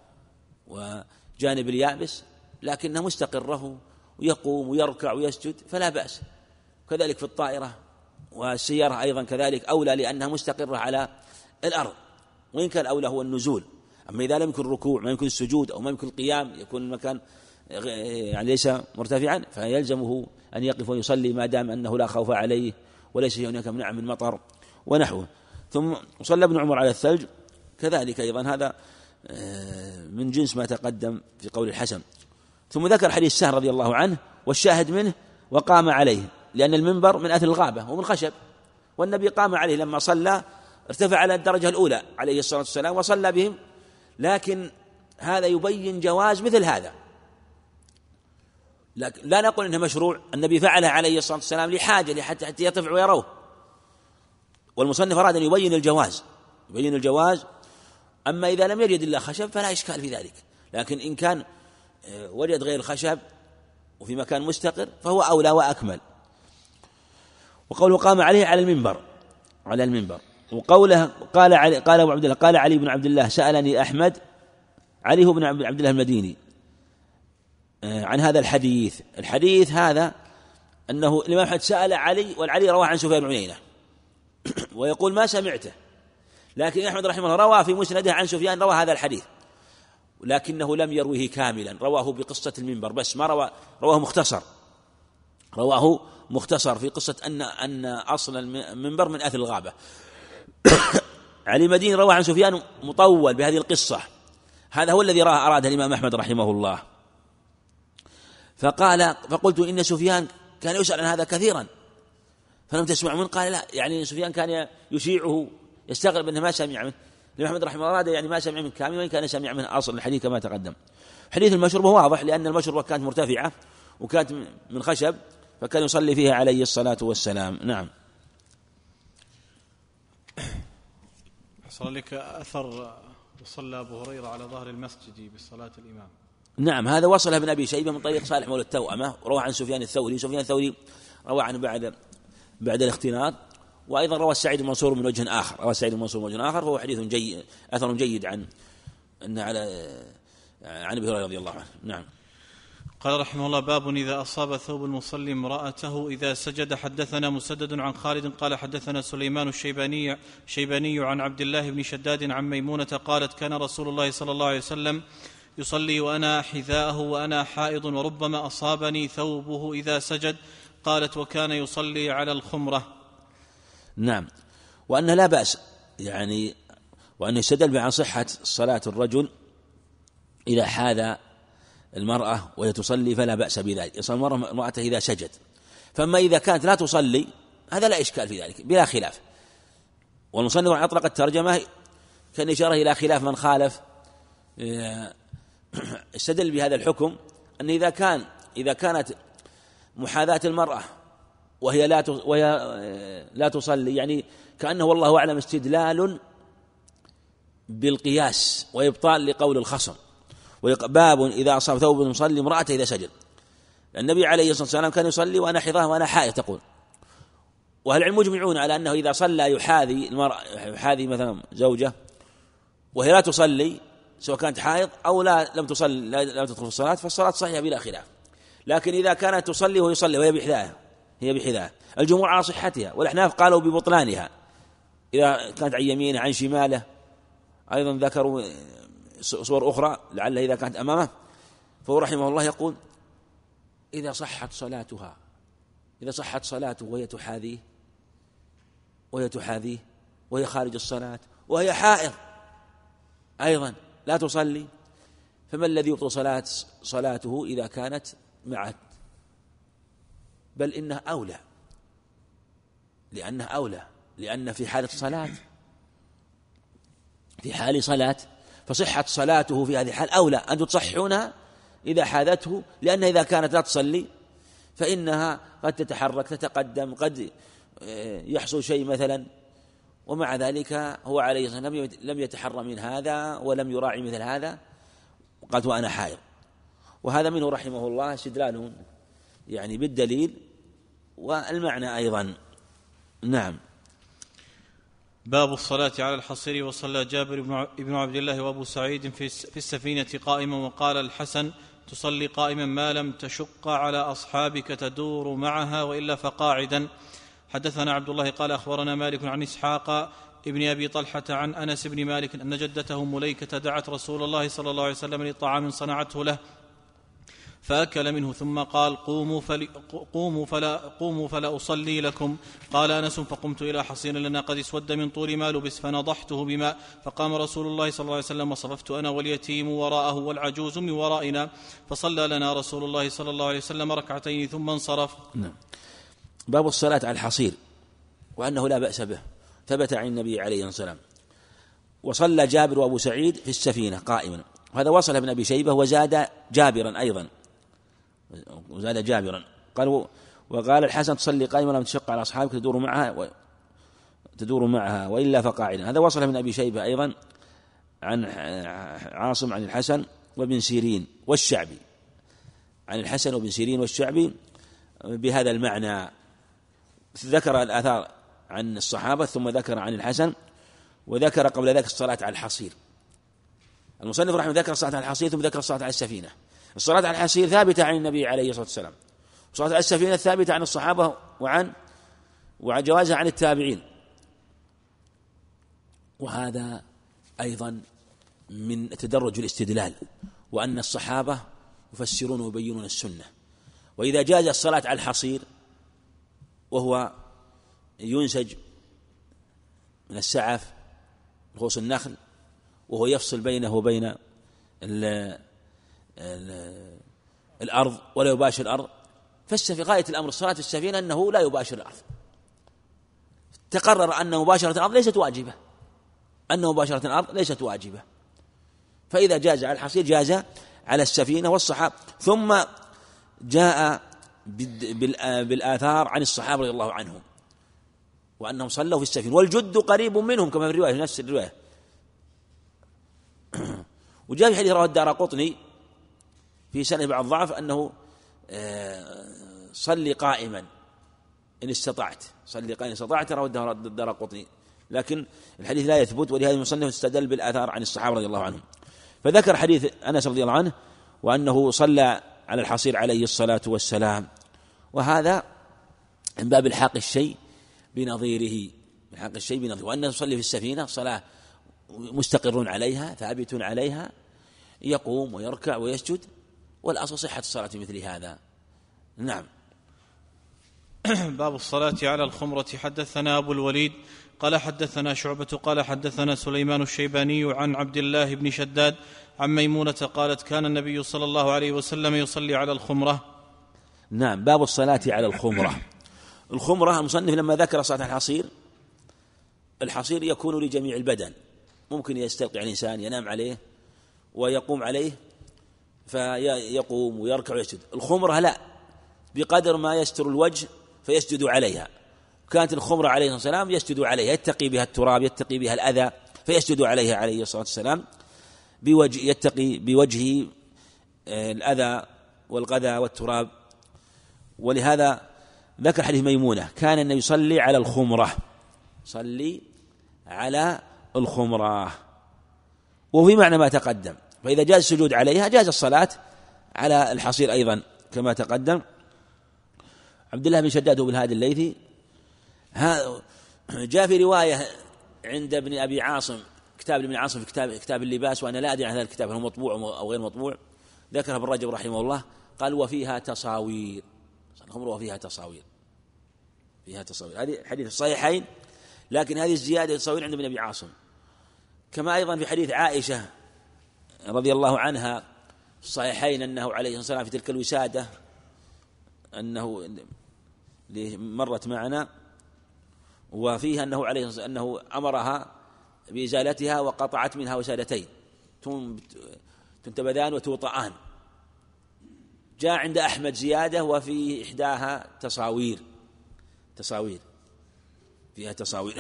وجانب اليابس لكنها مستقرة ويقوم ويركع ويسجد فلا بأس. كذلك في الطائرة والسيارة أيضا كذلك أولى لأنها مستقرة على الأرض، وإن كان أولى هو النزول. أما إذا لم يكن الركوع ما يمكن السجود أو ما يمكن القيام يكون المكان يعني ليس مرتفعا فيلزمه أن يقف ويصلي ما دام أنه لا خوف عليه وليس هناك منع من مطر ونحوه. ثم صلى ابن عمر على الثلج كذلك أيضا، هذا من جنس ما تقدم في قول الحسن. ثم ذكر حديث سهل رضي الله عنه والشاهد منه وقام عليه، لأن المنبر من أثل الغابة ومن خشب، والنبي قام عليه لما صلى، ارتفع على الدرجة الأولى عليه الصلاة والسلام وصلى بهم. لكن هذا يبين جواز مثل هذا، لكن لا نقول إنه مشروع، النبي فعله عليه الصلاة والسلام لحاجة حتى حتى يرتفع ويروه، والمصنف أراد أن يبين الجواز يبين الجواز أما إذا لم يجد إلا خشب فلا إشكال في ذلك، لكن إن كان وجد غير الخشب وفي مكان مستقر فهو أولى وأكمل. وقوله قام عليه على المنبر على المنبر وقوله قال علي قال أبو عبد الله قال علي بن عبد الله سألني أحمد، علي هو بن عبد الله المديني، عن هذا الحديث. الحديث هذا أنه الإمام أحمد سأل علي، والعلي رواه عن سفيان بن عيينة ويقول ما سمعته، لكن أحمد رحمه الله روى في مسنده عن سفيان روى هذا الحديث، لكنه لم يروه كاملا، رواه بقصة المنبر بس، ما روى رواه مختصر رواه مختصر في قصة أن أن أصل المنبر من أثل الغابة. علي مديني روى عن سفيان مطول بهذه القصة، هذا هو الذي أراد الإمام أحمد رحمه الله. فقال فقلت إن سفيان كان يسأل عن هذا كثيرا فلم تسمع منه، قال لا، يعني سفيان كان يشيعه يستغرب أنه ما سمع منه. الإمام أحمد رحمه الله يعني ما سمع من كامل، وإن كان سمع من أصل الحديث كما تقدم. حديث المشربة واضح، لأن المشربة كانت مرتفعة وكانت من خشب فكان يصلي فيها عليه الصلاة والسلام. نعم. حصل لك أثر وصلى أبو هريرة على ظهر المسجد بصلاة الإمام. نعم، هذا وصله ابن أبي شيبة من طريق صالح مولى التوأمة، وروى عن سفيان الثوري. سفيان الثوري روى عنه بعد بعد الاختلاط، وأيضا روى السعيد المنصور من وجه آخر روى السعيد المنصور من وجه آخر فهو حديث جيد، أثر جيد عن أن على عن أبي هريرة رضي الله عنه. نعم. قال رحمه الله: باب إذا أصاب ثوب المصلي امرأته إذا سجد. حدثنا مسدد عن خالد قال حدثنا سليمان الشيباني شيباني عن عبد الله بن شداد عن ميمونة قالت: كان رسول الله صلى الله عليه وسلم يصلي وأنا حذاءه وأنا حائض، وربما أصابني ثوبه إذا سجد. قالت: وكان يصلي على الخمرة. نعم. وأن لا بأس يعني وأن يستدل عن صحة صلاة الرجل إذا حاذ المرأة وهي تصلي فلا بأس بذلك، يصلي المرأة امرأته إذا سجد. فما إذا كانت لا تصلي هذا لا إشكال في ذلك بلا خلاف. والمصنف أطلق الترجمة كان إشارة إلى خلاف من خالف استدل بهذا الحكم، أن إذا كان إذا كانت محاذاة المرأة وهي لا وهي لا تصلي، يعني كأنه والله أعلم استدلال بالقياس وإبطال لقول الخصم. باب إذا أصاب ثوب المصلي امرأته إذا سجد. النبي عليه الصلاة والسلام كان يصلي وأنا حذاء وأنا حائض تقول، وأهل العلم مجمعون على أنه إذا صلى يحاذي المرأة يحاذي مثلا زوجة وهي لا تصلي سواء كانت حائض أو لا لم تصلي لا, لا تدخل في الصلاة فالصلاة صحيحة بلا خلاف. لكن إذا كانت تصلي وهو يصلي وهي بحذاء هي بحذاء الجمهور على صحتها، والأحناف قالوا ببطلانها إذا كانت عن يمينه عن شماله. أيضا ذكروا صور أخرى لعل إذا كانت أمامه. فهو رحمه الله يقول: إذا صحت صلاتها إذا صحت صلاته وهي تحاذيه وهي تحاذيه وهي خارج الصلاة وهي حائض أيضا لا تصلي، فما الذي يبطل صلاة صلاته إذا كانت معه؟ بل إنها أولى، لأنها أولى لأن في حالة صلاة في حال صلاة فصحة صلاته في هذه الحال أولى أن تصحونها إذا حاذته، لأن إذا كانت لا تصلي فإنها قد تتحرك تتقدم قد يحصل شيء مثلا، ومع ذلك هو عليه الصلاة والسلام لم يتحرى من هذا ولم يراعي مثل هذا وقالت وأنا حائض. وهذا منه رحمه الله استدلال يعني بالدليل والمعنى أيضا. نعم. باب الصلاة على الحصير. وصلى جابر بن عبد الله وأبو سعيد في السفينة قائما، وقال الحسن: تصلي قائما ما لم تشق على أصحابك تدور معها وإلا فقاعدا. حدثنا عبد الله قال أخبرنا مالك عن إسحاق ابن أبي طلحة عن أنس بن مالك أن جدته مليكة دعت رسول الله صلى الله عليه وسلم لطعام صنعته له فأكل منه ثم قال قوموا, فل... قوموا, فلا... قوموا فلا أصلي لكم. قال أنس فقمت إلى حصير لنا قد اسود من طول ما لبس فنضحته بماء فقام رسول الله صلى الله عليه وسلم وصففت أنا واليتيم وراءه والعجوز من ورائنا فصلى لنا رسول الله صلى الله عليه وسلم ركعتين ثم انصرف. نعم. باب الصلاة على الحصير وأنه لا بأس به، ثبت عن النبي عليه الصلاة والسلام. وصلى جابر وأبو سعيد في السفينة قائما، وهذا وصل ابن أبي شيبة وزاد جابرا أيضا، وزاد جابرا قالوا وقال الحسن تصلي قائما لم تشق على أصحابك تدور معها و... تدور معها وإلا فقاعدا. هذا وصل ابن أبي شيبة أيضا عن عاصم عن الحسن وابن سيرين والشعبي، عن الحسن وابن سيرين والشعبي بهذا المعنى. ذكر الآثار عن الصحابة ثم ذكر عن الحسن، وذكر قبل ذلك الصلاة على الحصير. المصنف رحمه ذكر الصلاة على الحصير ثم ذكر الصلاة على السفينة. الصلاة على الحصير ثابتة عن النبي عليه الصلاة والسلام، الصلاة على السفينة ثابتة عن الصحابة وعن وعن جوازها عن التابعين. وهذا أيضا من تدرج الاستدلال، وأن الصحابة يفسرون ويبينون السنة. وإذا جاز الصلاة على الحصير وهو ينسج من السعف رؤوس النخل، وهو يفصل بينه وبين ال ال الأرض ولا يباشر الأرض، ففي غاية الأمر الصلاة في السفينة أنه لا يباشر الأرض. تقرر أن مباشرة الأرض ليست واجبة، أن مباشرة الأرض ليست واجبة، فإذا جاز على الحصير جاز على السفينة والصحابة. ثم جاء بالآثار عن الصحابة رضي الله عنهم وأنهم صلوا في السفينة، والجد قريب منهم كما في الرواية في نفس الرواية. وجاء في حديث رواه الدارقطني في سنة بعض ضعف أنه صلي قائما إن استطعت، صلي قائما إن استطعت، رواه الدارقطني، لكن الحديث لا يثبت، ولهذا المصنف استدل بالآثار عن الصحابة رضي الله عنهم. فذكر حديث أنس رضي الله عنه وأنه صلى على الحصير عليه الصلاة والسلام، وهذا من باب الحاق الشيء بنظيره، من حاق الشيء بنظيره. وأنه يصلي في السفينة صلاة مستقرون عليها ثابتون عليها، يقوم ويركع ويسجد، والأصل صحة الصلاة مثل هذا. نعم. باب الصلاة على الخمرة. حدثنا أبو الوليد قال حدثنا شعبة قال حدثنا سليمان الشيباني عن عبد الله بن شداد عن ميمونة قالت كان النبي صلى الله عليه وسلم يصلي على الخمرة. نعم. باب الصلاة على الخمرة. الخمرة المصنف لما ذكر صلاة الحصير، الحصير يكون لجميع البدن، ممكن يستلقي الإنسان ينام عليه ويقوم عليه فيقوم ويركع ويسجد. الخمرة لا، بقدر ما يستر الوجه فيسجد عليها. كانت الخمرة عليه الصلاة والسلام يسجد عليها، يتقي بها التراب، يتقي بها الأذى، فيسجد عليها عليه الصلاة والسلام بوجه، يتقي بوجهه الأذى والغذى والتراب. ولهذا ذكر حديث ميمونة كان النبي يصلي على الخمرة، صلي على الخمرة، وفي معنى ما تقدم. فإذا جاز السجود عليها جاز الصلاة على الحصير أيضا كما تقدم. عبد الله بن شداد بالهادي الليثي جاء في رواية عند ابن أبي عاصم، كتاب ابن عاصم في كتاب, كتاب اللباس، وأنا لا أدري عن هذا الكتاب هل هو مطبوع أو غير مطبوع، ذكر ابن رجب رحمه الله قال وفيها تصاوير، الخمر وفيها تصاوير، فيها تصاوير. هذه حديث الصحيحين، لكن هذه الزيادة تصاوير عند ابن أبي عاصم. كما أيضا في حديث عائشة رضي الله عنها في الصحيحين أنه عليه الصلاة والسلام في تلك الوسادة أنه مرت معنا، وفيها أنه عليه الصلاة أنه أمرها بإزالتها وقطعت منها وسادتين تنتبذان وتوطئان. جاء عند أحمد زيادة وفي إحداها تصاوير، تصاوير فيها تصاوير.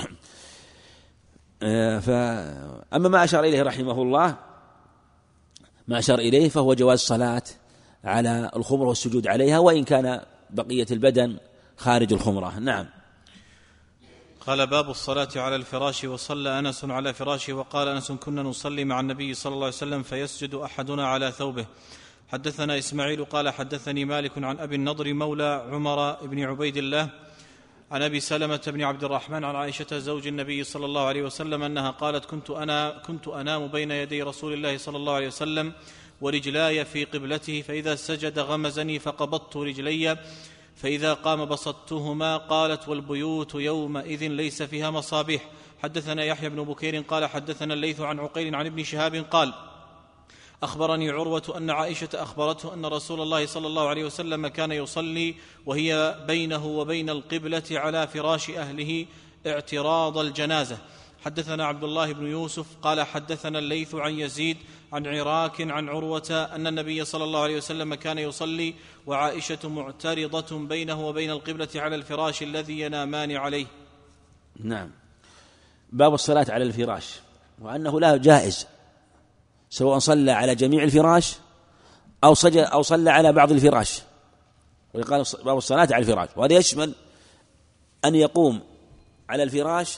فأما ما أشار إليه رحمه الله، ما أشار إليه فهو جواز الصلاة على الخمرة والسجود عليها، وإن كان بقية البدن خارج الخمرة. نعم. قال باب الصلاة على الفراش. وصلى أنس على فراشه وقال أنس كنا نصلي مع النبي صلى الله عليه وسلم فيسجد أحدنا على ثوبه. حدثنا إسماعيل قال حدثني مالك عن أبي النضر مولى عمر بن عبيد الله عن أبي سلمة بن عبد الرحمن عن عائشة زوج النبي صلى الله عليه وسلم أنها قالت كنت أنا كنت أنام بين يدي رسول الله صلى الله عليه وسلم ورجلاي في قبلته، فإذا سجد غمزني فقبضت رجلي، فإذا قام بسطتهما. قالت: والبيوت يومئذ ليس فيها مصابيح. حدثنا يحيى بن بكير قال حدثنا الليث عن عقيل عن ابن شهاب قال: أخبرني عروة أن عائشة أخبرته أن رسول الله صلى الله عليه وسلم كان يصلي وهي بينه وبين القبلة على فراش أهله اعتراض الجنازة. حدثنا عبد الله بن يوسف قال حدثنا الليث عن يزيد عن عراك عن عروة أن النبي صلى الله عليه وسلم كان يصلي وعائشة معترضة بينه وبين القبلة على الفراش الذي ينامان عليه. نعم. باب الصلاة على الفراش، وأنه لا جائز سواء صلى على جميع الفراش أو صلى أو صلى على بعض الفراش، ويقال باب الصلاة على الفراش، وهذا يشمل أن يقوم على الفراش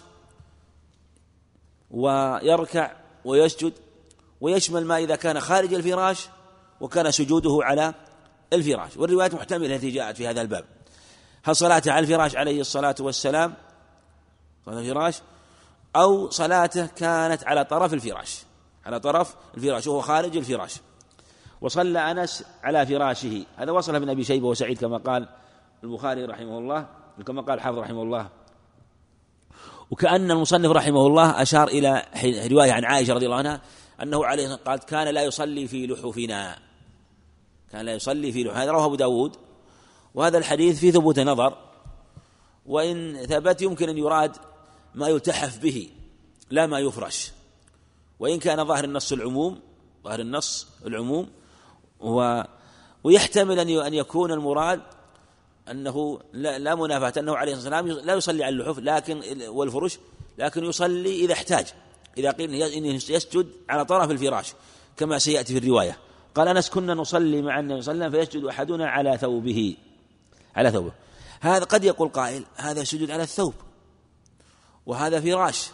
ويركع ويسجد، ويشمل ما إذا كان خارج الفراش وكان سجوده على الفراش. والروايات محتملة التي جاءت في هذا الباب. هل صلاته على الفراش عليه الصلاة والسلام صلاة الفراش، أو صلاته كانت على طرف الفراش على طرف الفراش وهو خارج الفراش. وصلى أنس على فراشه، هذا وصل ابن أبي شيبة وسعيد كما قال البخاري رحمه الله، كما قال الحافظ رحمه الله. وكأن المصنف رحمه الله أشار إلى رواية عن عائشة رضي الله عنها أنه عليه قال: كان لا يصلي في لحوفنا، كان لا يصلي في لحوفنا. هذا رواه أبو داود. وهذا الحديث في ثبوت نظر، وإن ثبت يمكن أن يراد ما يلتحف به لا ما يفرش، وإن كان ظاهر النص العموم ظاهر النص العموم و ويحتمل أن يكون المراد أنه لا, لا منافاة، أنه عليه الصلاة والسلام لا يصلي على اللحوف لكن والفرش، لكن يصلي إذا احتاج، إذا قيل إنه يسجد على طرف الفراش كما سيأتي في الرواية. قال أنس: كنا نصلي مع النبي صلى الله عليه وسلم فيسجد أحدنا على ثوبه على ثوبه. هذا قد يقول قائل: هذا سجود على الثوب وهذا فراش،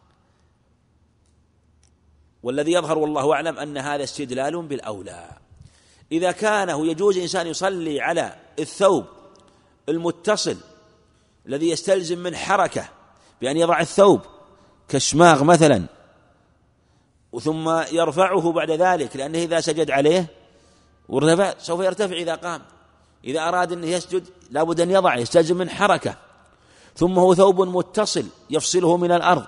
والذي يظهر والله أعلم أن هذا استدلال بالأولى. إذا كانه يجوز إنسان يصلي على الثوب المتصل الذي يستلزم من حركة بأن يضع الثوب كشماغ مثلا ثم يرفعه بعد ذلك، لأنه إذا سجد عليه ورتفع سوف يرتفع إذا قام. إذا أراد أن يسجد لابد أن يضع، يستلزم من حركة، ثم هو ثوب متصل يفصله من الأرض،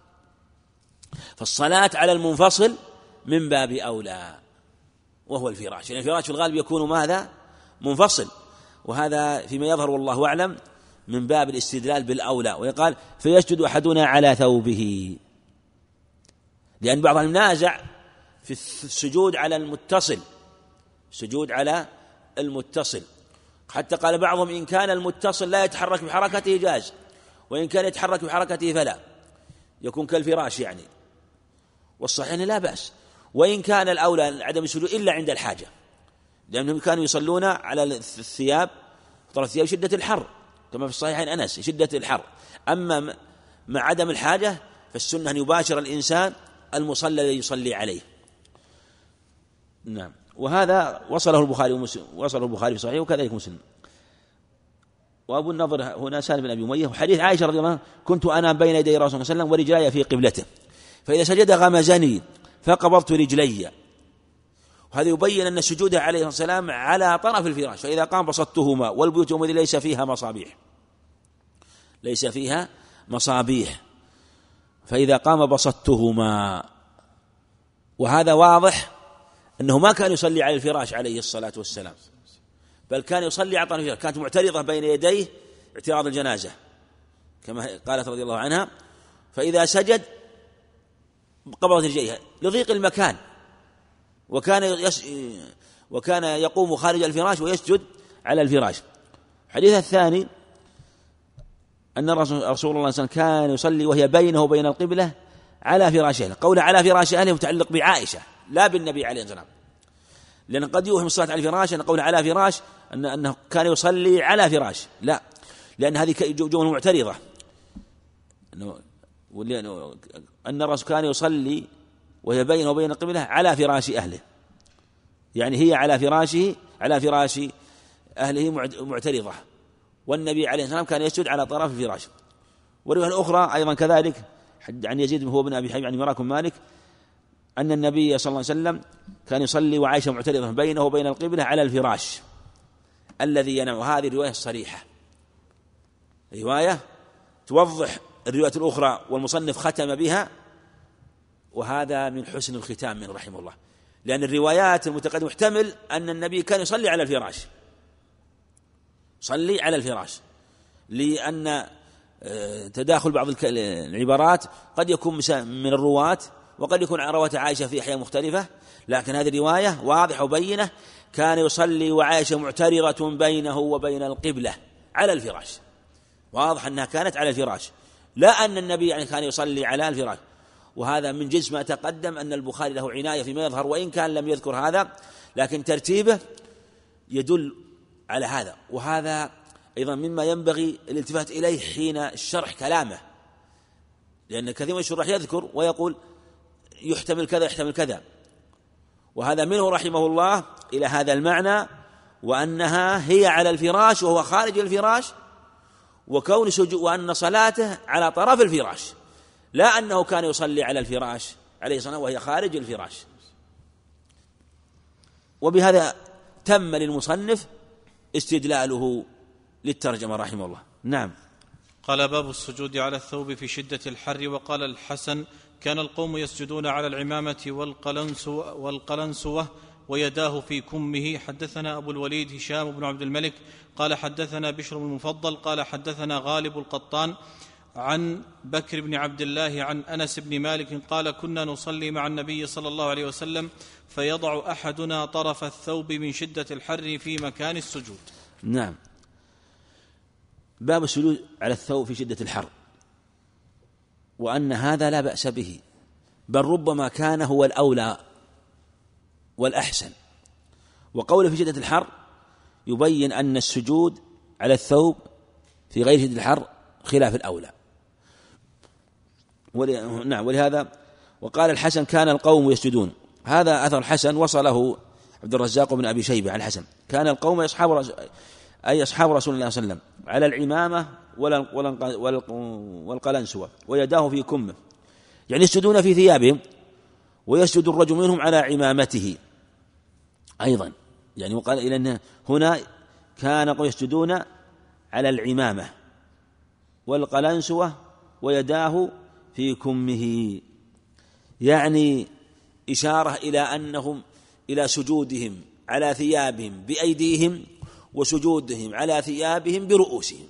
فالصلاة على المنفصل من باب أولى وهو الفراش، يعني الفراش في الغالب يكون ماذا؟ منفصل، وهذا فيما يظهر والله أعلم من باب الاستدلال بالأولى. ويقال: فيسجد أحدنا على ثوبه، لأن بعضهم نازع في السجود على المتصل سجود على المتصل، حتى قال بعضهم: إن كان المتصل لا يتحرك بحركته جاز، وإن كان يتحرك بحركته فلا، يكون كالفراش يعني. والصحيح لا بأس، وإن كان الأولى عدم السجود إلا عند الحاجة، لأنهم كانوا يصلون على الثياب طرف الثياب شدة الحر كما في الصحيحين أنس شدة الحر. أما مع عدم الحاجة فالسنة أن يباشر الإنسان المصلى الذي يصلي عليه. نعم. وهذا وصله البخاري ومسلم، وصله البخاري في صحيحه وكذلك مسلم. وأبو النضر هنا سالم بن أبي أمية. وحديث عائشة رضي الله عنها: كنت أنام بين يدي رسول الله صلى الله عليه وسلم ورجلاي في قبلته، فإذا سجد غمزني فقبضت رجلي. وهذا يبين أن السجود عليه السلام على طرف الفراش، فإذا قام بسطتهما، والبيوت يومئذ ليس فيها مصابيح ليس فيها مصابيح فإذا قام بسطتهما. وهذا واضح أنه ما كان يصلي على الفراش عليه الصلاة والسلام، بل كان يصلي على طرف الفراش، كانت معترضة بين يديه اعتراض الجنازة كما قالت رضي الله عنها. فإذا سجد قبضت رجليها لضيق المكان، وكان يس... وكان يقوم خارج الفراش ويسجد على الفراش. الحديث الثاني أن الرسول الله صلى الله عليه وسلم كان يصلي وهي بينه وبين القبلة على فراش أهله. قول على فراش أهله متعلق بعائشة لا بالنبي عليه الصلاة والسلام، لأن قد يوهم الصلاة على الفراش أن قول على فراش أن أنه كان يصلي على فراش، لا، لأن هذه جملة معترضة، أن الرسول كان يصلي وهي بينه وبين القبلة على فراش أهله، يعني هي على فراشه على فراش أهله معترضة، والنبي عليه الصلاة والسلام كان يسجد على طرف الفراش. والرواية الأخرى أيضا كذلك عن يزيد هو بن أبي حبيب عن مراك مالك أن النبي صلى الله عليه وسلم كان يصلي وعائشة معترضة بينه وبين القبلة على الفراش الذي ينام. وهذه الرواية الصريحة، رواية توضح الرواية الأخرى والمصنف ختم بها، وهذا من حسن الختام من رحمه الله، لأن الروايات المتقدمة محتمل أن النبي كان يصلي على الفراش، صلي على الفراش، لأن تداخل بعض العبارات قد يكون من الرواة وقد يكون عن رواة عائشة في أحيان مختلفة، لكن هذه الرواية واضحة وبينة، كان يصلي وعائشة معترضة بينه وبين القبلة على الفراش، واضح أنها كانت على الفراش، لا أن النبي يعني كان يصلي على الفراش. وهذا من جنس ما تقدم أن البخاري له عناية فيما يظهر، وإن كان لم يذكر هذا لكن ترتيبه يدل على هذا. وهذا أيضا مما ينبغي الالتفات إليه حين شرح كلامه، لأن كثير من الشراح يذكر ويقول يحتمل كذا يحتمل كذا، وهذا منه رحمه الله إلى هذا المعنى، وأنها هي على الفراش وهو خارج الفراش، وكون سجود وأن صلاته على طرف الفراش، لا أنه كان يصلي على الفراش عليه الصلاة وهي خارج الفراش. وبهذا تم للمصنف استدلاله للترجمة رحمه الله. نعم. قال باب السجود على الثوب في شدة الحر. وقال الحسن كان القوم يسجدون على العمامة والقلنسوة, والقلنسوة ويداه في كمه. حدثنا أبو الوليد هشام بن عبد الملك قال حدثنا بشر بن المفضل قال حدثنا غالب القطان عن بكر بن عبد الله عن أنس بن مالك قال كنا نصلي مع النبي صلى الله عليه وسلم فيضع أحدنا طرف الثوب من شدة الحر في مكان السجود. نعم. باب السجود على الثوب في شدة الحر، وأن هذا لا بأس به، بل ربما كان هو الأولى والأحسن. وقوله في شدة الحر يبين أن السجود على الثوب في غير شدة الحر خلاف الأولى. ول... نعم. ولهذا وقال الحسن كان القوم يسجدون، هذا أثر الحسن وصله عبد الرزاق بن أبي شيبة عن الحسن، كان القوم أصحاب رسول... أي أصحاب رسول الله صلى الله عليه وسلم على العمامة والقلنسوة ويداه في كمه، يعني يسجدون في ثيابهم، ويسجد الرجل منهم على عمامته أيضا، يعني وقال إلى أن هنا كان يسجدون على العمامة والقلنسوة ويداه في كمه، يعني إشارة إلى أنهم إلى سجودهم على ثيابهم بأيديهم وسجودهم على ثيابهم برؤوسهم،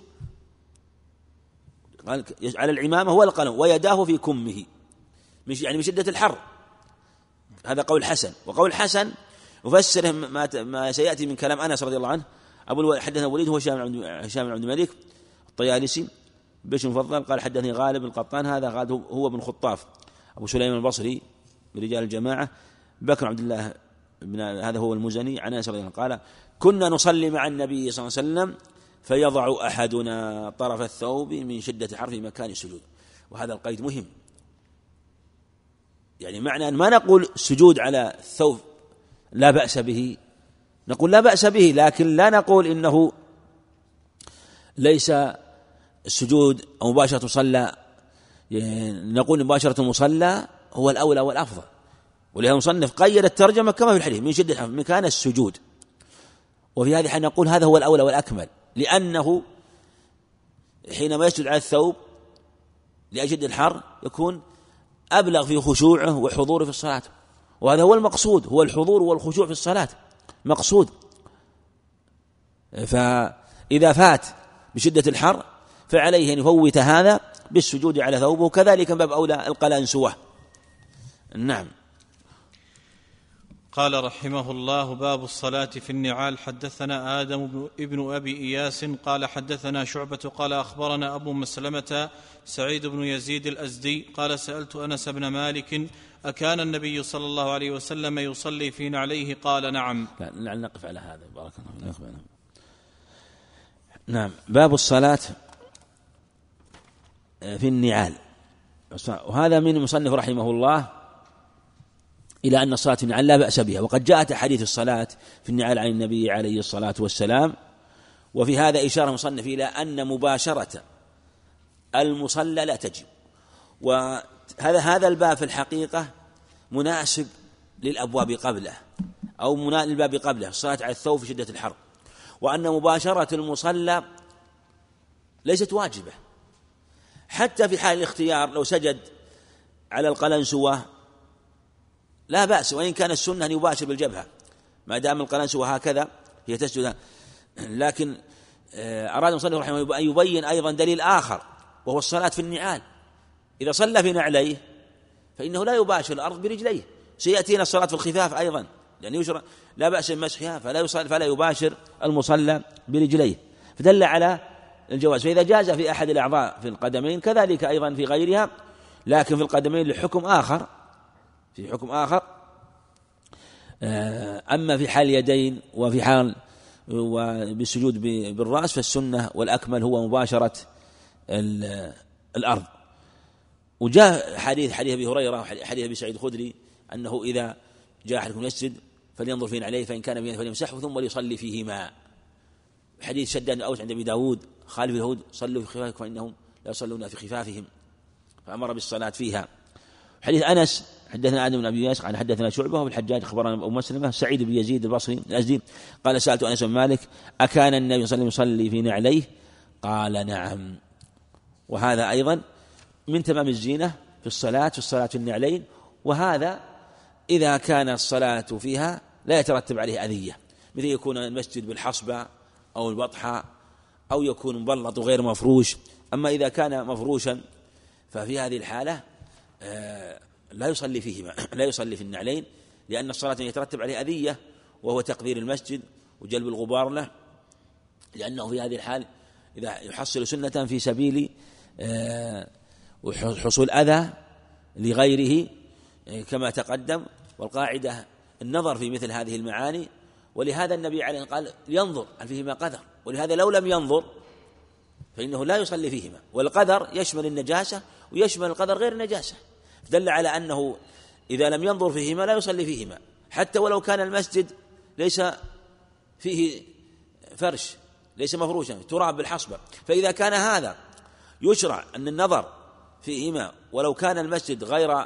على العمامة والقلم ويداه في كمه، مش يعني من شدة الحر. هذا قول حسن. وقول حسن يفسره ما سيأتي من كلام أنس رضي الله عنه. أبو حدثنا وليد هو هشام بن عبد الملك الطيالسي بشر المفضل قال حدثني غالب القطان، هذا غالب هو بن خطاف أبو سليمان البصري برجال الجماعة. بكر عبد الله بن هذا هو المزني عن أنس رضي الله عنه قال كنا نصلي مع النبي صلى الله عليه وسلم فيضع أحدنا طرف الثوب من شدة حر في مكان السجود. وهذا القيد مهم، يعني معنى أن ما نقول السجود على الثوب لا بأس به، نقول لا بأس به، لكن لا نقول إنه ليس السجود أو مباشرة مصلى، نقول مباشرة المصلى هو الأولى والأفضل. ولهذا المصنف قيد الترجمة كما في الحديث من شدة الحر مكان السجود، وفي هذه الحال نقول هذا هو الأولى والأكمل، لأنه حينما يسجد على الثوب لأجل الحر يكون أبلغ في خشوعه وحضوره في الصلاة، وهذا هو المقصود، هو الحضور والخشوع في الصلاة مقصود. فإذا فات بشدة الحر فعليه أن يفوت هذا بالسجود على ثوبه، كذلك باب أولى القلنسوة. نعم. قال رحمه الله باب الصلاة في النعال. حدثنا آدم ابن أبي إياس قال حدثنا شعبة قال أخبرنا أبو مسلمة سعيد بن يزيد الأزدي قال سألت أنس بن مالك أكان النبي صلى الله عليه وسلم يصلي في نعليه؟ قال نعم. لعل نقف على هذا بارك الله فيك. نعم. باب الصلاة في النعال، وهذا من المصنف رحمه الله إلى أن الصلاة في النعال لا بأس بها، وقد جاءت أحاديث الصلاة في النعال عن النبي عليه الصلاة والسلام. وفي هذا إشارة مصنف إلى أن مباشرة المصلى لا تجب. وهذا هذا الباب في الحقيقة مناسب للأبواب قبله أو مناسب للباب قبله، الصلاة على الثوب في شدة الحر، وأن مباشرة المصلى ليست واجبة. حتى في حال الاختيار لو سجد على القلنسوة لا بأس، وإن كان السنة أن يباشر بالجبهة ما دام القلنسوة هكذا هي تسجد. لكن أراد المصنف رحمه الله أن يبين أيضا دليل آخر، وهو الصلاة في النعال. إذا صلى في نعليه فإنه لا يباشر الأرض برجليه. سيأتينا الصلاة في الخفاف أيضا، يعني يشرع لا بأس بمسحها، فلا يصل فلا يباشر المصلى برجليه، فدل على الجواز. فإذا جاز في أحد الأعضاء في القدمين كذلك أيضا في غيرها، لكن في القدمين لحكم آخر، في حكم آخر. أما في حال اليدين وفي حال وبالسجود بالرأس فالسنة والأكمل هو مباشرة الأرض. وجاء حديث حديث أبي هريرة وحديث أبي سعيد الخدري أنه إذا جاء أحدكم المسجد فلينظر فين عليه، فإن كان بيده فليمسحه ثم ليصلي فيهما. حديث شداد بن أوس عند أبي داود خالف اليهود صلوا في خفافكم فإنهم لا يصلون في خفافهم، فأمر بالصلاة فيها. حديث أنس حدثنا آدم بن أبي إياس قال حدثنا شعبة والحجاج أخبرنا أبو مسلمة سعيد بن يزيد البصري الأزدي قال سألت أنس بن مالك أكان النبي صلى الله عليه وسلم يصلي في نعليه؟ قال نعم. وهذا أيضا من تمام الزينة في الصلاة، في الصلاة في النعلين. وهذا إذا كان الصلاة فيها لا يترتب عليه أذية، مثل يكون المسجد بالحصبة أو البطحة أو يكون مبلط وغير مفروش. أما إذا كان مفروشا ففي هذه الحالة لا يصلي فيهما، لا يصلي في النعلين، لأن الصلاة يترتب عليه أذية وهو تقدير المسجد وجلب الغبار له، لأنه في هذه الحال إذا يحصل سنة في سبيل حصول أذى لغيره كما تقدم. والقاعدة النظر في مثل هذه المعاني، ولهذا النبي عليه قال ينظر هل فيهما قدر، ولهذا لو لم ينظر فإنه لا يصلي فيهما. والقدر يشمل النجاسة ويشمل القدر غير النجاسة، دل على أنه إذا لم ينظر فيهما لا يصلي فيهما، حتى ولو كان المسجد ليس فيه فرش، ليس مفروشا تراب بالحصبة. فإذا كان هذا يشرع أن النظر فيهما ولو كان المسجد غير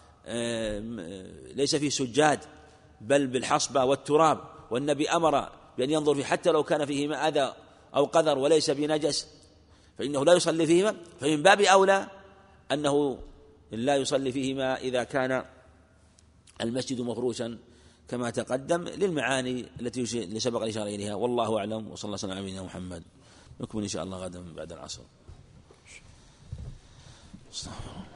ليس فيه سجاد بل بالحصبة والتراب، والنبي أمر بأن ينظر فيه حتى لو كان فيهما أذى أو قدر وليس بنجس فإنه لا يصلي فيهما، فمن باب أولى أنه لا يصلي فيهما إذا كان المسجد مفروشا كما تقدم، للمعاني التي سبق الإشارة إليها. والله أعلم، وصلى الله على نبينا محمد. نكمل إن شاء الله غدا بعد العصر.